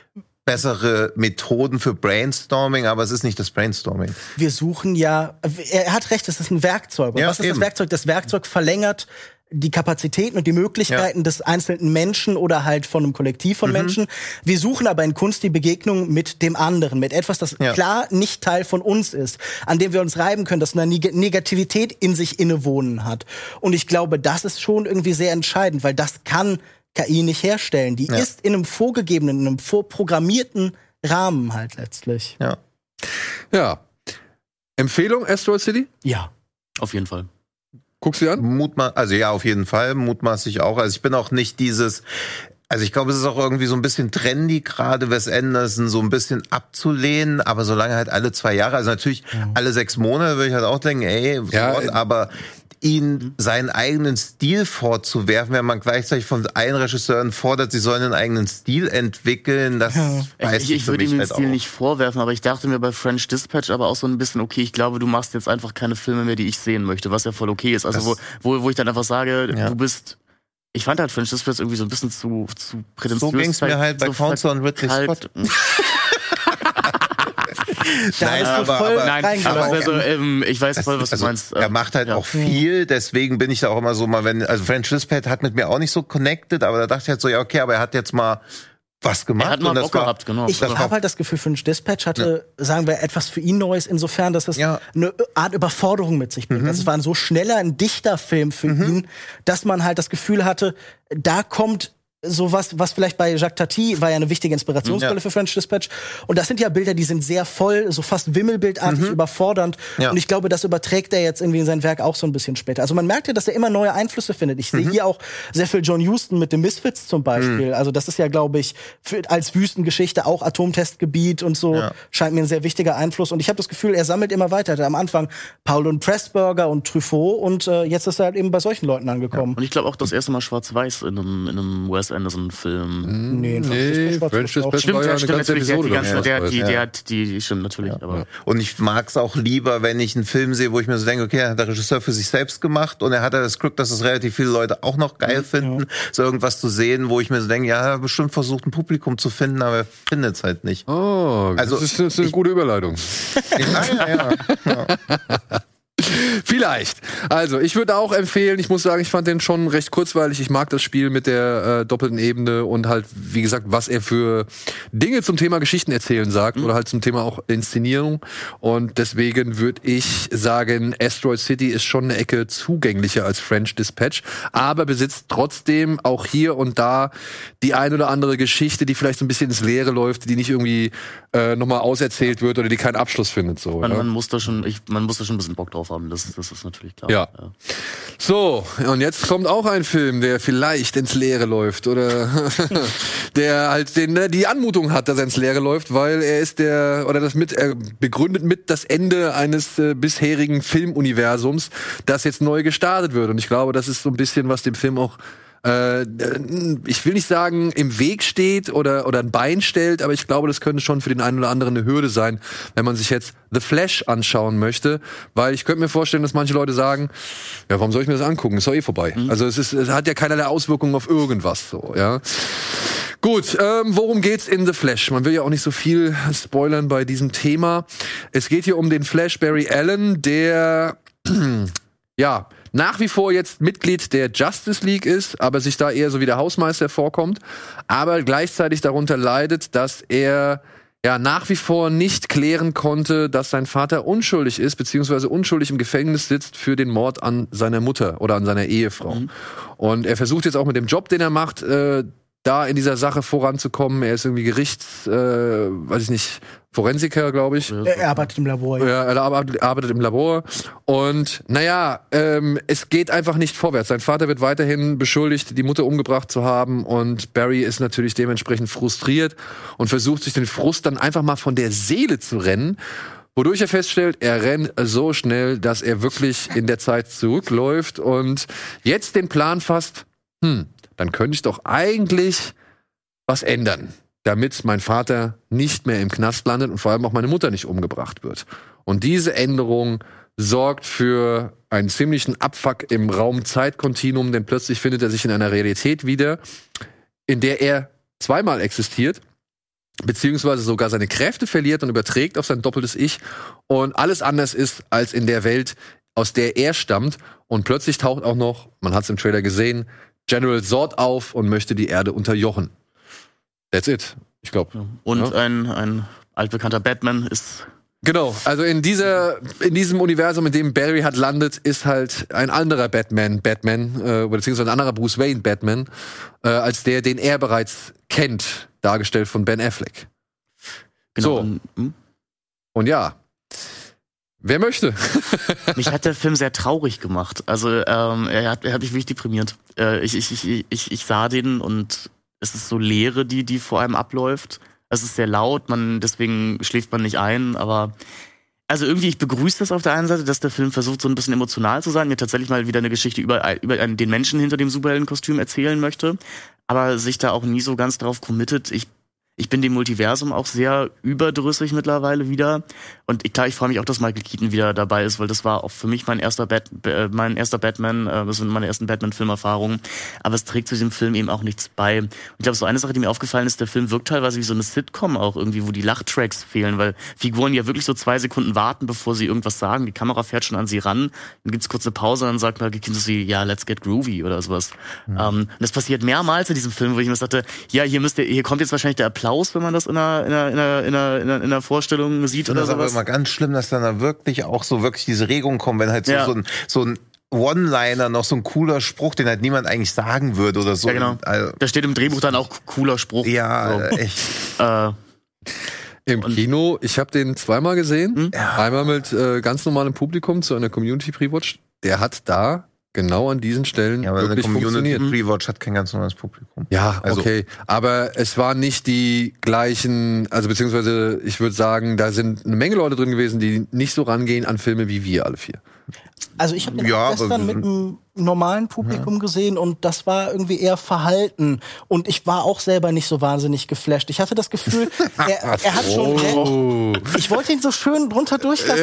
bessere Methoden für Brainstorming, aber es ist nicht das Brainstorming. Wir suchen er hat recht, es ist ein Werkzeug. Und was ist das Werkzeug? Das Werkzeug verlängert die Kapazitäten und die Möglichkeiten des einzelnen Menschen oder halt von einem Kollektiv von Menschen. Wir suchen aber in Kunst die Begegnung mit dem anderen, mit etwas, das klar nicht Teil von uns ist, an dem wir uns reiben können, das eine Negativität in sich innewohnen hat. Und ich glaube, das ist schon irgendwie sehr entscheidend, weil das kann KI nicht herstellen. Die ist in einem vorgegebenen, in einem vorprogrammierten Rahmen halt letztlich. Ja. Empfehlung, Asteroid City? Ja. Auf jeden Fall. Guckst du dir an? Also ja, auf jeden Fall. Mutmaßlich auch. Also ich bin auch nicht also ich glaube, es ist auch irgendwie so ein bisschen trendy, gerade Wes Anderson so ein bisschen abzulehnen, aber solange halt alle 2 Jahre, also natürlich alle 6 Monate würde ich halt auch denken, aber ihn seinen eigenen Stil vorzuwerfen, wenn man gleichzeitig von allen Regisseuren fordert, sie sollen einen eigenen Stil entwickeln, das weiß ich würde ihm den halt Stil auch nicht vorwerfen, aber ich dachte mir bei French Dispatch aber auch so ein bisschen, okay, ich glaube, du machst jetzt einfach keine Filme mehr, die ich sehen möchte, was ja voll okay ist. Also wo ich dann einfach sage, ich fand halt French Dispatch irgendwie so ein bisschen zu prätentiös. So ging's mir halt bei Council on Ridley Scott. Nein, ich weiß voll, was du meinst. Er macht halt auch viel, deswegen bin ich da auch immer so also French Dispatch hat mit mir auch nicht so connected, aber da dachte ich halt so, okay, aber er hat jetzt mal was gemacht. Er hat mal Bock gehabt, genau. Ich habe halt das Gefühl, French Dispatch hatte, sagen wir, etwas für ihn Neues, insofern, dass es eine Art Überforderung mit sich bringt. Das war ein so schneller, ein dichter Film für ihn, dass man halt das Gefühl hatte, da kommt sowas, was vielleicht bei Jacques Tati war ja eine wichtige Inspirationsquelle für French Dispatch. Und das sind ja Bilder, die sind sehr voll, so fast wimmelbildartig überfordernd. Und ich glaube, das überträgt er jetzt irgendwie in sein Werk auch so ein bisschen später. Also man merkt ja, dass er immer neue Einflüsse findet. Ich sehe hier auch sehr viel John Huston mit den Misfits zum Beispiel. Also das ist ja, glaube ich, als Wüstengeschichte auch Atomtestgebiet und so, scheint mir ein sehr wichtiger Einfluss. Und ich habe das Gefühl, er sammelt immer weiter. Er hat am Anfang Paul und Pressburger und Truffaut und jetzt ist er halt eben bei solchen Leuten angekommen. Und ich glaube auch das erste Mal Schwarz-Weiß in einem Wes Anderson-Film. Nee, French Dispatch stimmt, war ja eine stimmt ganze natürlich, Episode. die stimmt natürlich. Aber Und ich mag's auch lieber, wenn ich einen Film sehe, wo ich mir so denke, okay, er hat der Regisseur für sich selbst gemacht und er hat das Glück, dass es relativ viele Leute auch noch geil finden, so irgendwas zu sehen, wo ich mir so denke, ja, er hat bestimmt versucht, ein Publikum zu finden, aber er findet es halt nicht. Oh, also, das ist eine gute Überleitung. Ja. Vielleicht. Also, ich würde auch empfehlen, ich muss sagen, ich fand den schon recht kurzweilig. Ich mag das Spiel mit der doppelten Ebene und halt, wie gesagt, was er für Dinge zum Thema Geschichten erzählen sagt oder halt zum Thema auch Inszenierung. Und deswegen würde ich sagen, Asteroid City ist schon eine Ecke zugänglicher als French Dispatch, aber besitzt trotzdem auch hier und da die ein oder andere Geschichte, die vielleicht so ein bisschen ins Leere läuft, die nicht irgendwie nochmal auserzählt wird oder die keinen Abschluss findet. So, man muss da schon ein bisschen Bock drauf haben, das ist natürlich klar. Ja. So, und jetzt kommt auch ein Film, der vielleicht ins Leere läuft oder der halt die Anmutung hat, dass er ins Leere läuft, weil er ist er begründet mit das Ende eines bisherigen Filmuniversums, das jetzt neu gestartet wird. Und ich glaube, das ist so ein bisschen, was dem Film auch ich will nicht sagen, im Weg steht oder ein Bein stellt, aber ich glaube, das könnte schon für den einen oder anderen eine Hürde sein, wenn man sich jetzt The Flash anschauen möchte, weil ich könnte mir vorstellen, dass manche Leute sagen, ja, warum soll ich mir das angucken? Ist doch eh vorbei. Also es hat ja keinerlei Auswirkungen auf irgendwas, so, ja. Gut, worum geht's in The Flash? Man will ja auch nicht so viel spoilern bei diesem Thema. Es geht hier um den Flash Barry Allen, der nach wie vor jetzt Mitglied der Justice League ist, aber sich da eher so wie der Hausmeister vorkommt, aber gleichzeitig darunter leidet, dass er nach wie vor nicht klären konnte, dass sein Vater unschuldig ist, beziehungsweise unschuldig im Gefängnis sitzt für den Mord an seiner Mutter oder an seiner Ehefrau. Und er versucht jetzt auch mit dem Job, den er macht, da in dieser Sache voranzukommen. Er ist irgendwie Forensiker, glaube ich. Er arbeitet im Labor. Ja, er arbeitet im Labor. Und es geht einfach nicht vorwärts. Sein Vater wird weiterhin beschuldigt, die Mutter umgebracht zu haben. Und Barry ist natürlich dementsprechend frustriert und versucht, sich den Frust dann einfach mal von der Seele zu rennen. Wodurch er feststellt, er rennt so schnell, dass er wirklich in der Zeit zurückläuft und jetzt den Plan fasst, dann könnte ich doch eigentlich was ändern, damit mein Vater nicht mehr im Knast landet und vor allem auch meine Mutter nicht umgebracht wird. Und diese Änderung sorgt für einen ziemlichen Abfuck im Raum-Zeit-Kontinuum, denn plötzlich findet er sich in einer Realität wieder, in der er zweimal existiert, beziehungsweise sogar seine Kräfte verliert und überträgt auf sein doppeltes Ich und alles anders ist als in der Welt, aus der er stammt. Und plötzlich taucht auch noch, man hat es im Trailer gesehen, General Zod auf und möchte die Erde unterjochen. That's it, ich glaube. Und ein altbekannter Batman ist... Genau, also in diesem Universum, in dem Barry landet, ist halt ein anderer Batman, beziehungsweise ein anderer Bruce Wayne Batman, als der, den er bereits kennt, dargestellt von Ben Affleck. Genau. So. Und ja, wer möchte? Mich hat der Film sehr traurig gemacht. Also er hat mich wirklich deprimiert. Ich sah den und es ist so Leere, die vor einem abläuft. Es ist sehr laut, deswegen schläft man nicht ein, aber also irgendwie, ich begrüße das auf der einen Seite, dass der Film versucht, so ein bisschen emotional zu sein, mir tatsächlich mal wieder eine Geschichte über den Menschen hinter dem Superheldenkostüm erzählen möchte, aber sich da auch nie so ganz drauf committet. Ich bin dem Multiversum auch sehr überdrüssig mittlerweile wieder. Und ich freue mich auch, dass Michael Keaton wieder dabei ist, weil das war auch für mich mein erster Batman, das sind meine ersten Batman-Filmerfahrungen. Aber es trägt zu diesem Film eben auch nichts bei. Und ich glaube, so eine Sache, die mir aufgefallen ist, der Film wirkt teilweise wie so eine Sitcom auch irgendwie, wo die Lachtracks fehlen, weil Figuren ja wirklich so 2 Sekunden warten, bevor sie irgendwas sagen. Die Kamera fährt schon an sie ran, dann gibt's kurze Pause, dann sagt Michael Keaton so, ja, let's get groovy oder sowas. Und das passiert mehrmals in diesem Film, wo ich mir dachte, ja, hier kommt jetzt wahrscheinlich der Applaus, wenn man das in einer Vorstellung sieht oder sowas. Das ist aber immer ganz schlimm, dass dann da wirklich auch so wirklich diese Regung kommen, wenn halt so ein One-Liner, noch so ein cooler Spruch, den halt niemand eigentlich sagen würde oder so. Ja, genau. Also, da steht im Drehbuch dann auch cooler Spruch. Ja, so. Echt. Im Kino, ich habe den zweimal gesehen. Einmal mit ganz normalem Publikum zu einer Community-Pre-Watch. Der hat da genau an diesen Stellen wirklich funktioniert. Pre-Watch hat kein ganz normales Publikum. Ja, also, okay. Aber es waren nicht die gleichen, also beziehungsweise ich würde sagen, da sind eine Menge Leute drin gewesen, die nicht so rangehen an Filme wie wir alle 4. Also ich habe den auch gestern mit einem normalen Publikum gesehen und das war irgendwie eher verhalten. Und ich war auch selber nicht so wahnsinnig geflasht. Ich hatte das Gefühl, er hat schon... Ich wollte ihn so schön drunter durchlassen.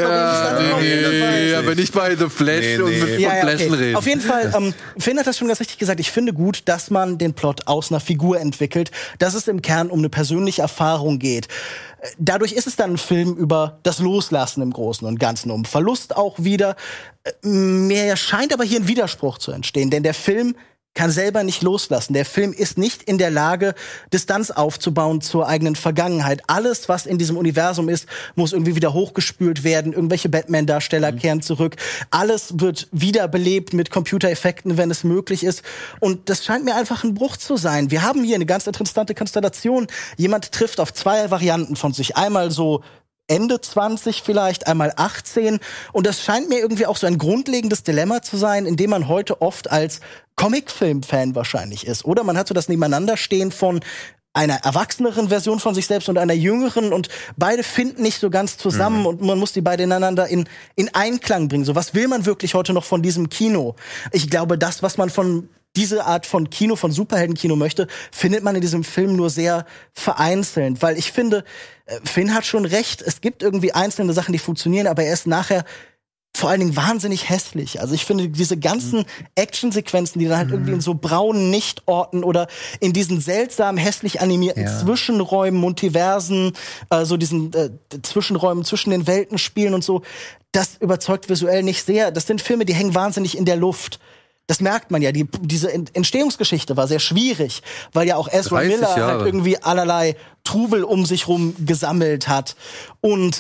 Aber nicht bei The Flash und mit Flashen reden. Auf jeden Fall, Finn hat das schon ganz richtig gesagt. Ich finde gut, dass man den Plot aus einer Figur entwickelt, dass es im Kern um eine persönliche Erfahrung geht. Dadurch ist es dann ein Film über das Loslassen im Großen und Ganzen, um Verlust auch wieder. Mir scheint aber hier ein Widerspruch zu entstehen, denn der Film kann selber nicht loslassen. Der Film ist nicht in der Lage, Distanz aufzubauen zur eigenen Vergangenheit. Alles, was in diesem Universum ist, muss irgendwie wieder hochgespült werden. Irgendwelche Batman-Darsteller kehren zurück. Alles wird wiederbelebt mit Computereffekten, wenn es möglich ist. Und das scheint mir einfach ein Bruch zu sein. Wir haben hier eine ganz interessante Konstellation. Jemand trifft auf 2 Varianten von sich. Einmal so Ende 20 vielleicht, einmal 18. Und das scheint mir irgendwie auch so ein grundlegendes Dilemma zu sein, in dem man heute oft als Comicfilm-Fan wahrscheinlich ist. Oder man hat so das Nebeneinanderstehen von einer erwachseneren Version von sich selbst und einer jüngeren und beide finden nicht so ganz zusammen und man muss die beide ineinander in Einklang bringen. So, was will man wirklich heute noch von diesem Kino? Ich glaube, das, was man von diese Art von Kino, von Superheldenkino möchte, findet man in diesem Film nur sehr vereinzelt. Weil ich finde, Finn hat schon recht, es gibt irgendwie einzelne Sachen, die funktionieren, aber er ist nachher vor allen Dingen wahnsinnig hässlich. Also ich finde, diese ganzen Actionsequenzen, die dann halt irgendwie in so braunen Nichtorten oder in diesen seltsam hässlich animierten Zwischenräumen, Multiversen, so diesen Zwischenräumen zwischen den Welten spielen und so, das überzeugt visuell nicht sehr. Das sind Filme, die hängen wahnsinnig in der Luft. Das merkt man ja. Diese Entstehungsgeschichte war sehr schwierig, weil ja auch Ezra Miller halt irgendwie allerlei Trubel um sich rum gesammelt hat. Und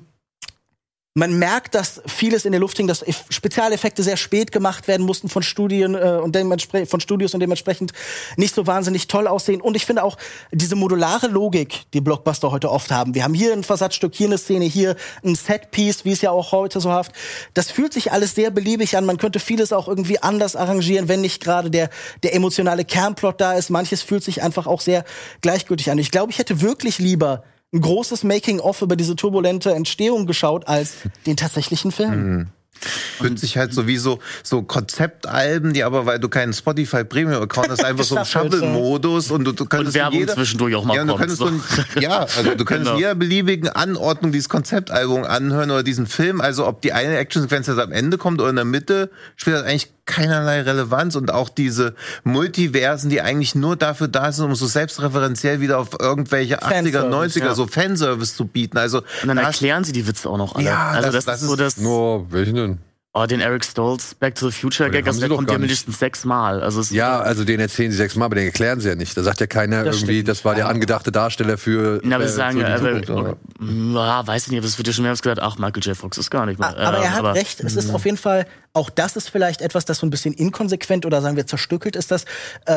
man merkt, dass vieles in der Luft hing, dass Spezialeffekte sehr spät gemacht werden mussten von Studios und dementsprechend nicht so wahnsinnig toll aussehen. Und ich finde auch diese modulare Logik, die Blockbuster heute oft haben. Wir haben hier ein Versatzstück, hier eine Szene, hier ein Setpiece, wie es ja auch heute so haft. Das fühlt sich alles sehr beliebig an. Man könnte vieles auch irgendwie anders arrangieren, wenn nicht gerade der emotionale Kernplot da ist. Manches fühlt sich einfach auch sehr gleichgültig an. Ich glaube, ich hätte wirklich lieber ein großes Making-of über diese turbulente Entstehung geschaut als den tatsächlichen Film. Fühlt sich halt so wie so Konzeptalben, die aber, weil du keinen Spotify Premium-Account hast, einfach so im Shuffle-Modus und du könntest und Werbung zwischendurch auch mal du könntest du könntest in jeder beliebigen Anordnung dieses Konzeptalbum anhören oder diesen Film, also ob die eine Actionsequenz jetzt am Ende kommt oder in der Mitte, spielt das eigentlich keinerlei Relevanz und auch diese Multiversen, die eigentlich nur dafür da sind, um so selbstreferenziell wieder auf irgendwelche 80er, 90er so Fanservice zu bieten. Also und dann erklären sie die Witze auch noch alle. Ja, also das ist so das. Welchen denn? Oh, den Eric Stoltz Back to the Future Gag, der kommt ja mindestens 6-mal. Also also den erzählen sie 6-mal, aber den erklären sie ja nicht. Da sagt ja keiner das irgendwie, stimmt. das war der angedachte Darsteller für. aber sie sagen, Zukunft, weiß ich nicht, aber es wird ja schon mehrmals gesagt, ach, Michael J. Fox ist gar nicht mehr. Aber er hat recht, es ist auf jeden Fall, auch das ist vielleicht etwas, das so ein bisschen inkonsequent oder sagen wir zerstückelt ist, das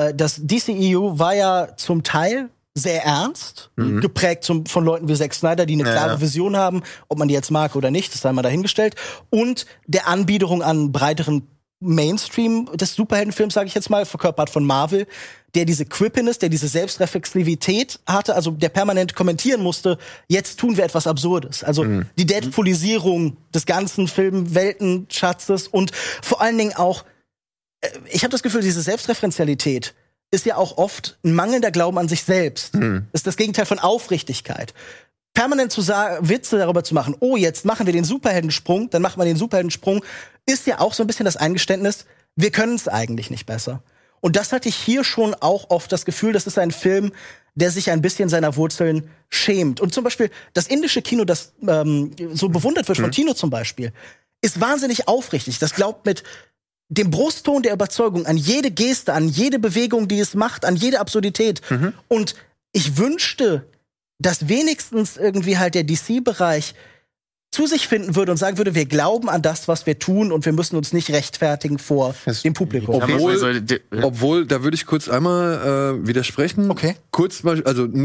DCEU war ja zum Teil sehr ernst, geprägt von Leuten wie Zack Snyder, die eine klare Vision haben, ob man die jetzt mag oder nicht, das sei mal dahingestellt, und der Anbiederung an breiteren Mainstream des Superheldenfilms, sage ich jetzt mal, verkörpert von Marvel, der diese Quippiness, der diese Selbstreflexivität hatte, also der permanent kommentieren musste, jetzt tun wir etwas Absurdes. Also die Deadpoolisierung des ganzen Filmweltenschatzes und vor allen Dingen auch, ich habe das Gefühl, diese Selbstreferenzialität ist ja auch oft ein mangelnder Glauben an sich selbst. Ist das Gegenteil von Aufrichtigkeit. Permanent Witze darüber zu machen, oh, jetzt machen wir den Superheldensprung, dann macht man den Superheldensprung, ist ja auch so ein bisschen das Eingeständnis, wir können es eigentlich nicht besser. Und das hatte ich hier schon auch oft das Gefühl, das ist ein Film, der sich ein bisschen seiner Wurzeln schämt. Und zum Beispiel das indische Kino, das so bewundert wird von Tino zum Beispiel, ist wahnsinnig aufrichtig. Das glaubt mit dem Brustton der Überzeugung an jede Geste, an jede Bewegung, die es macht, an jede Absurdität. Und ich wünschte, dass wenigstens irgendwie halt der DC-Bereich zu sich finden würde und sagen würde, wir glauben an das, was wir tun und wir müssen uns nicht rechtfertigen vor dem Publikum. Obwohl, da würde ich kurz einmal widersprechen. Okay. Kurz mal,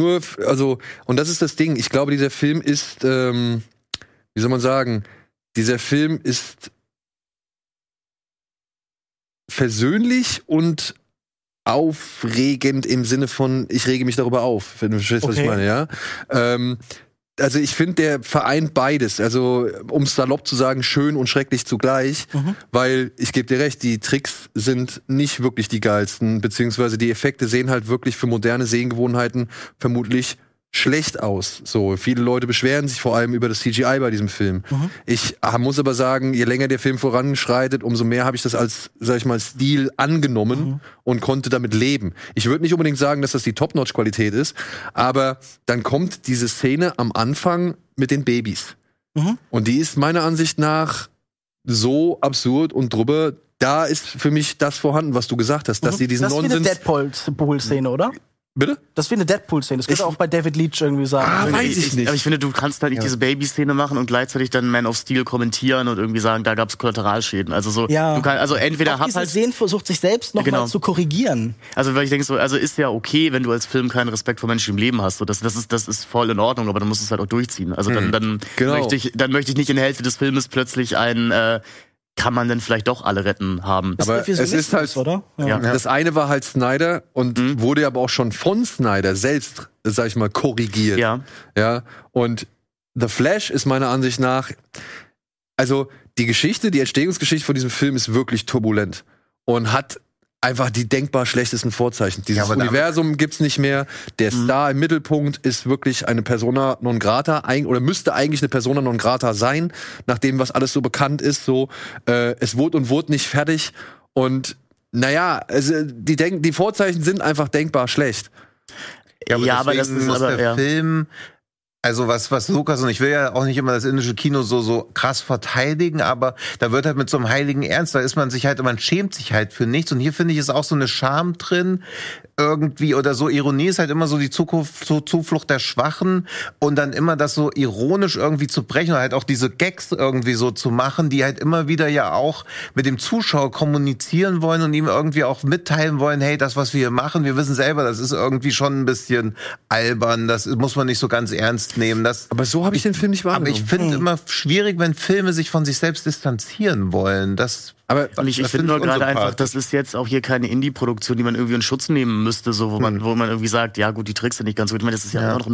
und das ist das Ding. Ich glaube, dieser Film ist, wie soll man sagen, dieser Film ist versöhnlich und aufregend im Sinne von, ich rege mich darüber auf, wenn du verstehst, was ich meine, ja? Also ich finde, der vereint beides. Also, um es salopp zu sagen, schön und schrecklich zugleich. Weil, ich gebe dir recht, die Tricks sind nicht wirklich die geilsten, beziehungsweise die Effekte sehen halt wirklich für moderne Sehgewohnheiten vermutlich schlecht aus. So, viele Leute beschweren sich vor allem über das CGI bei diesem Film. Ich muss aber sagen, je länger der Film voranschreitet, umso mehr habe ich das als, sag ich mal, Stil angenommen und konnte damit leben. Ich würde nicht unbedingt sagen, dass das die Top-Notch-Qualität ist, aber dann kommt diese Szene am Anfang mit den Babys. Und die ist meiner Ansicht nach so absurd und drüber. Da ist für mich das vorhanden, was du gesagt hast, dass sie diesen Nonsens... Das ist wie eine Deadpool-Szene, oder? Bitte? Das ist wie eine Deadpool-Szene. Das könnte auch bei David Leitch irgendwie sagen. Weiß ich nicht. Aber ich finde, du kannst halt nicht diese Baby-Szene machen und gleichzeitig dann Man of Steel kommentieren und irgendwie sagen, da gab's Kollateralschäden. Also so, du kannst, also entweder auch diese Szene versucht sich selbst noch mal zu korrigieren. Also weil ich denke so, also ist ja okay, wenn du als Film keinen Respekt vor menschlichem Leben hast. So, das ist voll in Ordnung, aber dann musst du es halt auch durchziehen. Also dann möchte ich nicht in der Hälfte des Filmes plötzlich kann man denn vielleicht doch alle retten haben. Aber es ist halt, oder? Ja. Das eine war halt Snyder und wurde aber auch schon von Snyder selbst, sag ich mal, korrigiert. Ja. Und The Flash ist meiner Ansicht nach, also die Entstehungsgeschichte von diesem Film ist wirklich turbulent und hat einfach die denkbar schlechtesten Vorzeichen. Dieses Universum gibt's nicht mehr. Der Star im Mittelpunkt ist wirklich eine Persona non grata, oder müsste eigentlich eine Persona non grata sein, nach dem, was alles so bekannt ist. So, es wurde nicht fertig. Und naja, also die Vorzeichen sind einfach denkbar schlecht. Ja, aber das ist der Film Also was Lukas, und ich will ja auch nicht immer das indische Kino so krass verteidigen, aber da wird halt mit so einem heiligen Ernst, da ist man schämt sich halt für nichts. Und hier finde ich ist auch so eine Scham drin irgendwie, oder so Ironie ist halt immer so die Zuflucht der Schwachen und dann immer das so ironisch irgendwie zu brechen und halt auch diese Gags irgendwie so zu machen, die halt immer wieder ja auch mit dem Zuschauer kommunizieren wollen und ihm irgendwie auch mitteilen wollen, hey, das, was wir hier machen, wir wissen selber, das ist irgendwie schon ein bisschen albern, das muss man nicht so ganz ernst nehmen. Aber so habe ich den Film nicht wahrgenommen. Aber ich finde immer schwierig, wenn Filme sich von sich selbst distanzieren wollen. Und ich finde nur gerade einfach, das ist jetzt auch hier keine Indie-Produktion, die man irgendwie in Schutz nehmen müsste, so wo man irgendwie sagt, ja gut, die Tricks sind nicht ganz gut. Ich meine, das ist ja immer noch ein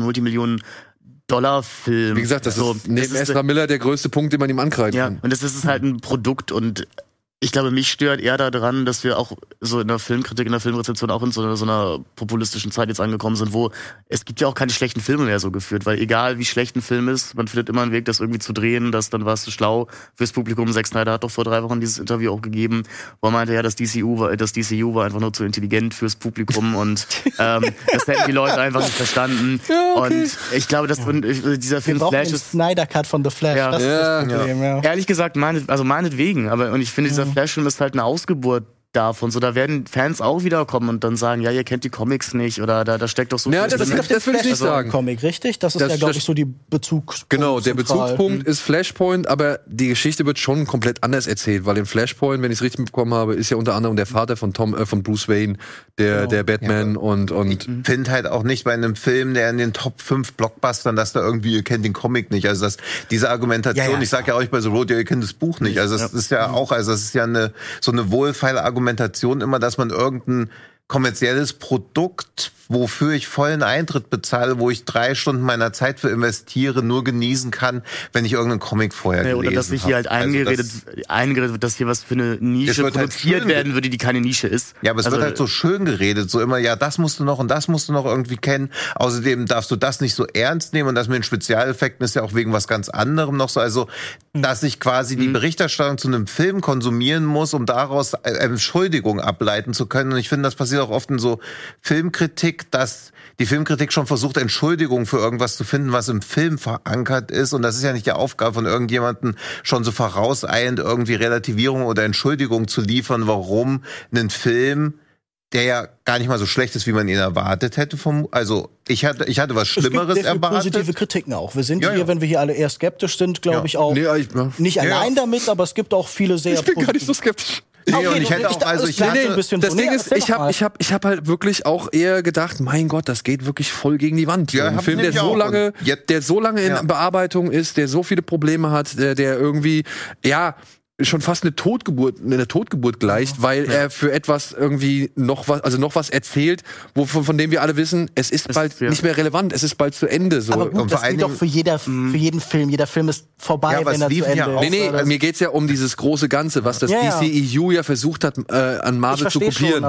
Multimillionen-Dollar-Film. Wie gesagt, das ist neben Ezra Miller der größte Punkt, den man ihm ankreiden kann. Ja, und das ist halt ein Produkt und ich glaube, mich stört eher daran, dass wir auch so in der Filmkritik, in der Filmrezeption auch in so einer populistischen Zeit jetzt angekommen sind, wo es gibt ja auch keine schlechten Filme mehr so geführt, weil egal wie schlecht ein Film ist, man findet immer einen Weg, das irgendwie zu drehen, dann war es schlau fürs Publikum. Zack Snyder hat doch vor 3 Wochen dieses Interview auch gegeben, wo er meinte, ja, das DCU war einfach nur zu intelligent fürs Publikum und das hätten die Leute einfach nicht verstanden. Ja, okay. Und ich glaube, dass dieser Film Flash ist Snyder-Cut von The Flash, das ist das Problem, ja. Ehrlich gesagt, meinetwegen, und ich finde, dieser Flash-Film ist halt eine Ausgeburt davon. So, da werden Fans auch wiederkommen und dann sagen, ja, ihr kennt die Comics nicht oder da steckt doch so viel. Ja, das will ich nicht sagen. Comic, richtig? Das ist ja, glaube ich, so die Bezugspunkt. Genau, der Bezugspunkt ist Flashpoint, aber die Geschichte wird schon komplett anders erzählt, weil im Flashpoint, wenn ich es richtig mitbekommen habe, ist ja unter anderem der Vater von von Bruce Wayne, der Batman und ich finde halt auch nicht bei einem Film, der in den Top 5 Blockbustern, dass da irgendwie, ihr kennt den Comic nicht. Also diese Argumentation, ich sage ja auch nicht bei The Road, ihr kennt das Buch nicht. Also das ist ja auch, das ist ja so eine wohlfeile Argumentation immer, dass man irgendein kommerzielles Produkt, wofür ich vollen Eintritt bezahle, wo ich 3 Stunden meiner Zeit für investiere, nur genießen kann, wenn ich irgendeinen Comic vorher gelesen habe. Oder dass sich hier halt eingeredet wird, dass hier was für eine Nische produziert halt werden würde, die keine Nische ist. Ja, aber es wird halt so schön geredet, so immer, ja, das musst du noch und das musst du noch irgendwie kennen. Außerdem darfst du das nicht so ernst nehmen und das mit den Spezialeffekten ist ja auch wegen was ganz anderem noch so. Also, dass ich quasi die Berichterstattung zu einem Film konsumieren muss, um daraus eine Entschuldigung ableiten zu können. Und ich finde, das passiert auch oft in so Filmkritik, dass die Filmkritik schon versucht, Entschuldigung für irgendwas zu finden, was im Film verankert ist. Und das ist ja nicht die Aufgabe von irgendjemandem, schon so vorauseilend irgendwie Relativierung oder Entschuldigung zu liefern, warum ein Film, der ja gar nicht mal so schlecht ist, wie man ihn erwartet hätte. Also ich hatte was Schlimmeres erwartet. Positive Kritiken auch. Wir sind hier, wenn wir hier alle eher skeptisch sind, glaube ich auch nicht allein damit, aber es gibt auch viele sehr. Ich bin gar nicht so skeptisch. Nee, und ich hätte auch, das Ding ist, ich hab halt wirklich auch eher gedacht, mein Gott, das geht wirklich voll gegen die Wand. Ja, ein Film, der so lange in Bearbeitung ist, der so viele Probleme hat, der irgendwie, schon fast eine Totgeburt gleicht, weil er für etwas irgendwie noch was erzählt, von dem wir alle wissen, es ist bald nicht mehr relevant, es ist bald zu Ende. So. Aber gut, und das gilt doch für jeden Film. Jeder Film ist vorbei, wenn er zu Ende ist. Mir geht's ja um dieses große Ganze, was das DCEU ja versucht hat, an Marvel zu kopieren.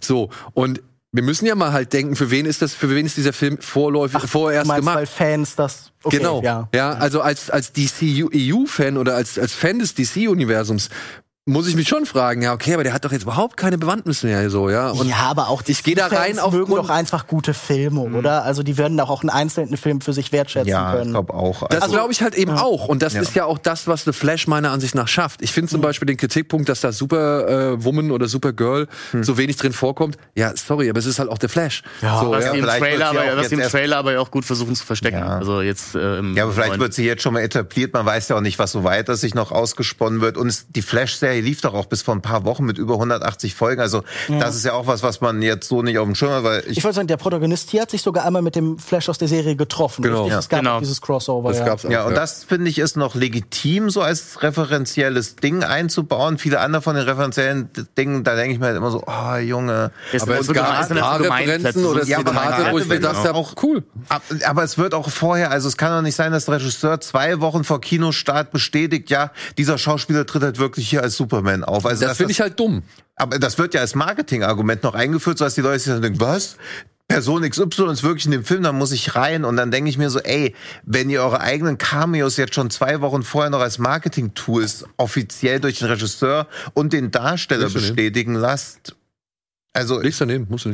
Und wir müssen ja mal halt denken, für wen ist dieser Film vorerst gemacht? Weil Fans das. Okay, genau. Ja, also als DCEU-Fan oder als Fan des DC-Universums muss ich mich schon fragen, aber der hat doch jetzt überhaupt keine Bewandtnis mehr, so, ja. Und aber auch die Fans mögen doch einfach gute Filme, oder? Also die würden auch einen einzelnen Film für sich wertschätzen können. Ja, ich glaube auch. Das glaube ich halt eben auch. Und das ist ja auch das, was The Flash meiner Ansicht nach schafft. Ich finde zum Beispiel den Kritikpunkt, dass da Superwoman oder Supergirl so wenig drin vorkommt. Ja, sorry, aber es ist halt auch The Flash. Ja, so, was die im Trailer aber auch gut versuchen zu verstecken. Ja. Also jetzt, aber vielleicht wird sie jetzt schon mal etabliert. Man weiß ja auch nicht, was so weiter sich noch ausgesponnen wird. Und die Flash-Serie lief doch auch bis vor ein paar Wochen mit über 180 Folgen. Also das ist ja auch was man jetzt so nicht auf dem Schirm hat. Weil ich wollte sagen, der Protagonist hier hat sich sogar einmal mit dem Flash aus der Serie getroffen. Genau. Es gab dieses Crossover. Das gab's auch, und das, finde ich, ist noch legitim, so als referenzielles Ding einzubauen. Viele andere von den referenziellen Dingen, da denke ich mir halt immer so, Junge. Aber es gab Referenzen oder Zitate, wo ich gedacht habe, cool. Aber es wird auch vorher, also es kann doch nicht sein, dass der Regisseur 2 Wochen vor Kinostart bestätigt, dieser Schauspieler tritt halt wirklich hier als Superman auf. Also das finde ich halt dumm. Aber das wird ja als Marketingargument noch eingeführt, so dass die Leute sich dann denken, was? Person XY ist wirklich in dem Film, dann muss ich rein. Und dann denke ich mir so, wenn ihr eure eigenen Cameos jetzt schon 2 Wochen vorher noch als Marketing-Tools offiziell durch den Regisseur und den Darsteller bestätigen lasst. Also nichts daneben, musst du nicht. Ja.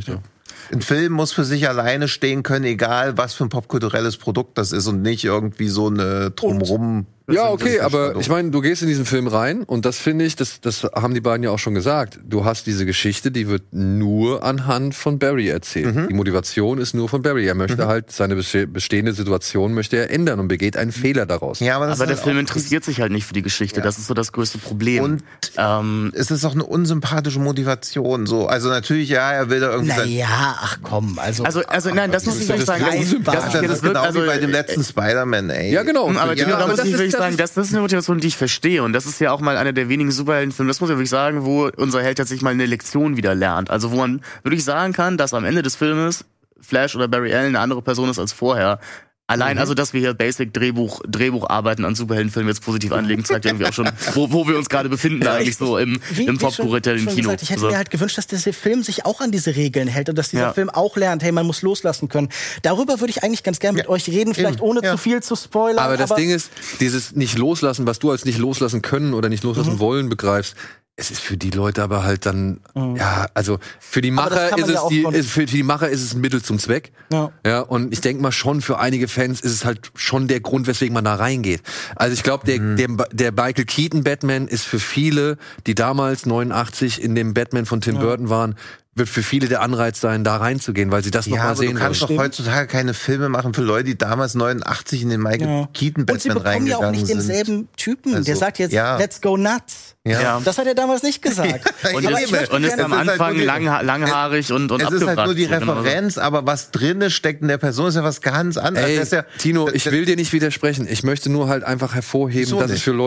Ein Film muss für sich alleine stehen können, egal was für ein popkulturelles Produkt das ist und nicht irgendwie so eine Drumrum. Ja, okay, aber ich meine, du gehst in diesen Film rein und das finde ich, das haben die beiden ja auch schon gesagt. Du hast diese Geschichte, die wird nur anhand von Barry erzählt. Die Motivation ist nur von Barry. Er möchte halt seine bestehende Situation möchte er ändern und begeht einen Fehler daraus. Ja, aber der halt Film interessiert sich halt nicht für die Geschichte. Ja. Das ist so das größte Problem. Und es ist auch eine unsympathische Motivation. So, also natürlich, ja, er will da irgendwie Naja, ach komm, also nein, das muss ich nicht sagen. das ist genau wie bei dem letzten Spider-Man, ey. Ja, genau. Aber da muss ich wirklich sagen, ist das ist eine Motivation, die ich verstehe. Und das ist ja auch mal einer der wenigen Superheldenfilme, das muss ich wirklich sagen, wo unser Held tatsächlich mal eine Lektion wieder lernt. Also wo man wirklich sagen kann, dass am Ende des Filmes Flash oder Barry Allen eine andere Person ist als vorher. Allein, also, dass wir hier Basic Drehbucharbeiten an Superheldenfilmen jetzt positiv anlegen, zeigt irgendwie auch schon, wo wir uns gerade befinden, eigentlich so im popkulturellen Kino. Ich hätte mir halt gewünscht, dass dieser Film sich auch an diese Regeln hält und dass dieser Film auch lernt, hey, man muss loslassen können. Darüber würde ich eigentlich ganz gern mit euch reden, vielleicht ohne zu viel zu spoilern. Aber das Ding ist, dieses nicht loslassen, was du als nicht loslassen können oder nicht loslassen wollen begreifst, es ist für die Leute aber halt dann, ja, also für die Macher für die Macher ist es ein Mittel zum Zweck. Ja, und ich denke mal schon, für einige Fans ist es halt schon der Grund, weswegen man da reingeht. Also ich glaube, der Michael Keaton Batman ist für viele, die damals 89 in dem Batman von Tim Burton waren, wird für viele der Anreiz sein, da reinzugehen, weil sie das noch mal sehen wollen. Du kannst doch heutzutage keine Filme machen für Leute, die damals 89 in den Michael Keaton Batman reingegangen sind. Und sie bekommen ja auch nicht denselben Typen. Also, der sagt jetzt, let's go nuts. Ja. Das hat er damals nicht gesagt. und ist am Anfang langhaarig und abgewrackt. Es ist halt nur die Referenz, aber was drinne steckt in der Person, ist ja was ganz anderes. Ey, Tino, ich will dir nicht widersprechen. Ich möchte nur halt einfach hervorheben, dass es für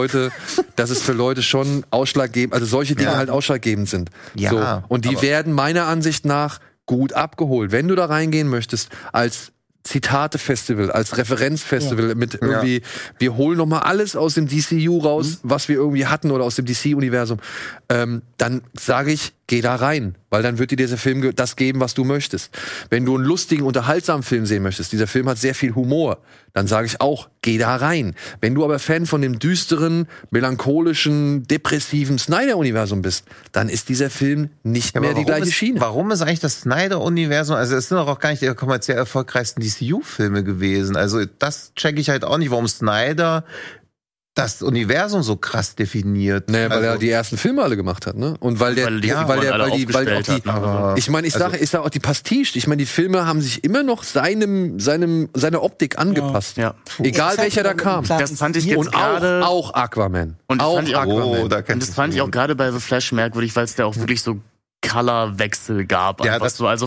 Leute schon ausschlaggebend, also solche Dinge halt ausschlaggebend sind. Ja, so. Und die werden meiner Ansicht nach gut abgeholt. Wenn du da reingehen möchtest als Zitate-Festival, als Referenzfestival mit irgendwie, wir holen noch mal alles aus dem DCU raus, was wir irgendwie hatten oder aus dem DC-Universum, dann sage ich, geh da rein, weil dann wird dir dieser Film das geben, was du möchtest. Wenn du einen lustigen, unterhaltsamen Film sehen möchtest, dieser Film hat sehr viel Humor, dann sage ich auch, geh da rein. Wenn du aber Fan von dem düsteren, melancholischen, depressiven Snyder-Universum bist, dann ist dieser Film nicht mehr die gleiche Schiene. Warum ist eigentlich das Snyder-Universum, also es sind doch auch gar nicht die kommerziell erfolgreichsten DCU-Filme gewesen, also das checke ich halt auch nicht, warum Snyder das Universum so krass definiert. Naja, weil er die ersten Filme alle gemacht hat, ne? Und weil ich meine, ich sage auch die Pastiche. Ich meine, die Filme haben sich immer noch seine Optik angepasst. Ja. Egal welcher da kam. Das fand ich jetzt und auch Aquaman. Und auch Aquaman. Das fand ich auch gerade bei The Flash merkwürdig, weil es da auch wirklich so Colorwechsel gab. Ja, das so, also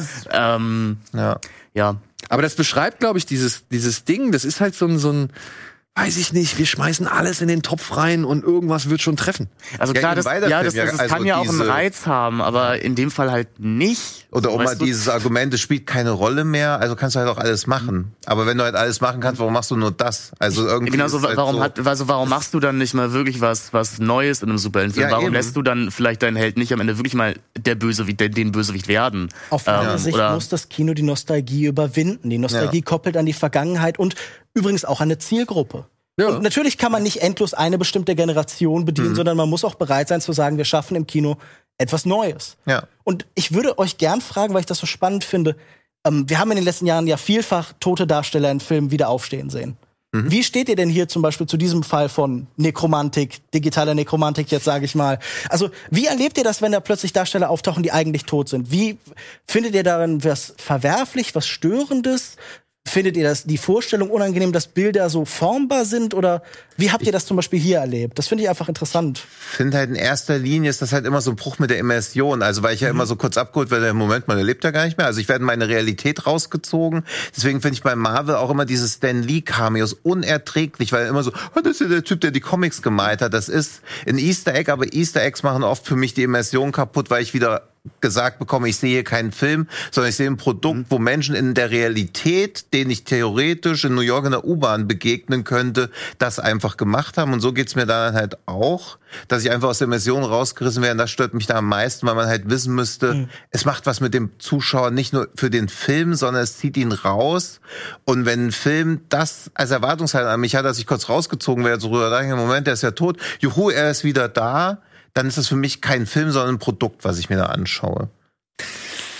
Aber das beschreibt, glaube ich, dieses Ding. Das ist halt so ein weiß ich nicht, wir schmeißen alles in den Topf rein und irgendwas wird schon treffen. Also klar, das kann ja auch einen Reiz haben, aber in dem Fall halt nicht. Oder auch mal dieses Argument, es spielt keine Rolle mehr, also kannst du halt auch alles machen. Aber wenn du halt alles machen kannst, warum machst du nur das? Also irgendwie genauso, warum machst du dann nicht mal wirklich was Neues in einem Superheldenfilm? Warum lässt du dann vielleicht deinen Held nicht am Ende wirklich mal den Bösewicht werden? Auf meine Sicht muss das Kino die Nostalgie überwinden. Die Nostalgie koppelt an die Vergangenheit und übrigens auch an eine Zielgruppe. Ja. Und natürlich kann man nicht endlos eine bestimmte Generation bedienen, sondern man muss auch bereit sein zu sagen, wir schaffen im Kino etwas Neues. Ja. Und ich würde euch gern fragen, weil ich das so spannend finde, wir haben in den letzten Jahren ja vielfach tote Darsteller in Filmen wieder aufstehen sehen. Wie steht ihr denn hier zum Beispiel zu diesem Fall von Nekromantik, digitaler Nekromantik jetzt, sage ich mal? Also wie erlebt ihr das, wenn da plötzlich Darsteller auftauchen, die eigentlich tot sind? Wie findet ihr darin was verwerflich, was Störendes? Findet ihr die Vorstellung unangenehm, dass Bilder so formbar sind? Oder wie habt ihr das zum Beispiel hier erlebt? Das finde ich einfach interessant. Ich finde halt in erster Linie ist das halt immer so ein Bruch mit der Immersion. Also weil ich ja immer so kurz abgeholt werde, im Moment, man erlebt ja gar nicht mehr. Also ich werde in meine Realität rausgezogen. Deswegen finde ich bei Marvel auch immer diese Stan Lee-Cameos unerträglich, weil immer so, das ist ja der Typ, der die Comics gemalt hat. Das ist ein Easter Egg, aber Easter Eggs machen oft für mich die Immersion kaputt, weil ich wieder gesagt bekomme, ich sehe keinen Film, sondern ich sehe ein Produkt, wo Menschen in der Realität, denen ich theoretisch in New York in der U-Bahn begegnen könnte, das einfach gemacht haben. Und so geht's mir dann halt auch, dass ich einfach aus der Immersion rausgerissen werde. Und das stört mich da am meisten, weil man halt wissen müsste, es macht was mit dem Zuschauer, nicht nur für den Film, sondern es zieht ihn raus. Und wenn ein Film das als Erwartungshaltung an mich hat, dass ich kurz rausgezogen werde, so rüber, da im Moment, der ist ja tot, juhu, er ist wieder da, dann ist das für mich kein Film, sondern ein Produkt, was ich mir da anschaue.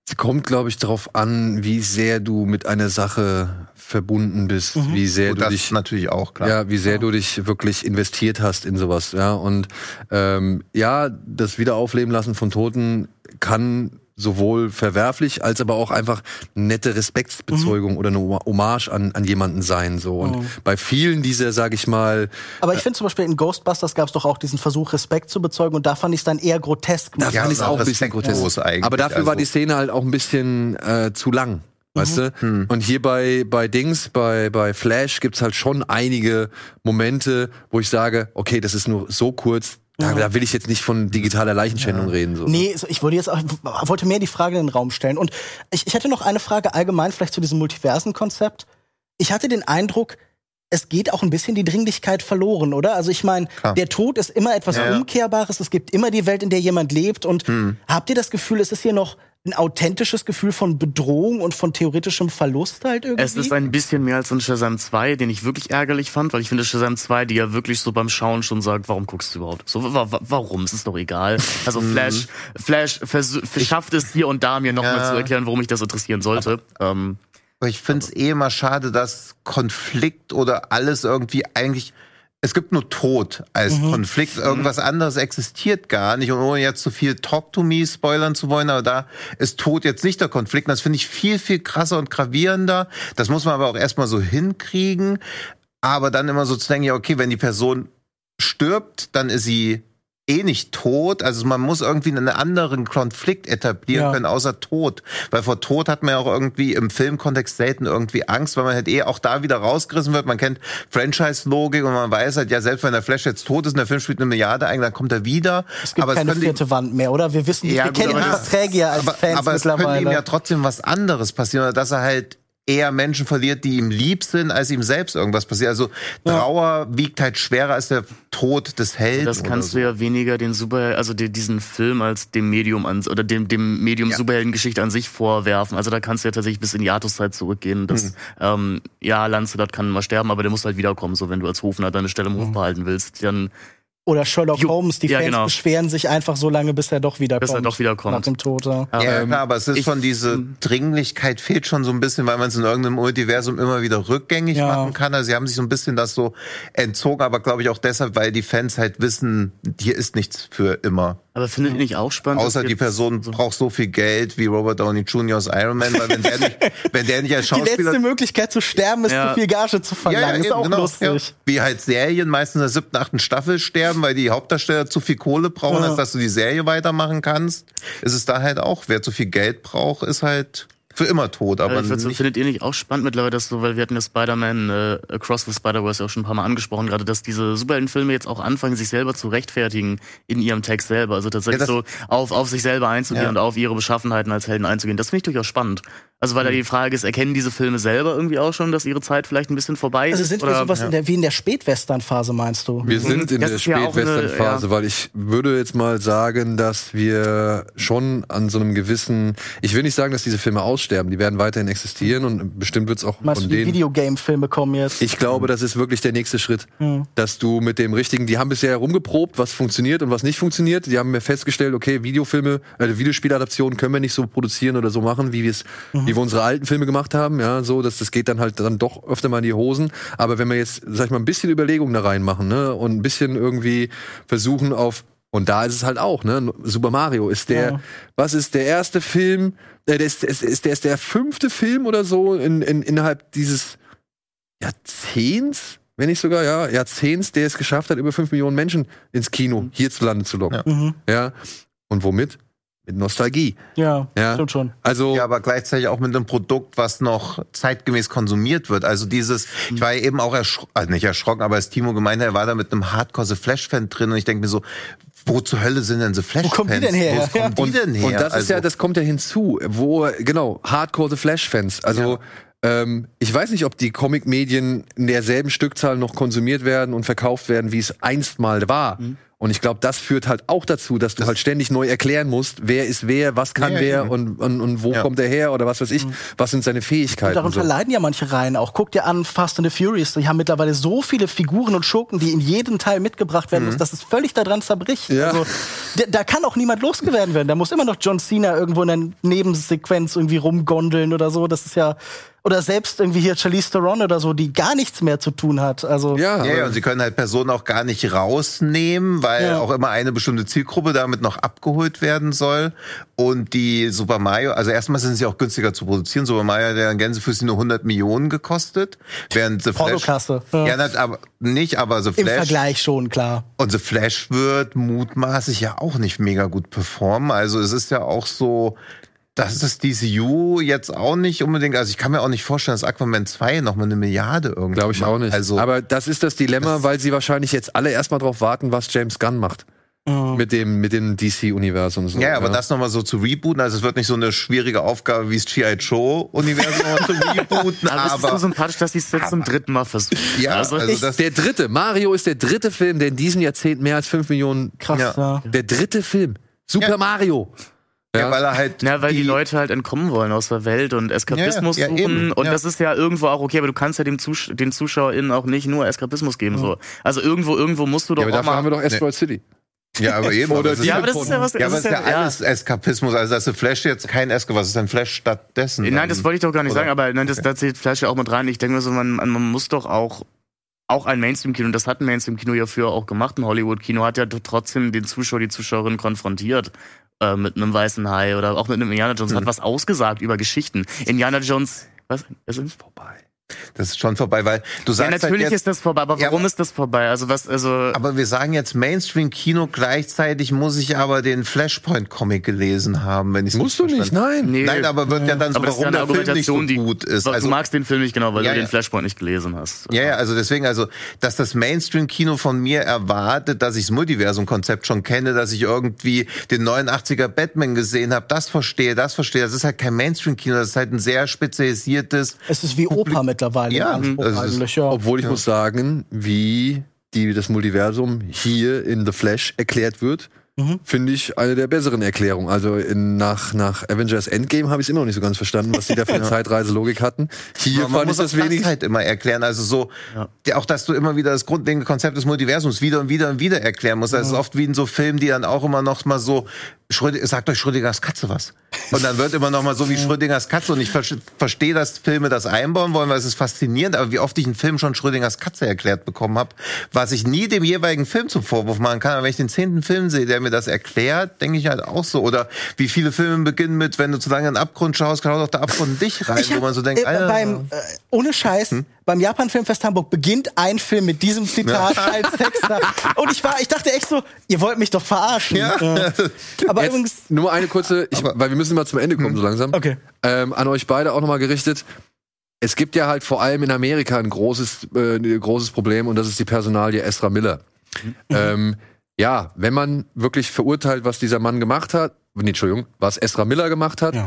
Es kommt, glaube ich, darauf an, wie sehr du mit einer Sache verbunden bist, wie sehr Und du das dich ist natürlich auch klar. ja, wie sehr du dich wirklich investiert hast in sowas, ja. Und das Wiederaufleben lassen von Toten kann sowohl verwerflich als aber auch einfach nette Respektsbezeugung oder eine Hommage an jemanden sein, so. Und bei vielen dieser, sag ich mal, Aber ich finde zum Beispiel in Ghostbusters gab es doch auch diesen Versuch, Respekt zu bezeugen, und da fand ich es dann eher grotesk. da fand ich es auch ein bisschen respektlos grotesk. eigentlich, Aber dafür war also. die Szene halt auch ein bisschen zu lang. Weißt du? Und hier bei Flash gibt's halt schon einige Momente, wo ich sage, okay, das ist nur so kurz, da will ich jetzt nicht von digitaler Leichenschändung reden. So. Nee, ich wollte mehr die Frage in den Raum stellen. Und ich hätte noch eine Frage allgemein vielleicht zu diesem Multiversen-Konzept. Ich hatte den Eindruck, es geht auch ein bisschen die Dringlichkeit verloren, oder? Also ich meine, der Tod ist immer etwas Umkehrbares. Es gibt immer die Welt, in der jemand lebt. Und habt ihr das Gefühl, es ist hier noch ein authentisches Gefühl von Bedrohung und von theoretischem Verlust halt irgendwie? Es ist ein bisschen mehr als in Shazam 2, den ich wirklich ärgerlich fand, weil ich finde Shazam 2, die ja wirklich so beim Schauen schon sagt, warum guckst du überhaupt? So, warum? Es ist doch egal. Also Flash schafft es hier und da, mir nochmal zu erklären, warum mich das interessieren sollte. Ich finde es immer schade, dass Konflikt oder alles irgendwie eigentlich. Es gibt nur Tod als Konflikt. Irgendwas anderes existiert gar nicht. Und ohne jetzt zu viel Talk to Me spoilern zu wollen, aber da ist Tod jetzt nicht der Konflikt. Und das finde ich viel, viel krasser und gravierender. Das muss man aber auch erstmal so hinkriegen. Aber dann immer so zu denken, ja, okay, wenn die Person stirbt, dann ist sie eh nicht tot. Also man muss irgendwie einen anderen Konflikt etablieren können, außer Tod. Weil vor Tod hat man ja auch irgendwie im Filmkontext selten irgendwie Angst, weil man halt auch da wieder rausgerissen wird. Man kennt Franchise-Logik und man weiß halt, ja, selbst wenn der Flash jetzt tot ist und der Film spielt 1 Milliarde ein, dann kommt er wieder. Es gibt keine vierte Wand mehr, oder? Wir wissen, wir kennen die Verträge ja als Fans aber mittlerweile. Aber es könnte ihm ja trotzdem was anderes passieren, oder dass er halt eher Menschen verliert, die ihm lieb sind, als ihm selbst irgendwas passiert. Also Trauer wiegt halt schwerer als der Tod des Helden. Das kannst du ja weniger diesen Film als dem Medium oder dem Medium Superheldengeschichte an sich vorwerfen. Also da kannst du ja tatsächlich bis in die Artuszeit zurückgehen. Das, Lancelot kann mal sterben, aber der muss halt wiederkommen. So, wenn du als Hofner deine Stelle im Hof behalten willst, dann oder Sherlock Holmes, die Fans beschweren sich einfach so lange, bis er doch wiederkommt. Nach dem Tod. Ja, klar, aber es ist schon diese Dringlichkeit fehlt schon so ein bisschen, weil man es in irgendeinem Multiversum immer wieder rückgängig machen kann. Also sie haben sich so ein bisschen das so entzogen, aber glaube ich auch deshalb, weil die Fans halt wissen, hier ist nichts für immer. Aber findet ihr nicht auch spannend? Außer die Person braucht so viel Geld wie Robert Downey Jr. aus Iron Man, weil wenn der nicht als Schauspieler... Die letzte Möglichkeit zu sterben ist, zu viel Gage zu verlangen. Ist auch lustig. Ja. Wie halt Serien meistens in der 7., 8. Staffel sterben, weil die Hauptdarsteller zu viel Kohle brauchen, als dass du die Serie weitermachen kannst. Ist es da halt auch. Wer zu viel Geld braucht, ist halt für immer tot. Aber findet ihr nicht auch spannend mittlerweile, dass so, weil wir hatten ja Spider-Man Across the Spider-Verse ja auch schon ein paar Mal angesprochen, gerade, dass diese Superheldenfilme jetzt auch anfangen, sich selber zu rechtfertigen in ihrem Text selber. Also tatsächlich so auf sich selber einzugehen und auf ihre Beschaffenheiten als Helden einzugehen. Das finde ich durchaus spannend. Also weil da die Frage ist, erkennen diese Filme selber irgendwie auch schon, dass ihre Zeit vielleicht ein bisschen vorbei ist? Also sind wir sowas wie in der Spätwestern-Phase, meinst du? Wir sind in der Spätwestern-Phase, weil ich würde jetzt mal sagen, dass wir schon an so einem gewissen, ich will nicht sagen, dass diese Filme aussterben, die werden weiterhin existieren und bestimmt wird es auch meinst von du, die denen... Videogame-Filme kommen jetzt? Ich glaube, das ist wirklich der nächste Schritt, dass du mit dem richtigen, die haben bisher herumgeprobt, was funktioniert und was nicht funktioniert. Die haben mir festgestellt, okay, Videospieladaptionen können wir nicht so produzieren oder so machen, wie wir unsere alten Filme gemacht haben, ja, so, dass das geht dann halt dann doch öfter mal in die Hosen. Aber wenn wir jetzt, sag ich mal, ein bisschen Überlegung da reinmachen, ne, und ein bisschen irgendwie versuchen und da ist es halt auch, ne, Super Mario ist was ist der erste Film, der ist der 5. Film oder so innerhalb dieses Jahrzehnts, wenn nicht sogar, Jahrzehnts, der es geschafft hat, über 5 Millionen Menschen ins Kino hierzulande zu locken. Ja. Und womit? Mit Nostalgie. Ja, stimmt schon. Also, ja, aber gleichzeitig auch mit einem Produkt, was noch zeitgemäß konsumiert wird. Also ich war ja eben auch nicht erschrocken, aber als Timo gemeint hat, er war da mit einem Hardcore The Flash-Fan drin und ich denke mir so, wo zur Hölle sind denn The Flash-Fans? Wo kommen die denn her? Und das ist das kommt ja hinzu, Hardcore The Flash-Fans. Also, ich weiß nicht, ob die Comic-Medien in derselben Stückzahl noch konsumiert werden und verkauft werden, wie es einst mal war. Und ich glaube, das führt halt auch dazu, dass du halt ständig neu erklären musst, wer ist wer, was kann wer und wo kommt er her oder was weiß ich, was sind seine Fähigkeiten. Und darunter leiden ja manche Reihen auch. Guck dir an Fast and the Furious, die haben mittlerweile so viele Figuren und Schurken, die in jedem Teil mitgebracht werden müssen, dass es völlig daran zerbricht. Ja. Also, da kann auch niemand losgewerden werden. Da muss immer noch John Cena irgendwo in einer Nebensequenz irgendwie rumgondeln oder so. Das ist ja... Oder selbst irgendwie hier Charlize Theron oder so, die gar nichts mehr zu tun hat. Also Ja, und sie können halt Personen auch gar nicht rausnehmen, weil auch immer eine bestimmte Zielgruppe damit noch abgeholt werden soll. Und die Super Mario, also erstmal sind sie auch günstiger zu produzieren. Super Mario hat ja in Gänsefüßchen nur 100 Millionen gekostet. Während The Flash... Portokasse. Aber The Flash... Im Vergleich schon, klar. Und The Flash wird mutmaßlich ja auch nicht mega gut performen. Also es ist ja auch so... dass das DCU jetzt auch nicht unbedingt, also ich kann mir auch nicht vorstellen, dass Aquaman 2 noch mal 1 Milliarde irgendwie glaube ich auch nicht. Also, aber das ist das Dilemma, weil sie wahrscheinlich jetzt alle erstmal drauf warten, was James Gunn macht. Mit dem DC-Universum. So, ja, aber das nochmal so zu rebooten, also es wird nicht so eine schwierige Aufgabe wie das G.I. Joe-Universum zu rebooten, aber es ist so sympathisch, dass sie es jetzt zum 3. Mal versuchen. Ja, also das Mario ist der 3. Film, der in diesem Jahrzehnt mehr als 5 Millionen... Krass, ja. Der 3. Film. Super Mario. Ja, weil er halt. Ja, weil die Leute halt entkommen wollen aus der Welt und Eskapismus suchen. Eben, und das ist ja irgendwo auch okay, aber du kannst ja den ZuschauerInnen auch nicht nur Eskapismus geben. So. Also irgendwo musst du doch aber auch dafür mal... haben wir doch Asteroid City. Ja, aber eben. Oder aber Ja, aber das ist ja was... aber es ist ja alles Eskapismus. Also, dass The Flash jetzt kein was ist denn Flash stattdessen? Nein, das wollte ich doch gar nicht Oder? sagen, aber nein, da zählt Flash ja auch mit rein. Ich denke mir so, man muss doch auch ein Mainstream-Kino, und das hat ein Mainstream-Kino ja früher auch gemacht, ein Hollywood-Kino, hat ja trotzdem den Zuschauer, die Zuschauerin konfrontiert. Mit einem weißen Hai oder auch mit einem Indiana Jones, hat was ausgesagt über Geschichten. Indiana Jones, was? Es ist vorbei. Das ist schon vorbei, weil du sagst ja, natürlich halt jetzt, ist das vorbei, aber warum ist das vorbei? Also aber wir sagen jetzt Mainstream-Kino, gleichzeitig muss ich aber den Flashpoint-Comic gelesen haben, wenn ich es Musst du nicht, nein. Nee. Nein, aber wird ja dann so, aber das ist warum ja eine der Film nicht so Argumentation, gut ist. Du Also, magst den Film nicht genau, weil Ja, du den ja. Flashpoint nicht gelesen hast. ja, also deswegen, dass das Mainstream-Kino von mir erwartet, dass ich das Multiversum-Konzept schon kenne, dass ich irgendwie den 89er Batman gesehen habe, das verstehe. Das ist halt kein Mainstream-Kino, das ist halt ein sehr spezialisiertes... Es ist wie Oper mittlerweile. Ja, im Anspruch das ist- eigentlich, ja. Obwohl ich muss sagen, wie das Multiversum hier in The Flash erklärt wird, finde ich eine der besseren Erklärungen. Also nach Avengers Endgame habe ich es immer noch nicht so ganz verstanden, was die da für eine Zeitreiselogik hatten. Hier Man fand ich muss das das wenig. halt immer erklären. Also so, auch dass du immer wieder das grundlegende Konzept des Multiversums wieder und wieder und wieder erklären musst. Das ist oft wie in so Filmen, die dann auch immer noch mal so, sagt euch Schrödingers Katze was. Und dann wird immer noch mal so wie Schrödingers Katze. Und ich verstehe, dass Filme das einbauen wollen, weil es ist faszinierend. Aber wie oft ich in Filmen schon Schrödingers Katze erklärt bekommen habe, was ich nie dem jeweiligen Film zum Vorwurf machen kann. Aber wenn ich den 10. Film sehe, der mir das erklärt, denke ich halt auch so. Oder wie viele Filme beginnen mit, wenn du zu lange in den Abgrund schaust, schaut auch der Abgrund in dich rein, wo man so denkt, ohne Scheiß, beim Japan Filmfest Hamburg beginnt ein Film mit diesem Zitat als Text. Und ich dachte echt so, ihr wollt mich doch verarschen. Aber Jetzt übrigens, nur eine kurze, weil wir müssen mal zum Ende kommen so langsam. Okay. An euch beide auch nochmal gerichtet. Es gibt ja halt vor allem in Amerika ein großes Problem und das ist die Personalie Ezra Miller. Ja, wenn man wirklich verurteilt, was dieser Mann gemacht hat, was Ezra Miller gemacht hat,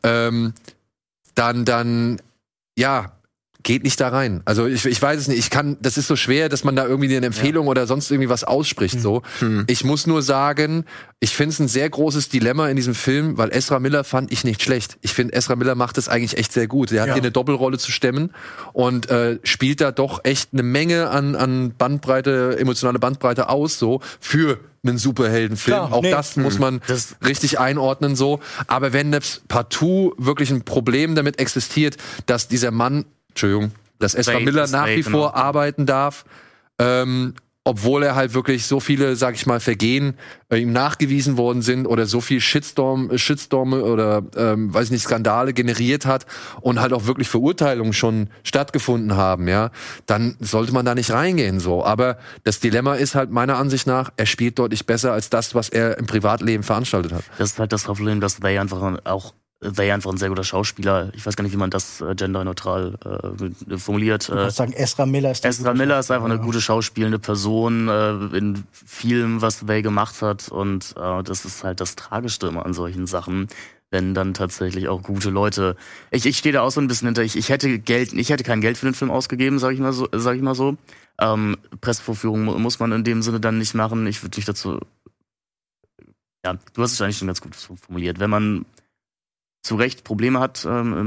dann geht nicht da rein. Also ich weiß es nicht. Das ist so schwer, dass man da irgendwie eine Empfehlung oder sonst irgendwie was ausspricht. So. Ich muss nur sagen, ich finde es ein sehr großes Dilemma in diesem Film, weil Ezra Miller fand ich nicht schlecht. Ich finde, Ezra Miller macht es eigentlich echt sehr gut. Er hat hier eine Doppelrolle zu stemmen und spielt da doch echt eine Menge an Bandbreite, emotionale Bandbreite aus, so für einen Superheldenfilm. Klar, Auch das muss man richtig einordnen, so. Aber wenn das partout wirklich ein Problem damit existiert, dass dieser Mann, dass Ezra Miller nach wie vor arbeiten darf, obwohl er halt wirklich so viele, sag ich mal, Vergehen ihm nachgewiesen worden sind oder so viel Shitstorme oder weiß ich nicht, Skandale generiert hat und halt auch wirklich Verurteilungen schon stattgefunden haben, ja, dann sollte man da nicht reingehen, so. Aber das Dilemma ist halt meiner Ansicht nach, er spielt deutlich besser als das, was er im Privatleben veranstaltet hat. Das ist halt das Problem, dass They einfach ein sehr guter Schauspieler. Ich weiß gar nicht, wie man das genderneutral formuliert. ich würde sagen, Ezra Miller ist einfach eine gute schauspielende Person in vielem, was Way gemacht hat. Und das ist halt das Tragischste immer an solchen Sachen. wenn dann tatsächlich auch gute Leute. Ich stehe da auch so ein bisschen hinter. Ich hätte kein Geld für den Film ausgegeben, sag ich mal so. Pressevorführung muss man in dem Sinne dann nicht machen. Ich würde dich dazu. Ja, du hast es eigentlich schon ganz gut formuliert. Wenn man zu Recht Probleme hat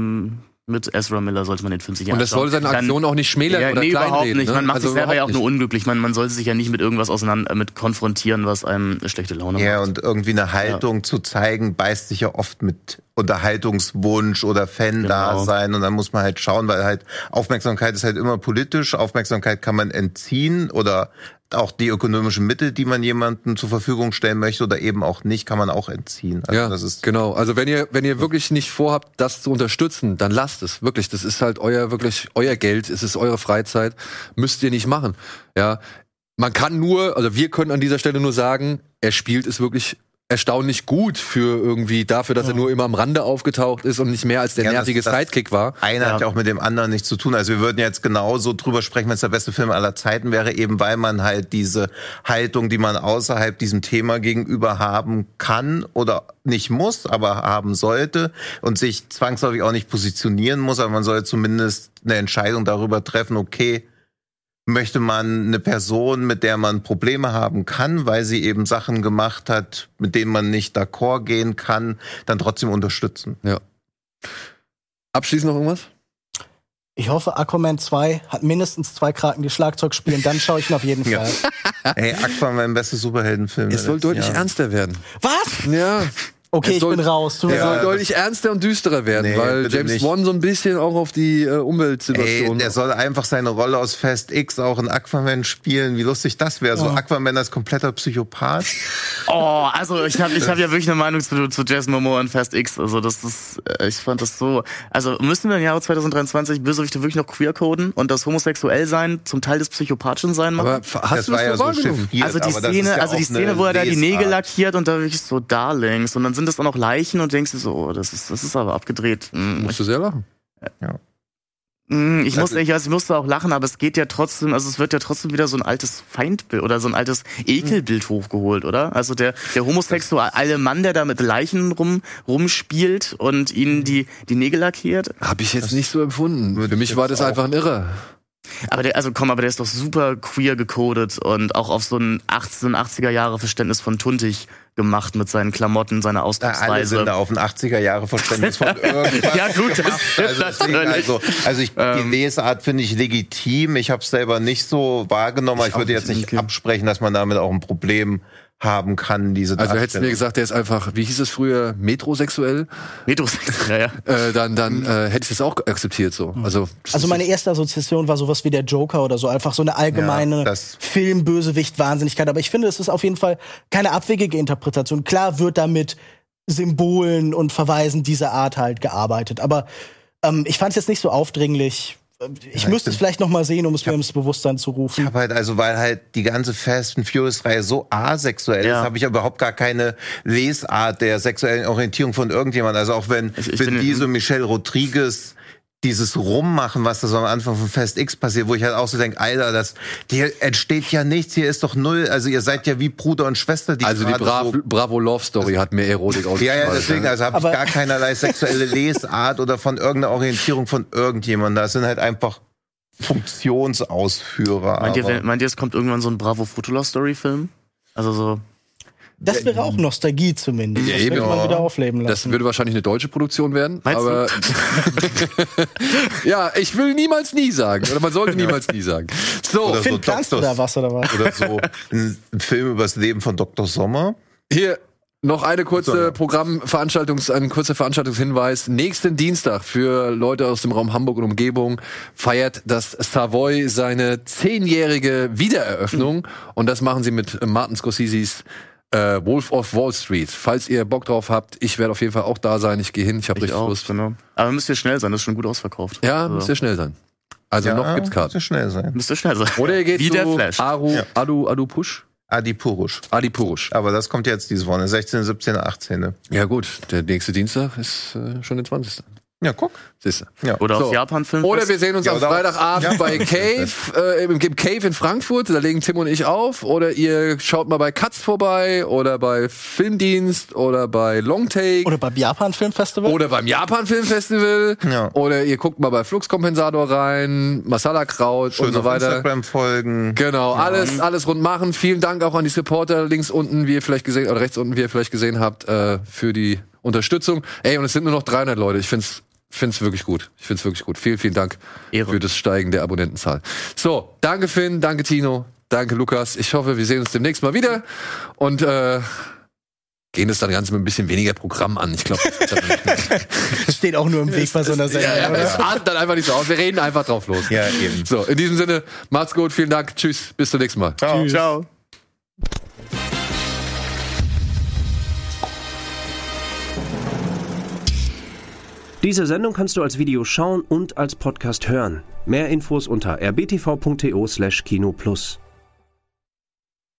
mit Ezra Miller, sollte man den Film sich anschauen. Und das soll seine Aktion auch nicht schmälern oder kleinreden. Überhaupt nicht. Ne? Man macht also sich selber ja auch nur unglücklich. Man sollte sich ja nicht mit irgendwas mit konfrontieren, was einem eine schlechte Laune macht. Ja, und irgendwie eine Haltung zu zeigen, beißt sich ja oft mit Unterhaltungswunsch oder Fan-Dasein. Und dann muss man halt schauen, weil halt Aufmerksamkeit ist halt immer politisch. Aufmerksamkeit kann man entziehen oder auch die ökonomischen Mittel, die man jemandem zur Verfügung stellen möchte oder eben auch nicht, kann man auch entziehen. Also ja, das ist genau. Also wenn ihr wirklich nicht vorhabt, das zu unterstützen, dann lasst es. Wirklich, das ist halt euer Geld, es ist eure Freizeit, müsst ihr nicht machen. Ja, man kann wir können an dieser Stelle nur sagen, er spielt es wirklich erstaunlich gut dafür, dass er nur immer am Rande aufgetaucht ist und nicht mehr als der nervige Sidekick war. Einer hat ja auch mit dem anderen nichts zu tun. Also wir würden jetzt genauso drüber sprechen, wenn es der beste Film aller Zeiten wäre, eben weil man halt diese Haltung, die man außerhalb diesem Thema gegenüber haben kann oder nicht muss, aber haben sollte und sich zwangsläufig auch nicht positionieren muss, aber man soll zumindest eine Entscheidung darüber treffen, okay, möchte man eine Person, mit der man Probleme haben kann, weil sie eben Sachen gemacht hat, mit denen man nicht d'accord gehen kann, dann trotzdem unterstützen. Ja. Abschließend noch irgendwas? Ich hoffe, Aquaman 2 hat mindestens 2 Kraken, die Schlagzeug spielen. Dann schaue ich ihn auf jeden Fall. Ey, Aquaman, bester Superheldenfilm. Es soll deutlich ernster werden. Was? Ja. Okay, ich bin raus. Er soll deutlich ernster und düsterer werden, weil James Wan so ein bisschen auch auf die Umweltsituation. Der soll einfach seine Rolle aus Fast X auch in Aquaman spielen. Wie lustig das wäre. So Aquaman als kompletter Psychopath. Oh, also ich hab ja wirklich eine Meinung zu Jason Momoa und Fast X. Also ich fand das so. Also müssen wir im Jahre 2023 Bösewichte wirklich noch queer coden und das homosexuell sein zum Teil des Psychopathischen sein machen? Aber hast du das ja so chauffiert, also die Szene, wo er da die Nägel lackiert und da wirklich so Darlings und dann sind das auch noch Leichen und denkst du so, das ist aber abgedreht. Musst du sehr lachen. Ja. Ich musste auch lachen, aber es geht ja trotzdem, also es wird ja trotzdem wieder so ein altes Feindbild oder so ein altes Ekelbild hochgeholt, oder? Also der homosexuelle Mann, der da mit Leichen rumspielt und ihnen die Nägel lackiert. Hab ich jetzt nicht so empfunden. Für mich war das einfach ein Irrer. Aber der ist doch super queer gecodet und auch auf so ein 80er-Jahre-Verständnis von Tuntig gemacht mit seinen Klamotten, seiner Ausdrucksweise. Alle sind da auf ein 80er-Jahre-Verständnis von irgendwas. Ja gut, die Lesart finde ich legitim. Ich habe es selber nicht so wahrgenommen, aber ich würde jetzt nicht absprechen, dass man damit auch ein Problem haben kann, diese Also hättest du mir gesagt, der ist einfach, wie hieß es früher, metrosexuell? Metrosexuell, ja. Dann hätte ich das auch akzeptiert so. Also meine erste Assoziation war sowas wie der Joker oder so, einfach so eine allgemeine Filmbösewicht-Wahnsinnigkeit. Aber ich finde, es ist auf jeden Fall keine abwegige Interpretation. Klar wird da mit Symbolen und Verweisen dieser Art halt gearbeitet. Aber ich fand es jetzt nicht so aufdringlich. Ich müsste es vielleicht noch mal sehen, um es mir ins Bewusstsein zu rufen. Ich habe halt, weil halt die ganze Fast and Furious-Reihe so asexuell ist, habe ich überhaupt gar keine Lesart der sexuellen Orientierung von irgendjemand. Also auch wenn diese Michelle Rodriguez dieses Rummachen, was da so am Anfang von Fast X passiert, wo ich halt auch so denke, Alter, hier entsteht ja nichts, hier ist doch null, also ihr seid ja wie Bruder und Schwester. Die Bravo Love Story hat mehr Erotik ausgestrahlt. Ja, deswegen, also habe ich gar keinerlei sexuelle Lesart oder von irgendeiner Orientierung von irgendjemandem. Das sind halt einfach Funktionsausführer. Meint ihr, es kommt irgendwann so ein Bravo Love Story Film? Also so. Das wäre auch Nostalgie zumindest. Ja, das würde man wieder aufleben lassen. Das würde wahrscheinlich eine deutsche Produktion werden. Meinst aber ja, ich will niemals nie sagen. Oder man sollte niemals nie sagen. So, Finn, planst du da was oder was? Oder so ein Film über das Leben von Dr. Sommer. Hier noch eine kurze ein kurzer Veranstaltungshinweis. Nächsten Dienstag für Leute aus dem Raum Hamburg und Umgebung feiert das Savoy seine 10-jährige Wiedereröffnung. Und das machen sie mit Martin Scorseses Wolf of Wall Street. Falls ihr Bock drauf habt, ich werde auf jeden Fall auch da sein. Ich gehe hin, ich habe richtig Lust. Genau. Aber müsst ihr schnell sein, das ist schon gut ausverkauft. Ja, müsst ihr schnell sein. Also noch gibt's Karten. Müsst ihr schnell sein. Oder ihr geht wie zu der Flash. Adu-Push? Adipurush. Aber das kommt jetzt diese Woche, 16., 17., 18. Ja gut, der nächste Dienstag ist schon der 20. Ja, guck. Siehste. Ja. Oder So. aufs Japan-Filmfest. Oder wir sehen uns am oder auch- Freitagabend bei Cave, im Cave in Frankfurt. Da legen Tim und ich auf. Oder ihr schaut mal bei Katz vorbei oder bei Filmdienst oder bei Longtake. Oder beim Japan Filmfestival. Oder beim Japan Filmfestival. Ja. Oder ihr guckt mal bei Fluxkompensator rein, Masala Kraut Schön und so auf weiter. Instagram folgen. Genau, alles rund machen. Vielen Dank auch an die Supporter links unten, wie ihr vielleicht gesehen, oder rechts unten, wie ihr vielleicht gesehen habt, für die Unterstützung. Ey, und es sind nur noch 300 Leute. Ich find's wirklich gut. Vielen, vielen Dank Ehre. für das Steigen der Abonnentenzahl. So, danke Finn, danke Tino, danke Lukas. Ich hoffe, wir sehen uns demnächst mal wieder und gehen das dann ganz mit ein bisschen weniger Programm an. Ich glaube, Steht auch nur im Weg bei so einer Sendung. es artet dann einfach nicht so aus. Wir reden einfach drauf los. Ja, eben. So, in diesem Sinne, macht's gut, vielen Dank, tschüss, bis zum nächsten Mal. Ciao. Ciao. Diese Sendung kannst du als Video schauen und als Podcast hören. Mehr Infos unter rbtv.to/kinoplus.